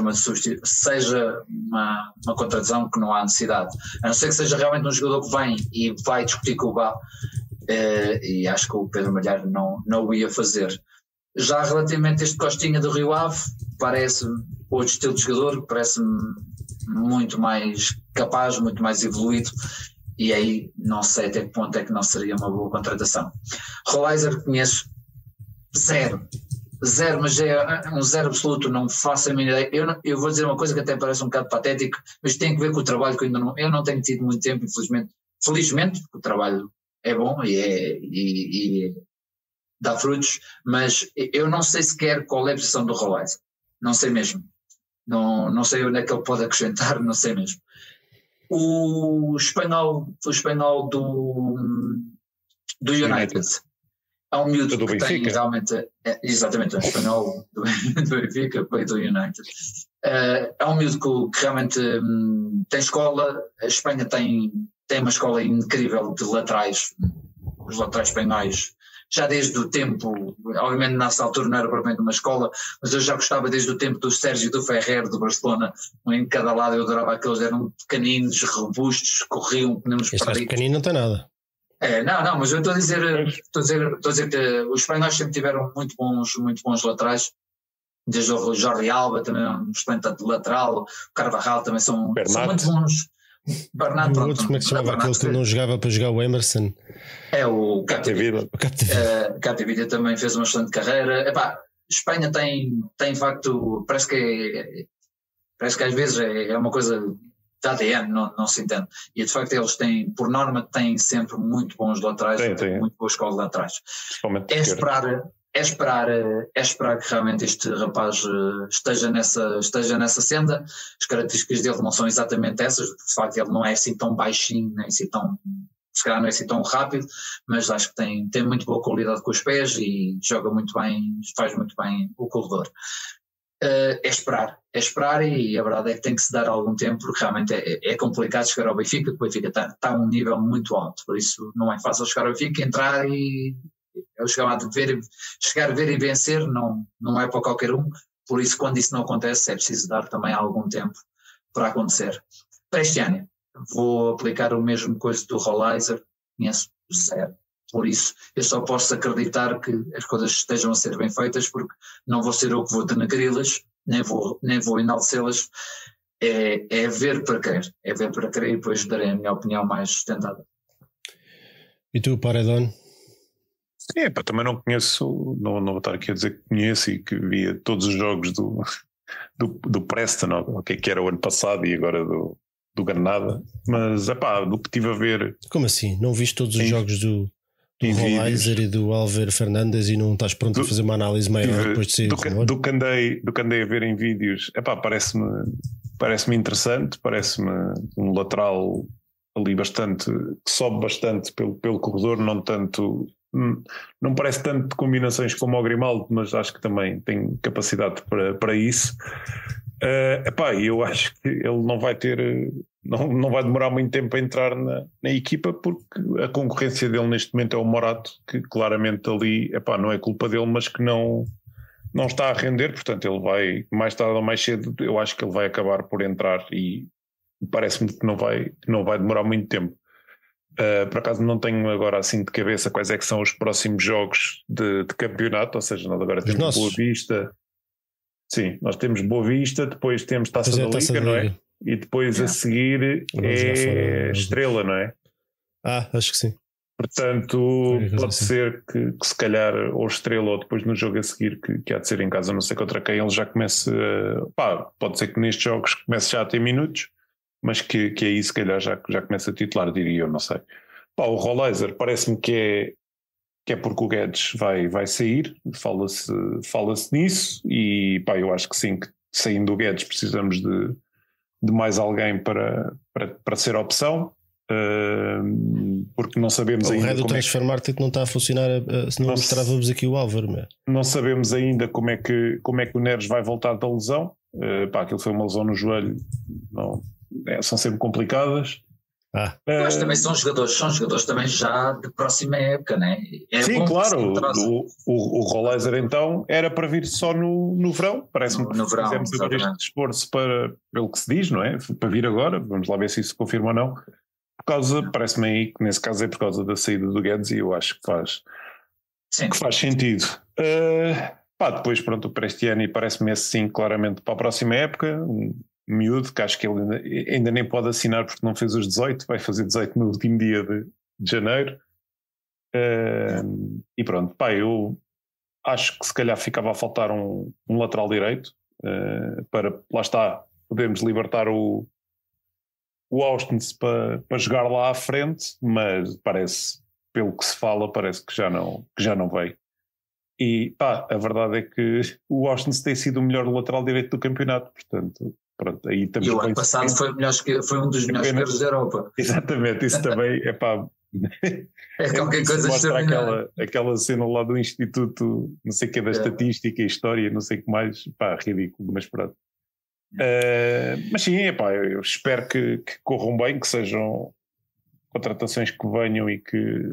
uma contradição que não há necessidade, a não ser que seja realmente um jogador que vem e vai discutir com o Bá, e acho que o Pedro Malheiro não o ia fazer. Já relativamente a este Costinha do Rio Ave, parece-me outro estilo de jogador, parece-me muito mais capaz, muito mais evoluído, e aí não sei até que ponto é que não seria uma boa contratação. Rolheiser conheço zero, mas é um zero absoluto, não faço a minha ideia. Eu vou dizer uma coisa que até parece um bocado patético, mas tem que ver com o trabalho que eu não tenho tido muito tempo, felizmente, porque o trabalho é bom e dá frutos, mas eu não sei sequer qual é a posição do Rolheiser, não sei mesmo. não sei onde é que ele pode acrescentar, não sei mesmo. O espanhol do United é um miúdo que tem realmente, exatamente, o espanhol do Benfica, do United. É um miúdo que realmente tem escola. A Espanha tem uma escola incrível de laterais, os laterais espanhóis. Já desde o tempo, obviamente nessa altura não era propriamente uma escola, mas eu já gostava desde o tempo do Sérgio do Ferrer, do Barcelona, um em cada lado. Eu adorava aqueles, eram pequeninos, robustos, corriam, podemos parar. Este pequenino não tem nada. Não, mas eu estou a dizer que os espanhóis sempre tiveram muito bons laterais, desde o Jordi Alba, também um excelente lateral, o Carvajal também são muito bons. Bernat, pronto, como é que se chamava aquele que não jogava para jogar o Emerson? É o Capdevila. Capdevila também fez uma excelente carreira. Espanha tem de facto, parece que às vezes é uma coisa de ADN, não se entende. E de facto eles têm, por norma, têm sempre muito bons laterais, muito boa escola de laterais. É esperar que realmente este rapaz esteja nessa senda. As características dele não são exatamente essas, de facto ele não é assim tão baixinho, nem assim tão, se calhar não é assim tão rápido, mas acho que tem muito boa qualidade com os pés e joga muito bem, faz muito bem o corredor. É esperar e a verdade é que tem que se dar algum tempo, porque realmente é complicado chegar ao Benfica, porque o Benfica está a um nível muito alto, por isso não é fácil chegar ao Benfica, entrar e eu chegar a ver e vencer não é para qualquer um, por isso quando isso não acontece é preciso dar também algum tempo para acontecer. Para este ano vou aplicar o mesmo coisa do Rollizer, conheço zero, por isso eu só posso acreditar que as coisas estejam a ser bem feitas, porque não vou ser eu que vou denegri-las, nem vou enaltecê-las, é ver para crer e depois darei a minha opinião mais sustentada. E tu, Paredon? Também não conheço, não vou estar aqui a dizer que conheço e que via todos os jogos do Preston, o que era o ano passado e agora do Granada, mas do que estive a ver. Como assim? Não viste todos os jogos do Rollizer e do Álvaro Fernandes e não estás pronto a fazer uma análise maior depois de sair do que andei a ver em vídeos? Parece-me interessante, parece-me um lateral ali bastante, que sobe bastante pelo corredor, não parece tanto de combinações como o Grimaldo, mas acho que também tem capacidade para isso. Eu acho que ele não vai demorar muito tempo a entrar na equipa, porque a concorrência dele neste momento é o Morato, que claramente ali, não é culpa dele, mas que não está a render, portanto ele vai, mais tarde ou mais cedo, eu acho que ele vai acabar por entrar e parece-me que não vai demorar muito tempo. Por acaso não tenho agora assim de cabeça quais é que são os próximos jogos de campeonato, ou seja, nós agora temos Boa Vista. Sim, nós temos Boa Vista, depois temos Taça da Liga, não é? E depois a seguir é Estrela, não é? Acho que sim. Portanto, pode ser que se calhar ou Estrela ou depois no jogo a seguir, que há de ser em casa, não sei contra quem, ele já comece, pode ser que nestes jogos comece já a ter minutos, mas que aí se calhar já começa a titular, diria eu, não sei. O Rollizer parece-me que é porque o Guedes vai sair, fala-se nisso, e eu acho que sim, que saindo do Guedes precisamos de mais alguém para ser opção, porque não sabemos ainda. O Red do Transfer Market não está a funcionar, se não mostrávamos aqui o Álvaro. Não sabemos ainda como é que o Neres vai voltar da lesão. Aquilo foi uma lesão no joelho, são sempre complicadas. Mas também são jogadores também já de próxima época, não é? Sim, claro. O Rollizer então era para vir só no verão. Parece-me que fizemos agora este esforço pelo que se diz, não é? Para vir agora. Vamos lá ver se isso se confirma ou não. Parece-me aí que nesse caso é por causa da saída do Guedes, e eu acho que faz sentido. Depois, pronto, para este ano, e parece-me esse sim claramente para a próxima época. Miúdo, que acho que ele ainda nem pode assinar porque não fez os 18, vai fazer 18 no último dia de janeiro. E pronto, eu acho que se calhar ficava a faltar um lateral direito para, lá está, podermos libertar o Austin para jogar lá à frente, mas parece, pelo que se fala, parece que já não veio. E a verdade é que o Austin tem sido o melhor lateral direito do campeonato, portanto, pronto, aí estamos. E o ano passado foi um dos melhores esquerdos da Europa. Exatamente, isso também é qualquer coisa mostra aquela cena lá do Instituto, não sei o que, da Estatística e História, não sei o que mais, ridículo, mas pronto. Mas sim, eu espero que corram bem, que sejam contratações que venham e que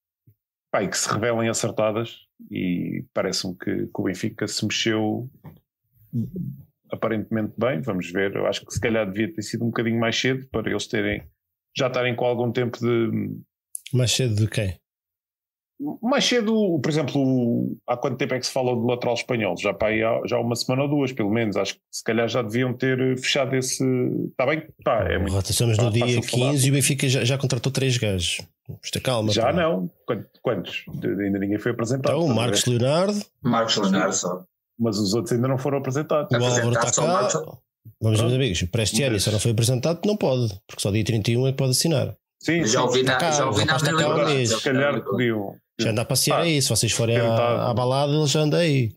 se revelem acertadas, e parece-me que o Benfica se mexeu aparentemente bem. Vamos ver, eu acho que se calhar devia ter sido um bocadinho mais cedo para eles já estarem com algum tempo de... Mais cedo de quem? Mais cedo, por exemplo, há quanto tempo é que se fala do lateral espanhol? Já há uma semana ou duas, pelo menos. Acho que se calhar já deviam ter fechado esse... Está bem? É muito... Estamos no dia 15 e o Benfica já contratou 3 gajos. Calma. Já não. Quantos? Ainda ninguém foi apresentado. Então, Marcos Leonardo só. Mas os outros ainda não foram apresentados. O Álvaro está cá. Vamos, meus amigos, para este ano só não foi apresentado, não pode, porque só dia 31 é que pode assinar. Sim, já ouvi nada. Se calhar podiam. Já anda a passear aí, se vocês forem à balada, ele já anda aí.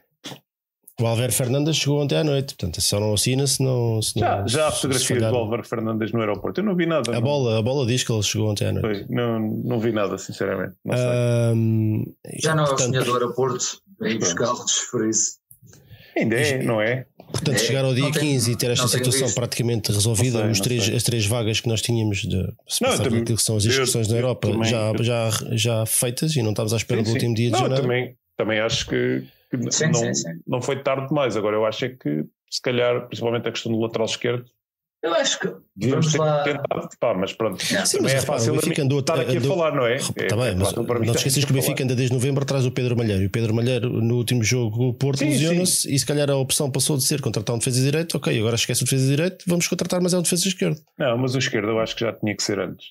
O Álvaro Fernandes chegou ontem à noite, portanto só não assina se não. Já há fotografias do Álvaro Fernandes no aeroporto, eu não vi nada. A bola diz que ele chegou ontem à noite. Não vi nada, sinceramente. Não sei. Já não é o senhor do aeroporto, aí buscá-los, por isso. Ainda é, não é? Portanto, chegar ao dia 15 e ter esta situação praticamente resolvida, as 3 vagas que nós tínhamos que são as inscrições na Europa já feitas, e não estávamos à espera do último dia de janeiro. Também acho que não foi tarde demais. Agora eu acho que se calhar, principalmente a questão do lateral esquerdo, eu acho que devíamos ter tentado, mas pronto. Sim, mas é fácil estar aqui a falar, não é? Está bem, mas não te esqueças que o Benfica anda desde novembro atrás do Pedro Malheiro, e o Pedro Malheiro no último jogo o Porto lesionou-se, e se calhar a opção passou de ser contratar um defesa de direito. Ok, agora esquece o defesa de direito, vamos contratar mais um defesa de esquerdo. Não, mas o esquerdo eu acho que já tinha que ser antes.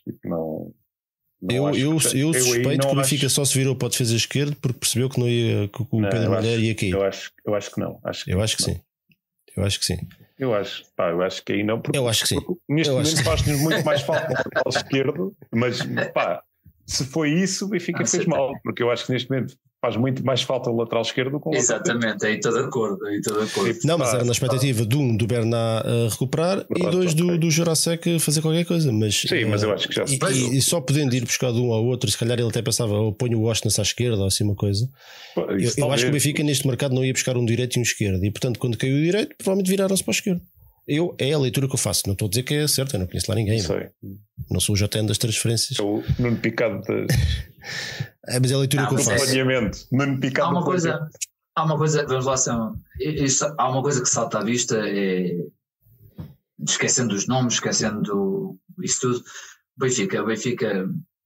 Eu suspeito que o Benfica só se virou para o defesa esquerdo porque percebeu que o Pedro Malheiro ia cair. Eu acho que não. Eu acho que sim. Eu acho que aí não, porque eu acho que sim. Neste momento faz-nos muito mais falta ao esquerdo, mas se foi isso, o Benfica fez mal, porque eu acho que neste momento faz muito mais falta o lateral esquerdo com o Exatamente, aí estou de acordo. Não, mas era na expectativa do Bernat recuperar e 2 do Jurasek fazer qualquer coisa. Sim, mas eu acho que já se e só podendo ir buscar de um ao outro, se calhar ele até pensava, eu ponho o Washington à esquerda ou assim uma coisa. Eu acho que o Benfica neste mercado não ia buscar um direito e um esquerdo, e portanto quando caiu o direito provavelmente viraram-se para o esquerdo. É a leitura que eu faço, não estou a dizer que é certo, eu não conheço lá ninguém. Não sou o JN das transferências. Sou o Nuno Picado mas é a leitura que eu faço. Nuno Picado. Há uma coisa, vamos lá, há uma coisa que salta à vista, esquecendo os nomes, esquecendo isso tudo. O Benfica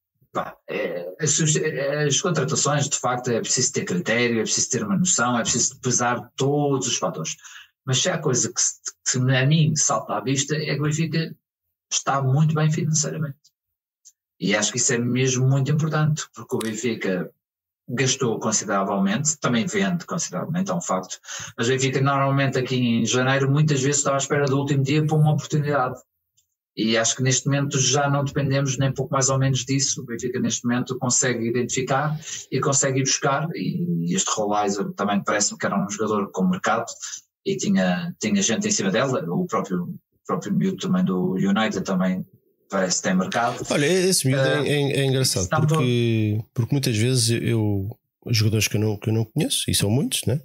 as contratações, de facto, é preciso ter critério, é preciso ter uma noção, é preciso pesar todos os fatores. Mas se há coisa que a mim salta à vista é que o Benfica está muito bem financeiramente. E acho que isso é mesmo muito importante, porque o Benfica gastou consideravelmente, também vende consideravelmente, é um facto, mas o Benfica normalmente aqui em janeiro muitas vezes estava à espera do último dia para uma oportunidade. E acho que neste momento já não dependemos nem pouco mais ou menos disso. O Benfica neste momento consegue identificar e consegue ir buscar, e este Rolaiser também parece-me que era um jogador com mercado, e tinha gente em cima dela, o próprio miúdo também do United também parece que tem mercado. Olha, esse miúdo é engraçado, porque muitas vezes os jogadores que eu não conheço, e são muitos, né?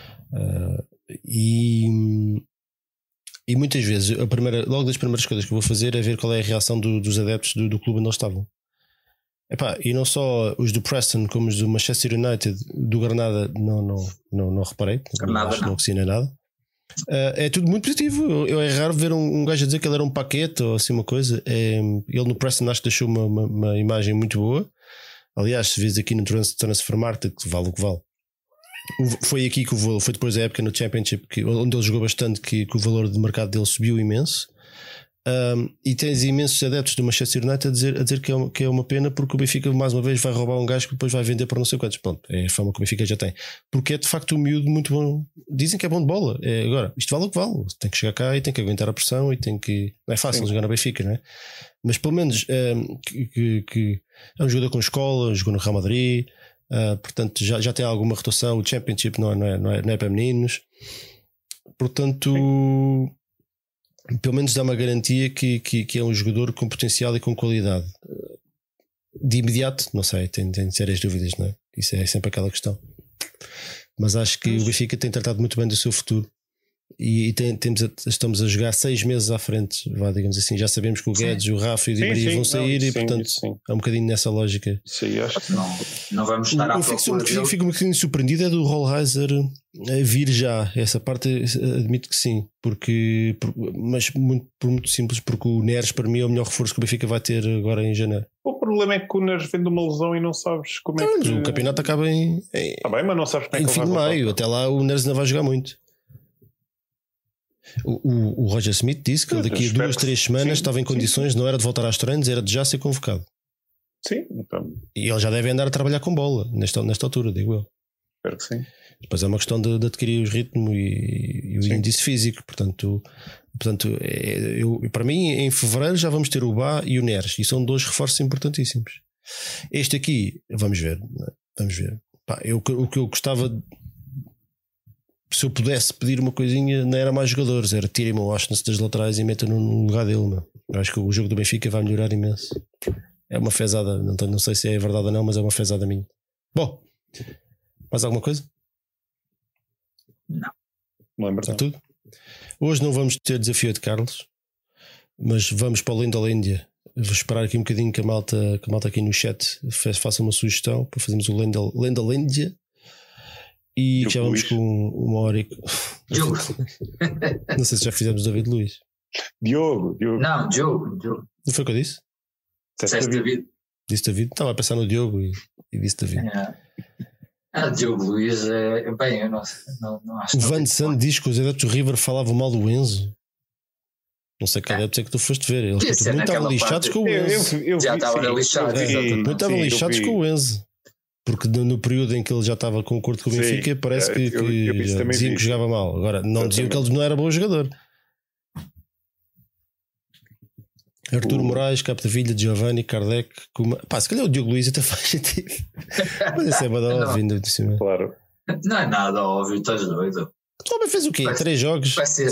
E muitas vezes logo das primeiras coisas que eu vou fazer é ver qual é a reação dos adeptos do clube onde eles estavam. E não só os do Preston como os do Manchester United, do Granada não reparei, não assinei nada. É tudo muito positivo. É raro ver um gajo a dizer que ele era um paquete ou assim uma coisa. Ele no Preston acho que deixou uma imagem muito boa. Aliás, se vês aqui no Transfer Market, que vale o que vale, foi aqui que foi depois da época no Championship onde ele jogou bastante, que o valor de mercado dele subiu imenso. E tens imensos adeptos do Manchester United a dizer que é uma pena, porque o Benfica mais uma vez vai roubar um gajo que depois vai vender para não sei quantos. Pronto, é a fama que o Benfica já tem, porque é de facto um miúdo muito bom. Dizem que é bom de bola. Agora, isto vale o que vale. Tem que chegar cá e tem que aguentar a pressão e tem que. Não é fácil jogar no Benfica, não é? Mas pelo menos que é um jogador com escola, jogou no Real Madrid, Portanto, já tem alguma rotação. O Championship não é para meninos. Portanto, pelo menos dá uma garantia que é um jogador com potencial e com qualidade. De imediato, não sei, tem sérias dúvidas, não é? Isso é sempre aquela questão. Mas acho que o Benfica tem tratado muito bem do seu futuro. E estamos a jogar 6 meses à frente, digamos assim. Já sabemos que o Guedes, o Rafa e o Di Maria vão sair e portanto é um bocadinho nessa lógica. Sim, acho que não vamos estar à procura. Fico um bocadinho surpreendido é do Rollheiser vir já. Essa parte admito que sim, mas por muito simples, porque o Neres para mim é o melhor reforço que o Benfica vai ter agora em janeiro. O problema é que o Neres vem de uma lesão e não sabes como é que... O campeonato acaba em Está bem, mas não sabes como é que fim de maio. Até lá o Neres ainda vai jogar muito. O Roger Smith disse que ele daqui a 2-3 semanas estava em condições, não era de voltar aos treinos, era de já ser convocado. Sim, então. E ele já deve andar a trabalhar com bola nesta altura, digo eu. Espero que sim. Depois é uma questão de adquirir o ritmo e o índice físico. Portanto para mim, em fevereiro já vamos ter o Bá e o Neres, e são 2 reforços importantíssimos. Este aqui, vamos ver. O que eu gostava. Se eu pudesse pedir uma coisinha, não era mais jogadores, era tirem-me o Washington das laterais e metam no lugar dele. Meu. Eu acho que o jogo do Benfica vai melhorar imenso. É uma fezada, não sei se é verdade ou não, mas é uma fezada minha. Bom, mais alguma coisa? Não lembro. Está tudo? Hoje não vamos ter desafio de Carlos, mas vamos para o Lendolândia. Vou esperar aqui um bocadinho que a malta aqui no chat faça uma sugestão para fazermos o Lendolândia. E Diogo já vamos Luís. com uma hora e... Não sei se já fizemos David Luiz. Diogo. Não, Diogo. Não foi o que eu disse? Disseste David. Disse David. Estava a pensar no Diogo e disse David. Diogo Luís bem, eu não acho. O Van Sant diz que os adeptos do River falavam mal do Enzo. Não sei que adeptos é que tu foste ver. Eles estavam lixados com o Enzo. Já estavam lixados. Estavam lixados com o Enzo. Porque no período em que ele já estava com acordo com o Benfica, parece que diziam que jogava mal. Agora, não diziam que ele não era bom jogador. Artur Moraes, Capdevila, Giovanni, Kardec, se calhar o Diogo Luís até faz sentido. Mas isso é bada óbvio, de cima. Claro. Não é nada óbvio, estás doido. O homem fez o quê? 3 jogos? Vai ser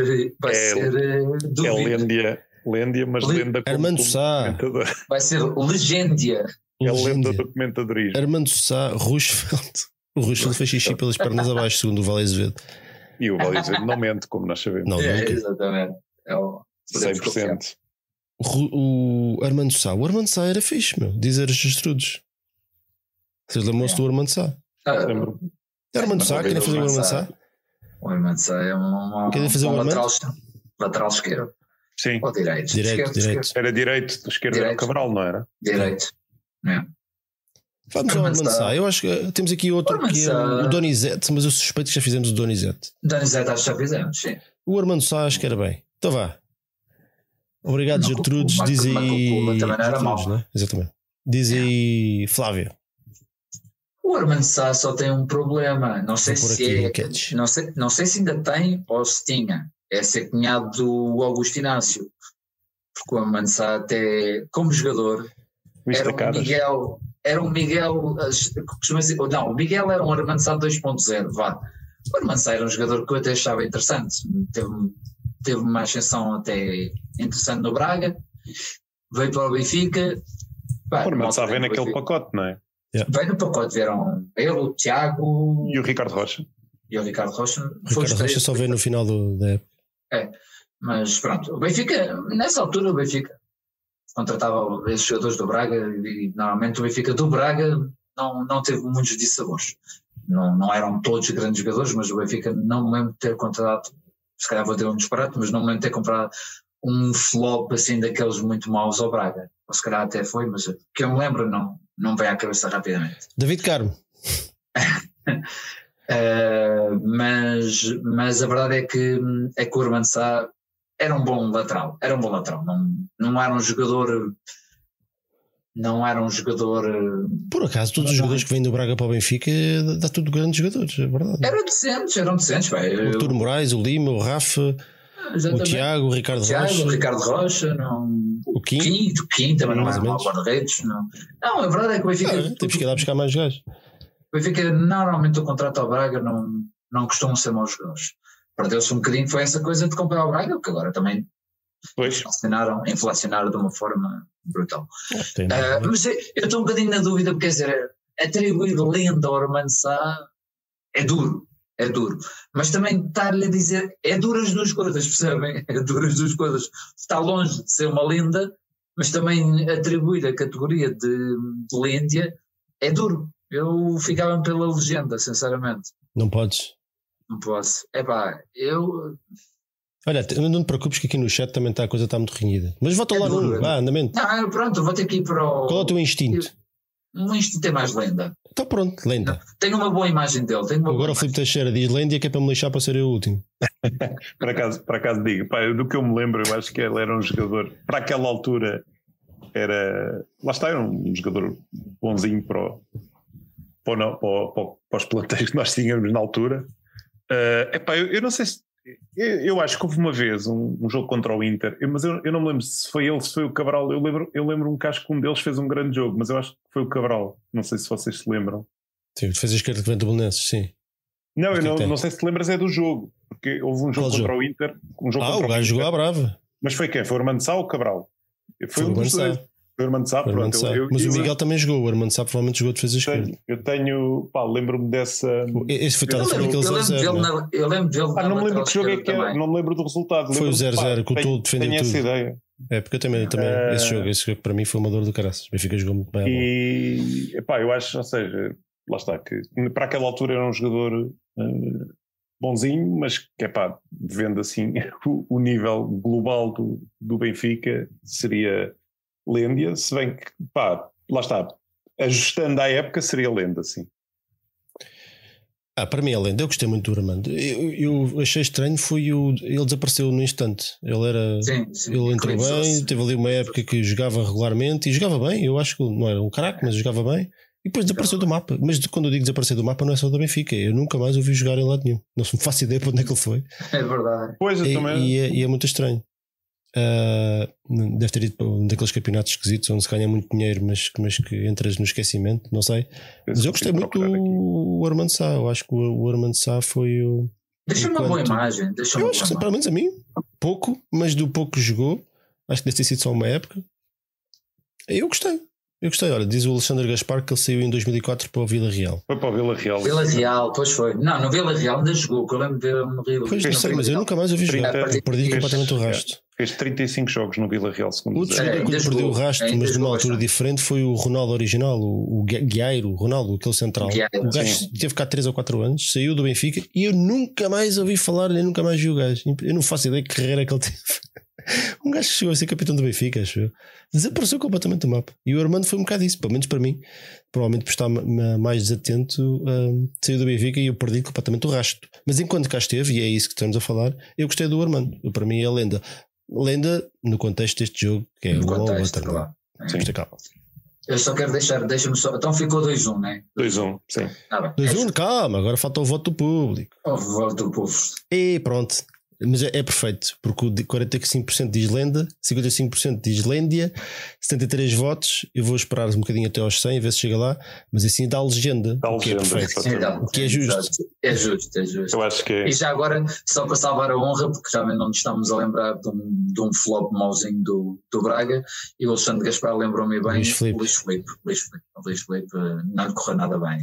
Lêndia, mas lenda como Armando Sá. Vai ser Legêndia. É a lenda do comentadorismo. Armando Sá, Roosevelt. O Roosevelt fez xixi pelas pernas abaixo, segundo o Vale Azevedo. E o Vale Azevedo não mente, como nós sabemos. Não, exatamente. 100%. O Armando Sá. O Armando Sá era fixe, meu. Dizer os estrudos. Vocês lembram-se do Armando Sá? Lembro. Armando Sá, queria fazer o Armando Sá? O Armando Sá é lateral esquerdo. Sim. Ou direito. Direito. Era direito, esquerda era o Cabral, não era? Direito. Vamos ao Armando Sá. Eu acho que temos aqui outro que é o Donizete, mas eu suspeito que já fizemos o Donizete. Donizete acho que já fizemos, sim. O Armando Sá acho que era bem. Então vá. Obrigado, Gertrudes. Diz aí. Também não era mau. Né? Exatamente. Diz aí, Flávio. O Armando Sá só tem um problema. Não sei se não sei se ainda tem ou se tinha. É ser cunhado do Augusto Inácio. Porque o Armando Sá até como jogador era um Miguel, costuma dizer, não, o Miguel era um Armando Sá 2.0, vá. O Armando Sá era um jogador que eu até achava interessante, teve uma ascensão até interessante no Braga, veio para o Benfica. O Armando Sá vem naquele pacote, não é? Veio no pacote, vieram ele, o Tiago e o Ricardo Rocha. O Ricardo Rocha só veio no final da época. Mas pronto, o Benfica, nessa altura o Benfica contratava esses jogadores do Braga e normalmente o Benfica do Braga não teve muitos dissabores. Não eram todos grandes jogadores, mas o Benfica não me lembro de ter contratado, se calhar vou ter um disparate, mas não me lembro de ter comprado um flop assim daqueles muito maus ao Braga. Ou se calhar até foi, mas que eu me lembro não vem à cabeça rapidamente. David Carmo. Mas a verdade é que o Armando Sá era um bom lateral, não era um jogador. Por acaso, todos os jogadores que vêm do Braga para o Benfica dá tudo grandes jogadores, é verdade. Eram decentes. O Artur Moraes, o Lima, o Rafa. exatamente. O Tiago, o Ricardo Rocha. O Ricardo Rocha, não. O Kim Também não é mau guarda-redes. Não, a verdade é que o Benfica. Temos que ir lá buscar mais gajos. O Benfica, normalmente o contrato ao Braga não costumam ser maus jogadores. Perdeu-se um bocadinho, foi essa coisa de comprar ao Braga, que agora também inflacionaram de uma forma brutal. Mas eu estou um bocadinho na dúvida, porque quer dizer, atribuir lenda ao Armando Sá é duro. Mas também estar-lhe a dizer, é duro as duas coisas, percebem? É duro as duas coisas. Está longe de ser uma lenda, mas também atribuir a categoria de lenda é duro. Eu ficava pela legenda, sinceramente. Não podes. Não posso. Olha, não te preocupes que aqui no chat também a coisa está muito renhida. Mas volta lá no andamento. Não, pronto, vou ter que ir para o... Qual é o teu instinto? Um instinto é mais lenda. Então pronto, lenda. Tenho uma boa imagem dele. Agora o Filipe Teixeira diz lenda, que é para me lixar para ser eu o último. Por acaso digo, do que eu me lembro, eu acho que ele era um jogador, para aquela altura, era um jogador bonzinho para os plantéis que nós tínhamos na altura. Eu não sei se. Eu acho que houve uma vez um jogo contra o Inter, mas eu não me lembro se foi ele, se foi o Cabral. Eu lembro-me que acho que um deles fez um grande jogo, mas eu acho que foi o Cabral. Não sei se vocês se lembram. Sim, defesa esquerda que vem do Belenenses, sim. Não, eu não sei se te lembras, é do jogo, porque houve um jogo contra o Inter. O gajo jogou à brava. Mas foi quem? Foi o Armando Sá ou o Cabral? Foi um dos dois. Foi o Armando Sá, pronto. Mas o Miguel também jogou, o Armando Sá provavelmente jogou defesa esquerda. Eu tenho, lembro-me dessa. Esse foi aquele 0-0. Eu lembro dele. Não me lembro que jogo é que é, não me lembro do resultado. Foi o 0-0 que o Tolo defendeu tudo. Tenho essa ideia. É, porque eu também esse jogo para mim foi uma dor do caraças. O Benfica jogou muito bem. E eu acho, ou seja, lá está, que para aquela altura era um jogador bonzinho, mas que vendo assim o nível global do Benfica, seria lenda, se bem que, lá está, ajustando à época seria lenda, sim. Para mim é lenda, eu gostei muito do Armando. Eu achei estranho, ele desapareceu no instante. Ele entrou bem, teve ali uma época que jogava regularmente e jogava bem, eu acho que não era um craque, mas jogava bem. E depois desapareceu do mapa. Mas quando eu digo desaparecer do mapa, não é só da Benfica. Eu nunca mais ouvi jogar em lado nenhum. Não me faço ideia para onde é que ele foi. É verdade. Pois, eu também. E é muito estranho. Deve ter ido para um daqueles campeonatos esquisitos onde se ganha muito dinheiro, mas que entras no esquecimento. Não sei. Mas eu gostei muito do Armando Sá. Eu acho que o Armando Sá foi o. Deixa-me uma boa imagem. Eu acho que, pelo menos a mim, pouco, mas do pouco que jogou, acho que deve ter sido só uma época. Eu gostei. Olha, diz o Alexandre Gaspar que ele saiu em 2004 para o Vila Real. Foi para o Vila Real. Vila Real, pois foi. Não, no Vila Real ainda jogou, que eu lembro de ver no Rio. Pois não sei, mas eu nunca mais ouvi jogar. Perdi completamente o rastro. Fez 35 jogos no Vila Real, segundo outro jogador que perdeu o rastro, mas de uma altura diferente, foi o Ronaldo original, o Guiairo, Ronaldo, aquele central. O gajo teve cá 3 ou 4 anos, saiu do Benfica e eu nunca mais ouvi falar, nem nunca mais vi o gajo. Eu não faço ideia de que carreira que ele teve. Um gajo que chegou a ser capitão do Benfica, acho eu. Desapareceu completamente do mapa. E o Armando foi um bocado isso, pelo menos para mim. Provavelmente por estar mais desatento, saiu do Benfica e eu perdi completamente o rastro. Mas enquanto cá esteve, e é isso que estamos a falar, eu gostei do Armando. Para mim é lenda. Lenda no contexto deste jogo, que é no o contexto, claro. Eu só quero deixa-me só. Então ficou 2-1, não é? 2-1, sim. 2-1, calma, agora falta o voto do público. O voto do povo. E pronto. Mas é perfeito, porque o 45% diz lenda, 55% diz lêndia, 73 votos. Eu vou esperar um bocadinho até aos 100, ver se chega lá, mas assim dá legenda. Dá legenda, que é perfeito. O que é justo. É justo. Eu acho que é. E já agora, só para salvar a honra, porque realmente não nos estamos a lembrar de um flop mauzinho do Braga, e o Alexandre Gaspar lembrou-me bem. Luís Filipe não lhe correu nada bem.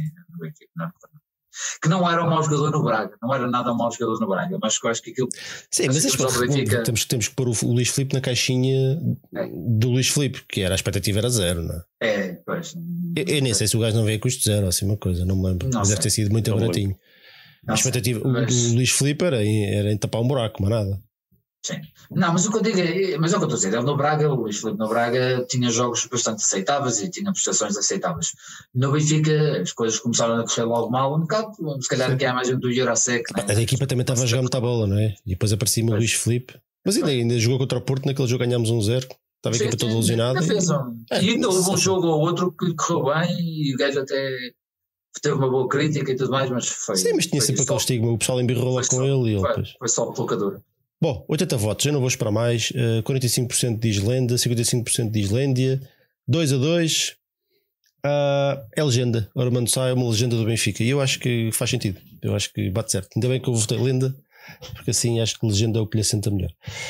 Que não era um mau jogador no Braga, não era nada um mau jogador no Braga, mas eu acho que aquilo. Sim, mas temos que pôr o Luís Filipe na caixinha do Luís Filipe, que a expectativa era 0, não é? Pois. Eu nem sei se o gajo não veio a custo 0, assim uma coisa, não me lembro. Mas deve ter sido muito baratinho. A expectativa, o Luís Filipe era em tapar um buraco, mas nada. Sim. Não, mas o que eu digo mas é o que eu estou a dizer, ele no Braga, o Luís Filipe no Braga tinha jogos bastante aceitáveis e tinha prestações aceitáveis. No Benfica as coisas começaram a correr logo mal um bocado, se calhar aqui há mais gente do Jurasek. A equipa também estava a jogar muita bola, não é? E depois aparecia-me o Luís Filipe, mas ainda jogou contra o Porto, naquele jogo ganhámos 1-0, estava a equipa toda ilusionada. E ainda houve um jogo ou outro que correu bem e o gajo até teve uma boa crítica e tudo mais, mas foi. Sim, mas tinha sempre aquele estigma, o pessoal embirrou lá com ele e ele foi só pouca dura. Bom, 80 votos, eu não vou esperar mais. 45% de Islândia, 55% de Islândia, 2-2. É legenda. Armando Sá é uma legenda do Benfica. E eu acho que faz sentido. Eu acho que bate certo. Ainda bem que eu votei lenda, porque assim acho que legenda é o que lhe assenta melhor.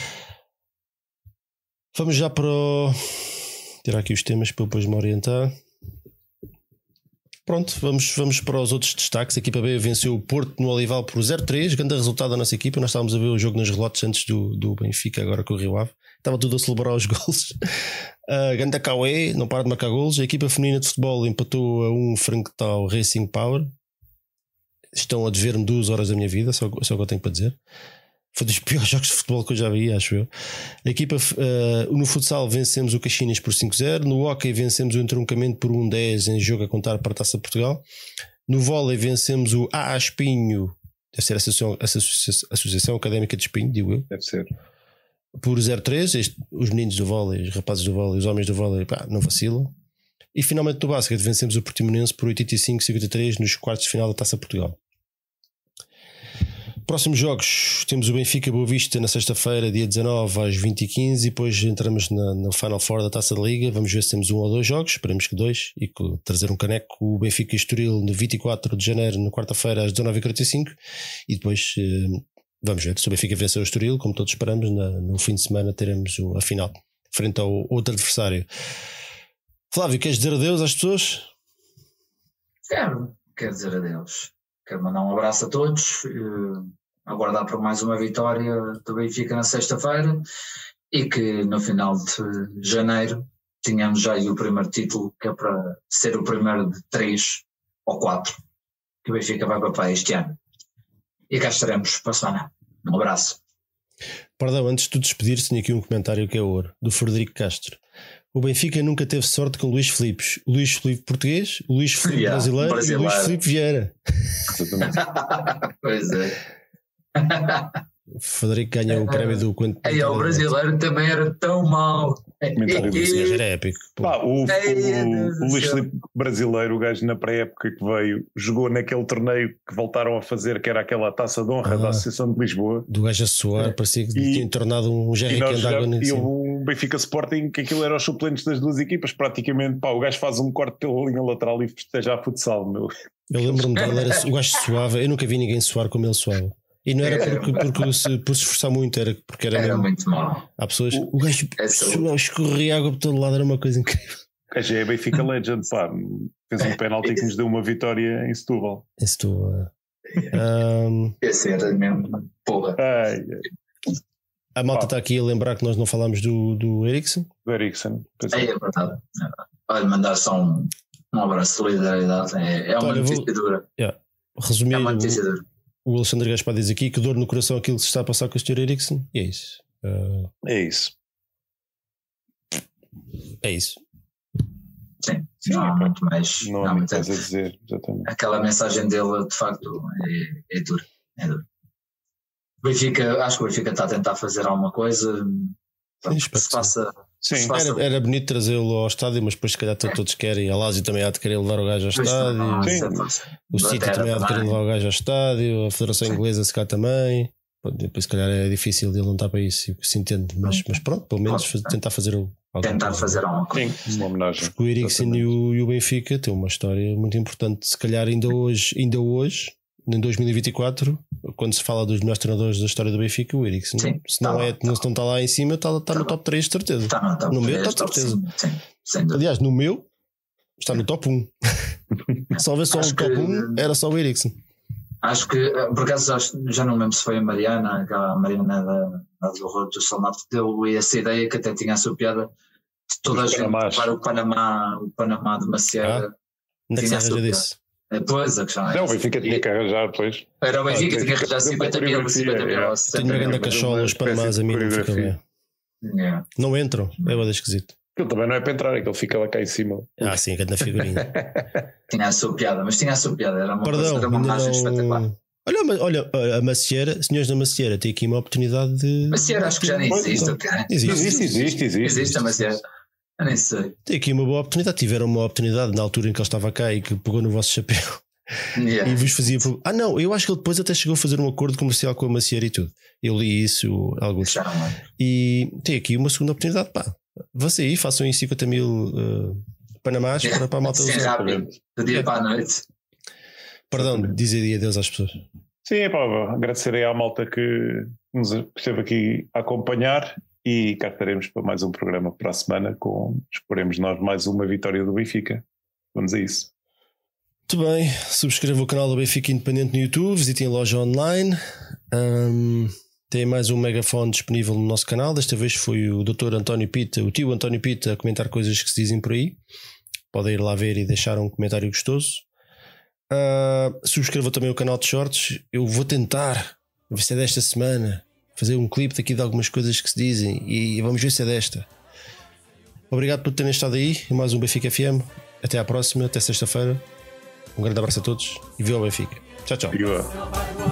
Vamos já para tirar aqui os temas para depois me orientar. Pronto, vamos para os outros destaques. A equipa B venceu o Porto no Olival por 0-3. Grande resultado da nossa equipa. Nós estávamos a ver o jogo nos relotes antes do Benfica, agora com o Rio Ave. Estava tudo a celebrar os golos. Ganda Cauê, não para de marcar golos. A equipa feminina de futebol empatou a 1 frente ao Racing Power. Estão a dever-me 2 horas da minha vida, só o que eu tenho para dizer. Foi dos piores jogos de futebol que eu já vi, acho eu. A equipa no futsal vencemos o Caxinas por 5-0. No hóquei vencemos o Entroncamento por 1-10 em jogo a contar para a Taça de Portugal. No vôlei vencemos o AA Espinho, deve ser a Associação Académica de Espinho, digo eu. Deve ser. Por 0-3. Os meninos do vôlei, os rapazes do vôlei, os homens do vôlei, não vacilam. E finalmente no basquete vencemos o Portimonense por 85-53 nos quartos de final da Taça de Portugal. Próximos jogos, temos o Benfica Boa Vista na sexta-feira, dia 19 às 20h15, e depois entramos no Final Four da Taça da Liga. Vamos ver se temos 1 ou 2 jogos, esperemos que 2, e trazer um caneco. O Benfica Estoril no 24 de janeiro, na quarta-feira às 19h45, e depois vamos ver se o Benfica vencer o Estoril, como todos esperamos. No fim de semana teremos a final frente ao outro adversário. Flávio, queres dizer adeus às pessoas? Quero dizer adeus. Quero mandar um abraço a todos, aguardar por mais uma vitória do Benfica na sexta-feira e que no final de janeiro tenhamos já aí o primeiro título, que é para ser o primeiro de 3 ou 4 que o Benfica vai papar este ano. E cá estaremos para a semana. Um abraço. Perdão, antes de tu despedires, tinha aqui um comentário que é ouro, do Frederico Castro. O Benfica nunca teve sorte com Luís Filipes. O Luís Filipe português, o Luís Filipe brasileiro e o Luís Filipe Vieira. Pois é. O Frederico ganha o prémio do quanto. O brasileiro também era tão mau. Esse era épico. O Luís Filipe brasileiro, o gajo na pré-época que veio, jogou naquele torneio que voltaram a fazer, que era aquela Taça de Honra da Associação de Lisboa. Do gajo a suar, parecia que tinha tornado um jerrycan de água. E um Benfica Sporting, que aquilo era os suplentes das duas equipas, praticamente. O gajo faz um corte pela linha lateral e festeja a futsal, meu. Eu lembro-me dele, o gajo suava, eu nunca vi ninguém suar como ele suava. E não era por se esforçar muito, era porque era muito mal. Há pessoas, o gajo escorria água por todo lado, era uma coisa incrível. O gajo é Benfica Legend, pá. Fez um penalti que nos deu uma vitória em Setúbal. Em Setúbal. Esse era mesmo, porra. A malta está aqui a lembrar que nós não falámos do Eriksen. Do Eriksen. É verdade. Olha, mandar só um abraço de solidariedade. É uma notícia dura. Resumir, é uma notícia dura. O Alexandre Gaspar diz aqui que dor no coração aquilo que se está a passar com o Sr. Eriksen. E é isso. É isso. É isso. Sim, não há muito mais. Não há muito mais a dizer, exatamente. Aquela mensagem dele, de facto, é dura. É dura. Acho que o Benfica está a tentar fazer alguma coisa. Se passa. Sim. Era bonito trazê-lo ao estádio, mas depois se calhar todos querem. A Lazio também há de querer levar o gajo ao estádio. O City também há de querer levar o gajo ao estádio. A Federação Inglesa se calhar também. Depois se calhar é difícil de ele não estar para isso, se entende. Mas pronto, pelo menos tentar fazer alguma coisa. Sim, uma homenagem. Porque o Eriksen e o Benfica têm uma história muito importante. Se calhar ainda hoje, em 2024, quando se fala dos melhores treinadores da história do Benfica, o Eriksen, se não está lá em cima, está no top 3 de certeza. Está no meu, está de certeza. Sim, aliás, no meu está no top 1. Se houvesse só um top 1, era só o Eriksen. Acho que, por acaso, já não lembro se foi a Mariana, aquela Mariana do Rodo do Salmato, que deu essa ideia, que até tinha a sua piada, de toda a gente para o Panamá de Macieira. Onde é que se arranja disso? Pois, a questão é. Não, o Benfica tinha que arranjar, pois. Era o Benfica, tinha que arranjar 50 mil. Tenho uma grande cachola, os Panamás a mim não fica bem. Não entram, é uma esquisito. Ele também não é para entrar, é que ele fica lá cá em cima. Sim, a grande figurinha. Tinha a sua piada, era uma homenagem espetacular. Olha, a Macieira, senhores da Macieira, tem aqui uma oportunidade de. Macieira acho que já nem existe. Existe a Macieira. Eu nem sei. Tem aqui uma boa oportunidade. Tiveram uma oportunidade na altura em que ele estava cá e que pegou no vosso chapéu. Yeah. E vos fazia. Não, eu acho que ele depois até chegou a fazer um acordo comercial com a Macieira e tudo. Eu li isso alguns. E tem aqui uma segunda oportunidade. Pá, você aí, façam aí 50 mil Panamás para a malta usar. Sim, rápido, do dia para a noite. Perdão, dizer adeus às pessoas. Sim, pá, agradecer aí à malta que nos esteve aqui a acompanhar e cá estaremos para mais um programa para a semana esperemos nós mais uma vitória do Benfica. Vamos a isso. Muito bem, subscrevam o canal do Benfica Independente no YouTube, visitem a loja online. Tem mais um megafone disponível no nosso canal. Desta vez foi o Dr. António Pita, o tio António Pita, a comentar coisas que se dizem por aí. Podem ir lá ver e deixar um comentário gostoso. Subscrevam também o canal de Shorts. Eu vou tentar, ver se é desta semana, fazer um clipe daqui de algumas coisas que se dizem e vamos ver se é desta. Obrigado por terem estado aí em mais um Benfica FM. Até à próxima, até sexta-feira. Um grande abraço a todos e viva o Benfica. Tchau, tchau.